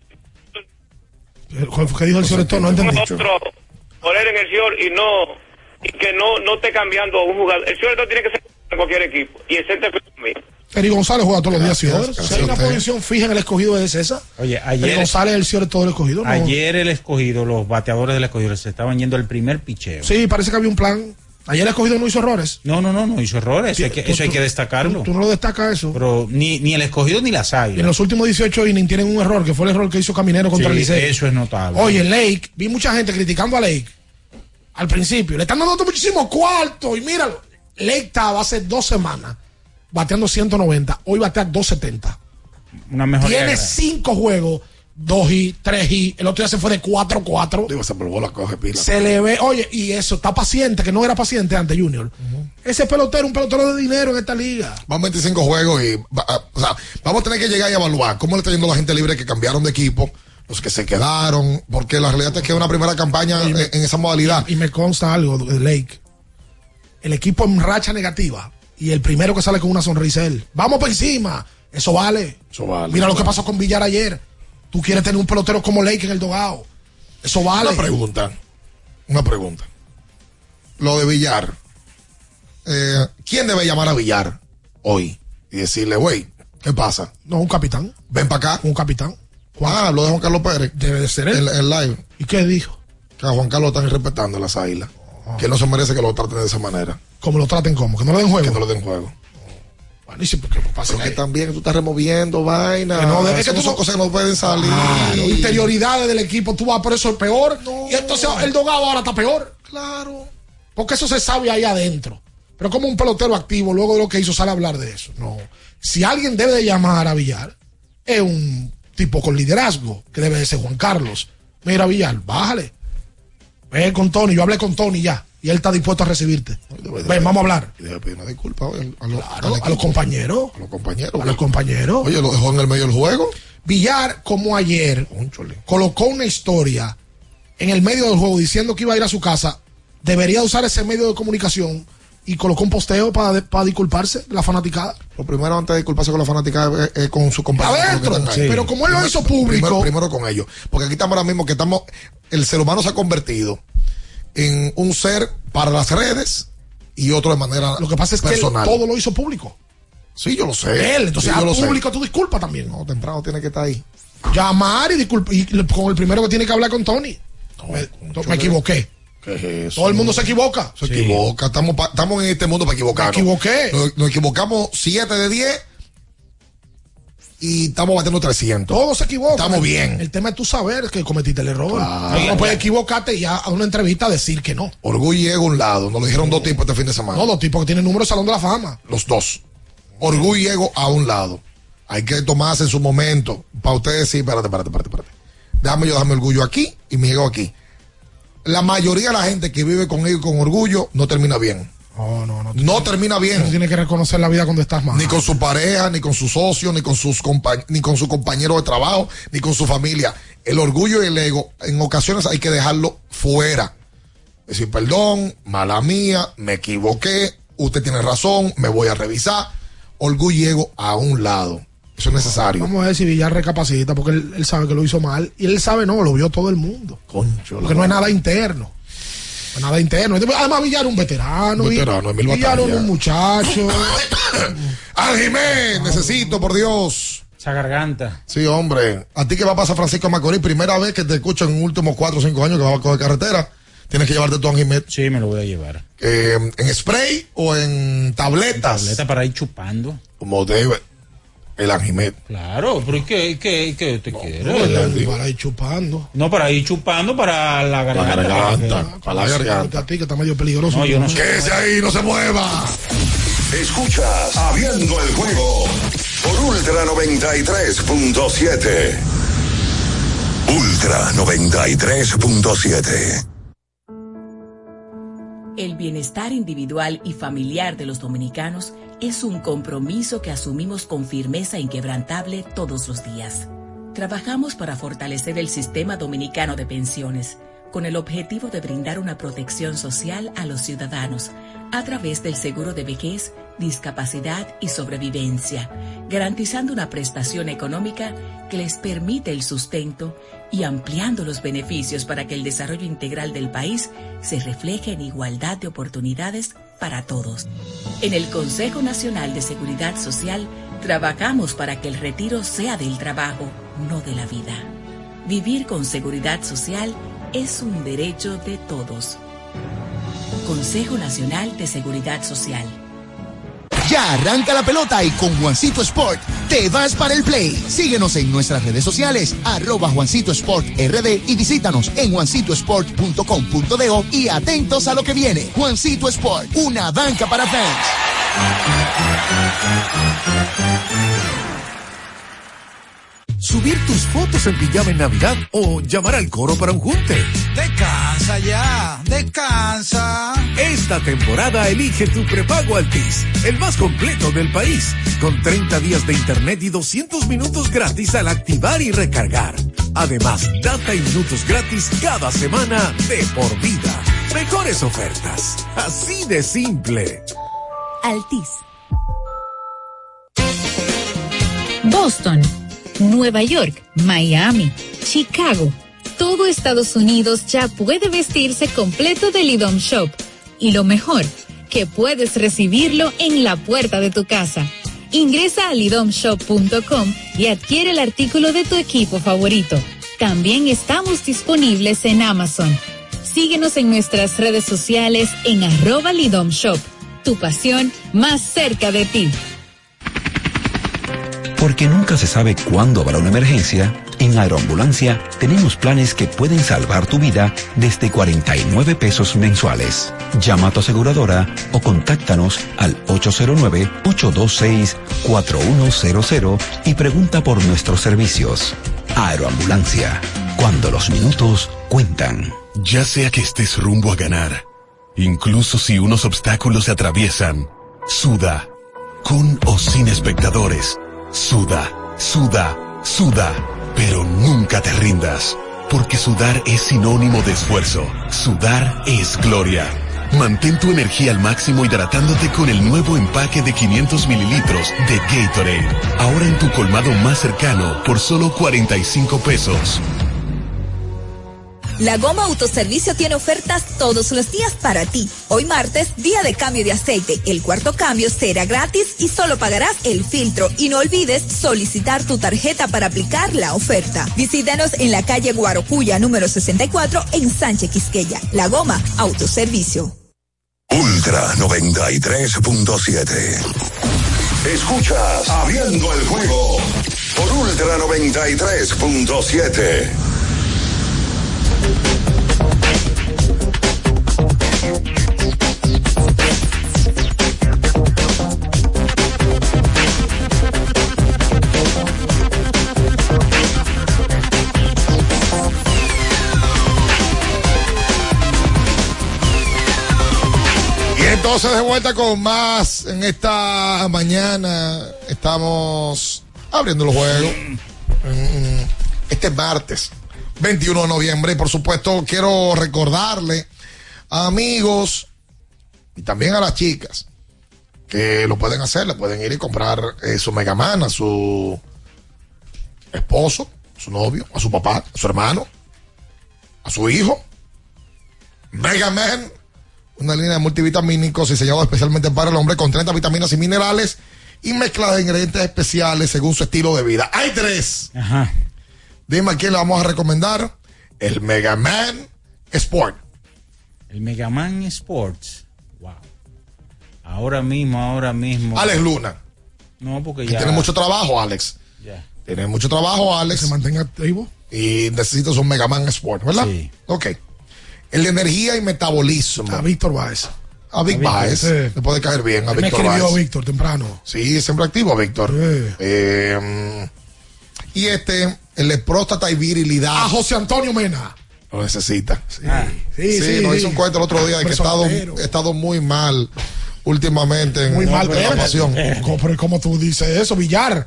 ¿Qué dijo el señor Héctor? No entendí. Otro, poner en el señor y no, y que no, no esté cambiando a un jugador. El señor tiene que ser en cualquier equipo y el center field también. Eri González juega todos los días, Gracias, señor. gracias Si hay una a usted. posición fija en el escogido es esa. Oye, Eri ayer, González es el señor todo el escogido. ¿no? ayer el escogido, los bateadores del escogido se estaban yendo al primer picheo. Sí, parece que había un plan. Ayer el escogido no hizo errores. No, no, no, no hizo errores. Eso hay que, Tú- eso hay tú- que destacarlo. Tú, tú no lo destacas eso. Pero ni, ni el escogido ni las Y en águilas. los últimos dieciocho innings tienen un error, que fue el error que hizo Caminero contra Sí, el Licey. eso es notable. Oye, Lake, vi mucha gente criticando a Lake al principio. Le están dando muchísimos cuartos. Y míralo. Lake estaba hace dos semanas bateando ciento noventa. Hoy batea doscientos setenta. Una mejoría. Tiene grande. cinco juegos, dos y tres y. El otro día se fue de cuatro cuatro. Digo, se probó la coge pila. Se le ve, oye, y eso, está paciente, que no era paciente antes, Junior. Ese pelotero, un pelotero de dinero en esta liga. Van veinticinco juegos y va- a- o sea, vamos a tener que llegar y evaluar cómo le está yendo a la gente libre que cambiaron de equipo, los que se quedaron, porque la realidad es que es una primera campaña en, en esa modalidad. Y me consta algo de Lake. El equipo en racha negativa y el primero que sale con una sonrisa es él. Vamos por encima. Eso vale. Eso vale. Mira lo que pasó con Villar ayer. Tú quieres tener un pelotero como Lake en el dogado. Eso vale. Una pregunta, una pregunta. Lo de Villar, eh, ¿quién debe llamar a Villar hoy y decirle, güey, ¿qué pasa? No, un capitán. Ven para acá. Un capitán. Ah, lo de Juan Carlos Pérez. Debe de ser él. El, el live. ¿Y qué dijo? Que a Juan Carlos están respetando en las águilas. Que él no se merece que lo traten de esa manera. Como lo traten como, que no le den juego. Que no le den juego. Buenísimo, porque pasa Porque también tú estás removiendo vaina. Que no, es Eso que no tú son no- cosas que no pueden salir. Claro, interioridades del equipo, tú vas por eso es peor. Y entonces el dogado ahora está peor. Claro. Porque eso se sabe ahí adentro. Pero como un pelotero activo, luego de lo que hizo, sale a hablar de eso. No. Si alguien debe de llamar a Villar, es un tipo con liderazgo, que debe de ser Juan Carlos. Mira, Villar, bájale. Ve con Tony, yo hablé con Tony ya. Y él está dispuesto a recibirte. Ven, vamos a hablar. Y debe pedir una disculpa oye, a, los, Claro, a los compañeros. A los compañeros. A los compañeros. Oye, lo dejó en el medio del juego. Villar, como ayer, colocó una historia en el medio del juego diciendo que iba a ir a su casa, debería usar ese medio de comunicación y colocó un posteo para, para disculparse de la fanaticada. Lo primero, antes de disculparse con la fanática, es, es con su compañero. Adentro, que están ahí. sí. Pero como él lo hizo público. Primero, primero con ellos. Porque aquí estamos ahora mismo que estamos. El ser humano se ha convertido en un ser para las redes y otro de manera Lo que pasa es que él personal. todo lo hizo público. Sí, yo lo sé. Él, entonces Sí, yo a lo sé. público tu disculpa también. No, temprano tiene que estar ahí. Llamar y disculpa. Y con el primero que tiene que hablar con Tony. me, me equivoqué. ¿Qué es eso? Todo el mundo se equivoca. Se equivoca. Estamos, pa- estamos en este mundo para equivocarnos. Me equivoqué. Nos, nos equivocamos siete de diez y estamos batiendo trescientos. Todos se equivocan. Estamos bien. El tema es tú saber que cometiste el error. Claro. No puedes equivocarte y ya a una entrevista decir que no. Orgullo y ego a un lado. Nos lo dijeron dos tipos este fin de semana. No, los tipos que tienen número de Salón de la Fama. Los dos. Orgullo y ego a un lado. Hay que tomarse en su momento. Para ustedes decir, espérate, espérate, espérate, espérate. Déjame yo dejarme orgullo aquí y mi ego aquí. La mayoría de la gente que vive con ego y con orgullo no termina bien. No, no, no. No termina bien. No tienes que reconocer la vida cuando estás mal. Ni con su pareja, ni con su socio, ni con sus compa- ni con su compañero de trabajo, ni con su familia. El orgullo y el ego, en ocasiones hay que dejarlo fuera. Decir, perdón, mala mía, me equivoqué, usted tiene razón, me voy a revisar. Orgullo y ego a un lado. Eso es necesario. Vamos a ver si Villar recapacita, porque él, él sabe que lo hizo mal. Y él sabe, no, lo vio todo el mundo. Concho, Porque no es nada interno. Pues nada interno. Además, Villar un veterano. Veterano, Emil Villar Batalla. un muchacho. Al Jiménez, necesito, por Dios. Esa garganta. Sí, hombre. ¿A ti qué va a pasar, Francisco Macorís? Primera vez que te escucho en los últimos cuatro o cinco años que vas a coger carretera. Tienes que llevarte tu Anjimet. Sí, me lo voy a llevar. Eh, ¿En spray o en tabletas? Tableta para ir chupando. Como debe. El Anjimet. Claro, pero ¿y qué, qué, qué te no, quiere? No, para ir chupando. No, para ir chupando para la garganta. La garganta. Para, para la garganta. A ti que está medio peligroso. No, yo no sé. Quédese ahí, no se mueva. Escuchas Abriendo el Juego por Ultra noventa y tres punto siete. Ultra noventa y tres punto siete. El bienestar individual y familiar de los dominicanos es un compromiso que asumimos con firmeza inquebrantable todos los días. Trabajamos para fortalecer el sistema dominicano de pensiones, con el objetivo de brindar una protección social a los ciudadanos a través del seguro de vejez, discapacidad y sobrevivencia, garantizando una prestación económica que les permite el sustento y ampliando los beneficios para que el desarrollo integral del país se refleje en igualdad de oportunidades para todos. En el Consejo Nacional de Seguridad Social trabajamos para que el retiro sea del trabajo, no de la vida. Vivir con seguridad social es un derecho de todos. Consejo Nacional de Seguridad Social. Ya arranca la pelota y con Juancito Sport te vas para el play. Síguenos en nuestras redes sociales, arroba Juancito Sport R D y visítanos en juancito sport punto com punto do y atentos a lo que viene. Juancito Sport, una banca para fans. Subir tus fotos en pijama en Navidad o llamar al coro para un junte. Descansa ya, descansa. Esta temporada elige tu prepago Altis, el más completo del país, con treinta días de internet y doscientos minutos gratis al activar y recargar. Además, data y minutos gratis cada semana de por vida. Mejores ofertas, así de simple. Altis. Boston, Nueva York, Miami, Chicago. Todo Estados Unidos ya puede vestirse completo del IDOM Shop. Y lo mejor, que puedes recibirlo en la puerta de tu casa. Ingresa a lidom shop punto com y adquiere el artículo de tu equipo favorito. También estamos disponibles en Amazon. Síguenos en nuestras redes sociales en arroba Lidom Shop. Tu pasión más cerca de ti. Porque nunca se sabe cuándo habrá una emergencia, en Aeroambulancia tenemos planes que pueden salvar tu vida desde cuarenta y nueve pesos mensuales. Llama a tu aseguradora o contáctanos al ocho cero nueve, ocho dos seis, cuatro uno cero cero y pregunta por nuestros servicios. Aeroambulancia, cuando los minutos cuentan. Ya sea que estés rumbo a ganar, incluso si unos obstáculos se atraviesan, suda, con o sin espectadores. Suda, suda, suda, pero nunca te rindas, porque sudar es sinónimo de esfuerzo. Sudar es gloria. Mantén tu energía al máximo hidratándote con el nuevo empaque de quinientos mililitros de Gatorade. Ahora en tu colmado más cercano por solo cuarenta y cinco pesos. La Goma Autoservicio tiene ofertas todos los días para ti. Hoy martes, día de cambio de aceite. El cuarto cambio será gratis y solo pagarás el filtro. Y no olvides solicitar tu tarjeta para aplicar la oferta. Visítanos en la calle Guarocuya, número sesenta y cuatro, en Sánchez Quisqueya. La Goma Autoservicio. Ultra noventa y tres punto siete. Escuchas Abriendo el Juego por Ultra noventa y tres punto siete. Y entonces de vuelta con más en esta mañana. Estamos abriendo el juego este martes veintiuno de noviembre, y por supuesto quiero recordarle a amigos y también a las chicas que lo pueden hacer, le pueden ir y comprar eh, su Mega Man a su esposo, a su novio, a su papá, a su hermano, a su hijo, Mega Man, una línea de multivitamínicos diseñado especialmente para el hombre con treinta vitaminas y minerales y mezcla de ingredientes especiales según su estilo de vida. Hay tres. Ajá. Dime a quién le vamos a recomendar. El Mega Man Sport. El Mega Man Sports. Wow. Ahora mismo, ahora mismo. Alex Luna. No, porque que ya. Tiene mucho trabajo, Alex. Ya. Tiene mucho trabajo, Alex. Se mantenga activo. Y necesitas un Mega Man Sport, ¿verdad? Sí. Ok. El de energía y metabolismo. A Víctor Báez. A Vic Baez. Sí. Le puede caer bien a Me Víctor escribió Baez. Víctor temprano. Sí, siempre activo, Víctor. Sí. Eh, y este, el de próstata y virilidad. A José Antonio Mena. Lo necesita. Sí, Ah. sí, Sí, sí. nos hizo un cuento el otro día de que he estado, Soltero. he estado muy mal últimamente en, Muy mal, en la pero- pasión. ¿Cómo, pero cómo tú dices eso, Villar?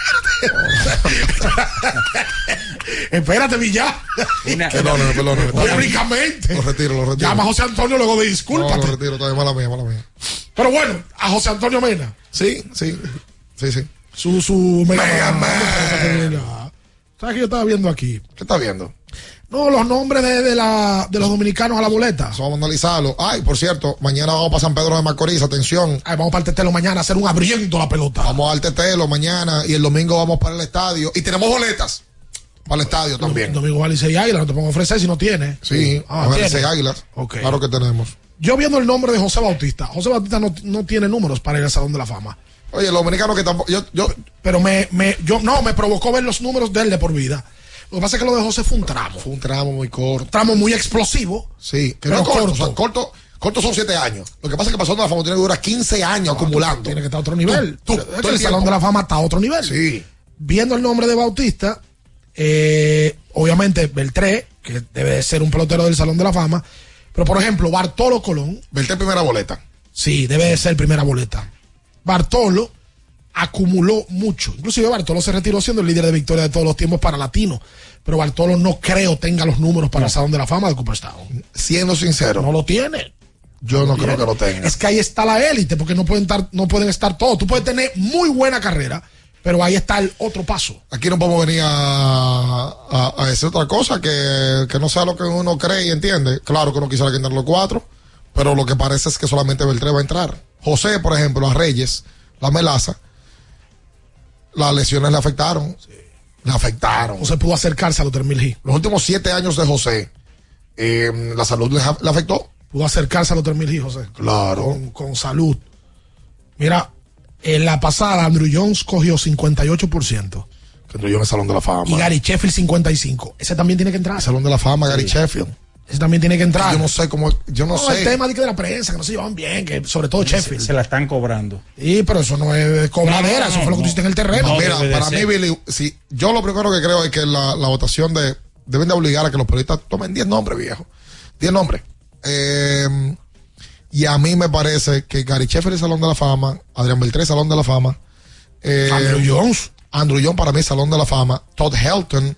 Espérate, Villar. Una- Perdóname, perdóname. Públicamente. Lo retiro, lo retiro. Llama a José Antonio luego de No, discúlpate. lo retiro, todavía mala mía, mala mía. Pero bueno, a José Antonio Mena. Sí, sí, sí, sí. Su, su Mega, Mega Man. Man. ¿Sabes qué yo estaba viendo aquí? ¿Qué está viendo? No, los nombres de, de, la, de los dominicanos a la boleta. Eso vamos a analizarlo. Ay, por cierto, mañana vamos para San Pedro de Macorís, atención. Ay, vamos para el Tetelo mañana a hacer un abriendo la pelota. Vamos al Tetelo mañana y el domingo vamos para el estadio. Y tenemos boletas para el estadio también. Domingo vale seis águilas, no te pongo a ofrecer si no tienes. Sí, Ah, a ver, ¿tiene? seis águilas. Ok. Claro que tenemos. Yo viendo el nombre de José Bautista. José Bautista no, no tiene números para ir al Salón de la Fama. Oye, los dominicanos que tampoco. Yo, yo, Pero me, me, yo, no, me provocó ver los números de él de por vida. Lo que pasa es que lo de José fue un tramo. fue un tramo muy corto. Un tramo muy explosivo. Sí, que Pero no es corto. corto. O sea, corto, corto son siete años. Lo que pasa es que pasando la fama tiene que durar quince años acumulando. Tiene que estar a otro nivel. Tú, tú, Pero es todo que el el Salón tiempo. de la Fama está a otro nivel. Sí. Viendo el nombre de Bautista, eh, obviamente Beltré, que debe de ser un pelotero del Salón de la Fama, pero por ejemplo, Bartolo Colón, Verte primera boleta. sí, debe de ser primera boleta. Bartolo acumuló mucho. Inclusive Bartolo se retiró siendo el líder de victoria de todos los tiempos para Latino. Pero Bartolo no creo tenga los números para el Salón de la Fama de Cooperstown. Siendo sincero, No lo tiene. yo no creo que lo tenga. Es que ahí está la élite, porque no pueden estar, no pueden estar todos. Tú puedes tener muy buena carrera, pero ahí está el otro paso. Aquí no podemos venir a, a, a decir otra cosa que, que no sea lo que uno cree y entiende. Claro que uno quisiera que entren los cuatro, pero lo que parece es que solamente Beltré va a entrar. José, por ejemplo, a Reyes, la Melaza, las lesiones le afectaron. Le afectaron. José pudo acercarse a los tres mil hits. Los últimos siete años de José, eh, la salud le, le afectó. Pudo acercarse a los tres mil hits, José. Claro. Con, con salud. Mira, en la pasada Andrew Jones cogió cincuenta y ocho por ciento. Que entró yo en el Salón de la Fama. Y Gary Sheffield cincuenta y cinco por ciento. Ese también tiene que entrar. El Salón de la Fama, Gary Sheffield. Ese también tiene que entrar. Yo no sé cómo, yo no, No, sé. el tema de, que de la prensa, que no se llevan bien, que sobre todo Sheffield. Se, se la están cobrando. Sí, pero eso no es cobradera, No, no, eso fue lo que no. tú hiciste en el terreno. No, Mira, debe de para ser. mí, Billy, si, yo lo primero que creo es que la, la votación de, deben de obligar a que los periodistas tomen diez nombres, viejo. diez nombres. Eh, y a mí me parece que Gary Sheffield es Salón de la Fama, Adrián Beltré Salón de la Fama. Eh, Andrew Jones. Andrew Jones para mí Salón de la Fama. Todd Helton.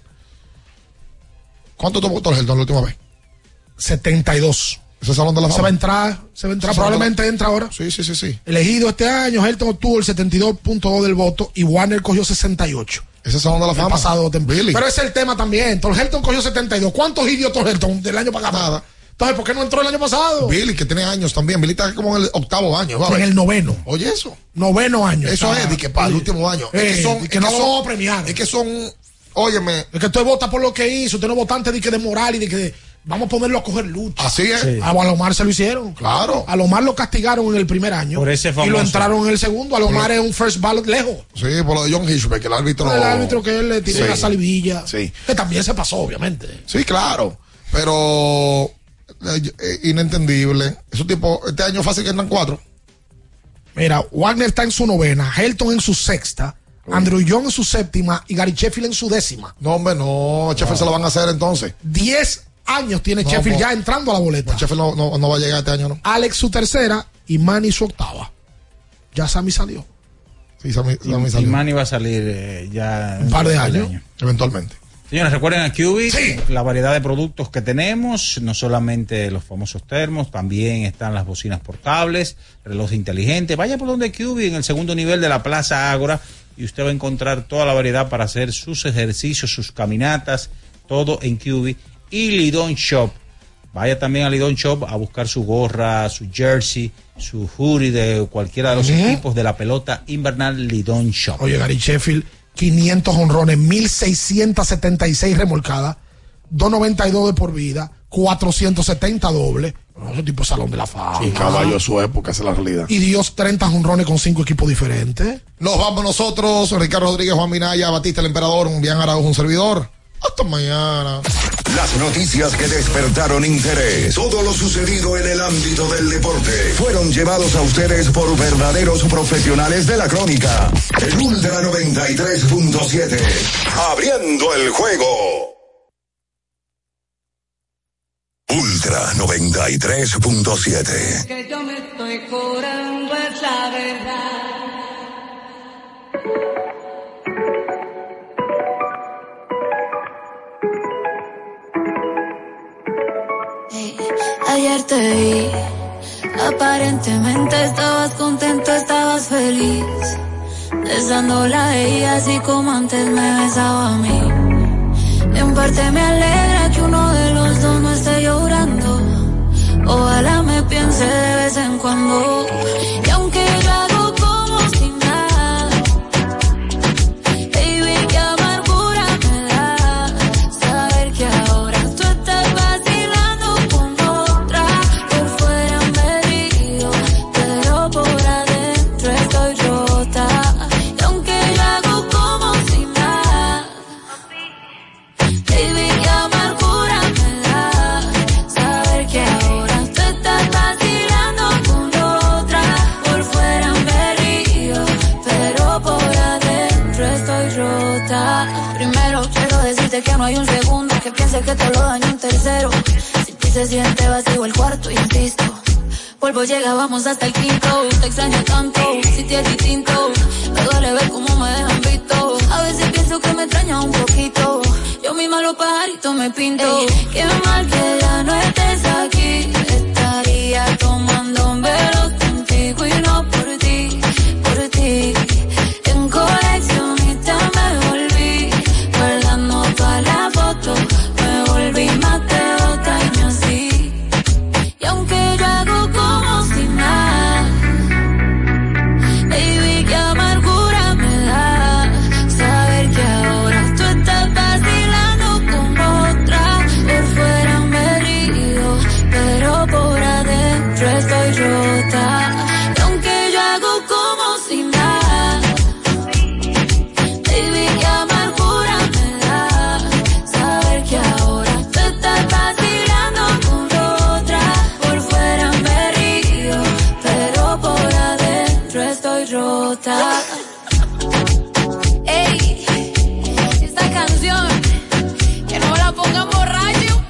¿Cuánto tomó Todd Helton la última vez? setenta y dos. Ese es Salón de la Se va a Fama. entrar, se va a entrar, Ese Salón de probablemente entra ahora. Sí, sí, sí, sí. Elegido este año, Helton obtuvo el setenta y dos punto dos del voto y Warner cogió sesenta y ocho. Ese es Salón de la El Fama. pasado temporada. Billy. Pero ese es el tema también. Tom Helton cogió setenta y dos. ¿Cuántos idios Tom Helton del año pasado? Nada. Entonces, ¿por qué no entró el año pasado? Billy, que tiene años también. Billy está como en el octavo año. ¿va? En el noveno. Oye, eso. Noveno año. Eso está. es, de que para el último año. Eh, es que son, y es que no que lo son- vamos a premiar. Es que son, óyeme, Es que usted vota por lo que hizo. Usted no votante de que de moral y de que vamos a ponerlo a coger lucha. así es. Sí. A Alomar se lo hicieron. Claro. A Alomar lo castigaron en el primer año. Por ese y famoso. lo entraron en el segundo. Alomar es un first ballot lejos. Sí, por lo de John Hitchbeck, el árbitro. El árbitro que él le tiró Sí. una salivilla. Sí. Que también se pasó, obviamente. Sí, claro. Pero eh, eh, inentendible. Esos tipos, este año fácil que entran cuatro. Mira, Wagner está en su novena, Helton en su sexta, Andrew Jones en su séptima y Gary Sheffield en su décima. No, hombre, no. Sheffield se lo van a hacer entonces. Diez años tiene No, Sheffield po- ya entrando a la boleta. Sheffield no, no, no va a llegar este año, ¿no? Alex su tercera y Manny su octava. Ya Sammy salió. Sí, Sammy, Sammy Y salió. Manny va a salir eh, ya Un par de en años. año. Eventualmente. Señores, recuerden a Cubic, Sí. la variedad de productos que tenemos, no solamente los famosos termos, también están las bocinas portables, reloj inteligente. Vaya por donde Cubic, en el segundo nivel de la Plaza Ágora, y usted va a encontrar toda la variedad para hacer sus ejercicios, sus caminatas, todo en Cubic. Y Lidón Shop, Vaya también a Lidón Shop a buscar su gorra, su jersey, su hoodie de cualquiera de los uh-huh. equipos de la pelota invernal Lidón Shop. Oye, Gary Sheffield, quinientos honrones, mil seiscientos setenta y seis remolcadas, doscientos noventa y dos de por vida, cuatrocientos setenta dobles. Ese tipo salón de la fama. Sí, caballo de su época, esa es la realidad. Y Dios, treinta honrones con cinco equipos diferentes. Nos vamos nosotros, Ricardo Rodríguez, Juan Minaya, Batista el Emperador, un bien Araújo, un servidor. Hasta mañana. Las noticias que despertaron interés, todo lo sucedido en el ámbito del deporte, fueron llevados a ustedes por verdaderos profesionales de la crónica. El Ultra noventa y tres punto siete, abriendo el juego. Ultra noventa y tres punto siete. Que yo me estoy curando es la verdad. Ayer te vi, aparentemente estabas contento, estabas feliz, besándola a ella así como antes me besaba a mí. En parte me alegra que uno de los dos no esté llorando, ojalá me piense de vez en cuando, y aunque yo hago como si nada, baby, qué amargura me da saber que ahora tú estás vacilando con otra, por fuera me río, pero por adentro estoy rota, y aunque yo hago como si nada, baby, qué amargura me da saber que ahora tú estás vacilando con otra, por fuera me río, pero por adentro estoy rota. Primero quiero decirte que no hay un segundo que piense que te lo daño un tercero. Si ti se siente vacío el cuarto, insisto, polvo llega, vamos hasta el quinto. Te extraño tanto, si te es distinto, me duele ver cómo me dejan visto. A veces pienso que me extraña un poquito, yo misma los pajaritos me pinto. Ey, qué mal que ya no estés aquí, estaría tomando un velo contigo y no por ti, por ti. En coleccionista me volví, guardando todas las fotos, me volví más de otaño así. Y aunque yo hago como si nada, baby, qué amargura me da saber que ahora tú estás vacilando con otra, por fuera me río, pero por adentro estoy rota. Y aunque yo hago como si nada, baby, qué amargura me da saber que ahora tú estás vacilando con otra, por fuera me río, pero por adentro estoy rota. Ey, esta canción, que no la pongan por radio.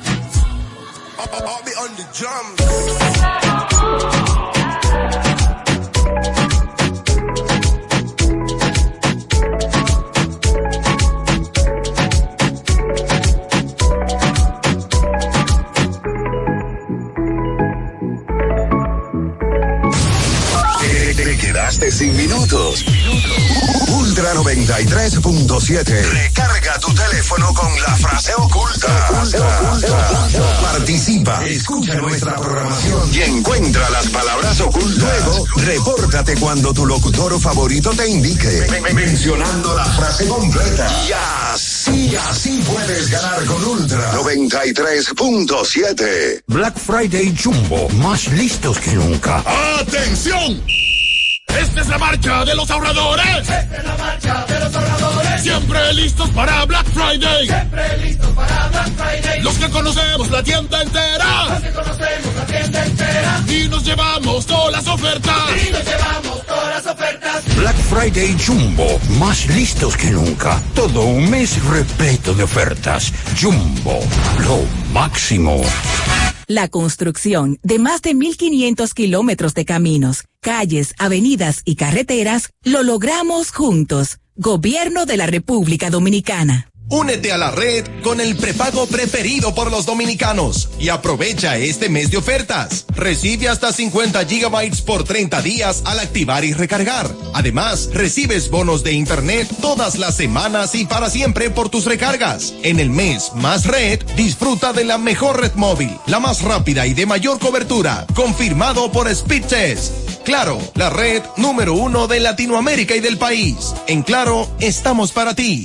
Te, te quedaste sin minutos. Ultra noventa y tres punto siete. Recarga tu teléfono con la frase oculta. Participa, escucha nuestra programación y encuentra las palabras ocultas. Luego, repórtate cuando tu locutor favorito te indique, mencionando la frase completa. Y así, así puedes ganar con Ultra noventa y tres punto siete. Black Friday Jumbo, más listos que nunca. ¡Atención! Esta es la marcha de los ahorradores. Esta es la marcha de los ahorradores. Siempre listos para Black Friday. Siempre listos para Black Friday. Los que conocemos la tienda entera. Los que conocemos la tienda entera. Y nos llevamos todas las ofertas. Y nos llevamos todas las ofertas. Black Friday Jumbo, más listos que nunca. Todo un mes repleto de ofertas. Jumbo, lo máximo. La construcción de más de mil quinientos kilómetros de caminos, calles, avenidas y carreteras lo logramos juntos. Gobierno de la República Dominicana. Únete a la red con el prepago preferido por los dominicanos y aprovecha este mes de ofertas. Recibe hasta cincuenta gigabytes por treinta días al activar y recargar. Además, recibes bonos de internet todas las semanas y para siempre por tus recargas. En el mes Más Red, disfruta de la mejor red móvil, la más rápida y de mayor cobertura, confirmado por Speedtest. Claro, la red número uno de Latinoamérica y del país. En Claro, estamos para ti.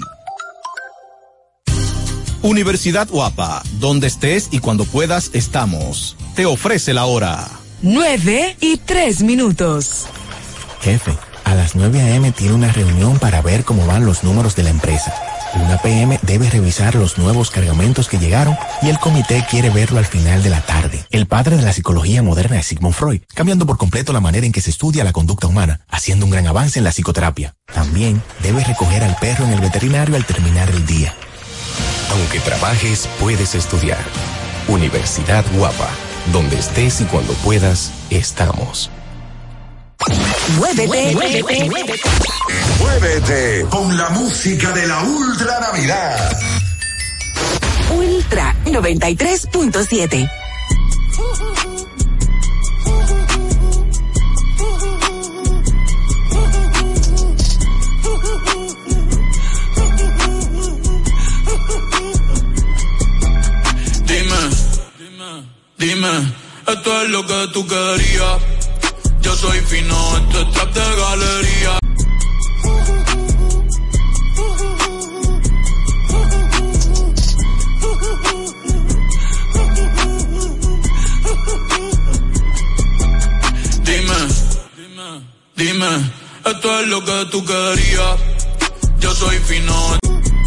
Universidad Guapa, donde estés y cuando puedas estamos. Te ofrece la hora. Nueve y tres minutos. Jefe, a las nueve a eme tiene una reunión para ver cómo van los números de la empresa. Una pe eme debe revisar los nuevos cargamentos que llegaron y el comité quiere verlo al final de la tarde. El padre de la psicología moderna es Sigmund Freud, cambiando por completo la manera en que se estudia la conducta humana, haciendo un gran avance en la psicoterapia. También debe recoger al perro en el veterinario al terminar el día. Aunque trabajes, puedes estudiar. Universidad Guapa, donde estés y cuando puedas, estamos. Muévete, muévete, muévete. Muévete con la música de la Ultra Navidad. Ultra noventa y tres punto siete. Dime, esto es lo que tú querías. Yo soy fino, esto es trap de galería. Dime, dime, dime, esto es lo que tú querías. Yo soy fino.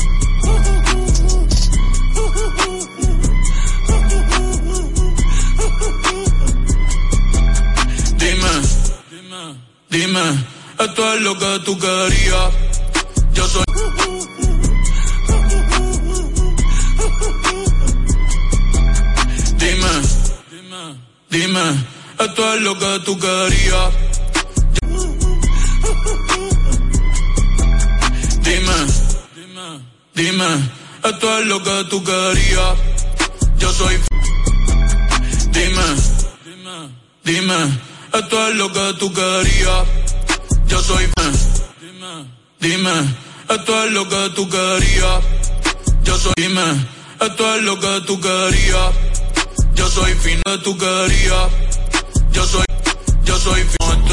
Dime, esto es lo que tú querías. Yo soy. Dime, dime, dime, esto es lo que tú querías. Dime, dime, dime, esto es lo que tú querías. Yo soy. Dime, dime, dime. Esto es lo que tú querías. Yo soy. Dime, dime. Esto es lo que tú querías. Yo soy. Dime. Esto es lo que tú querías. Yo soy fino, tú querías. Yo soy. Yo soy fino.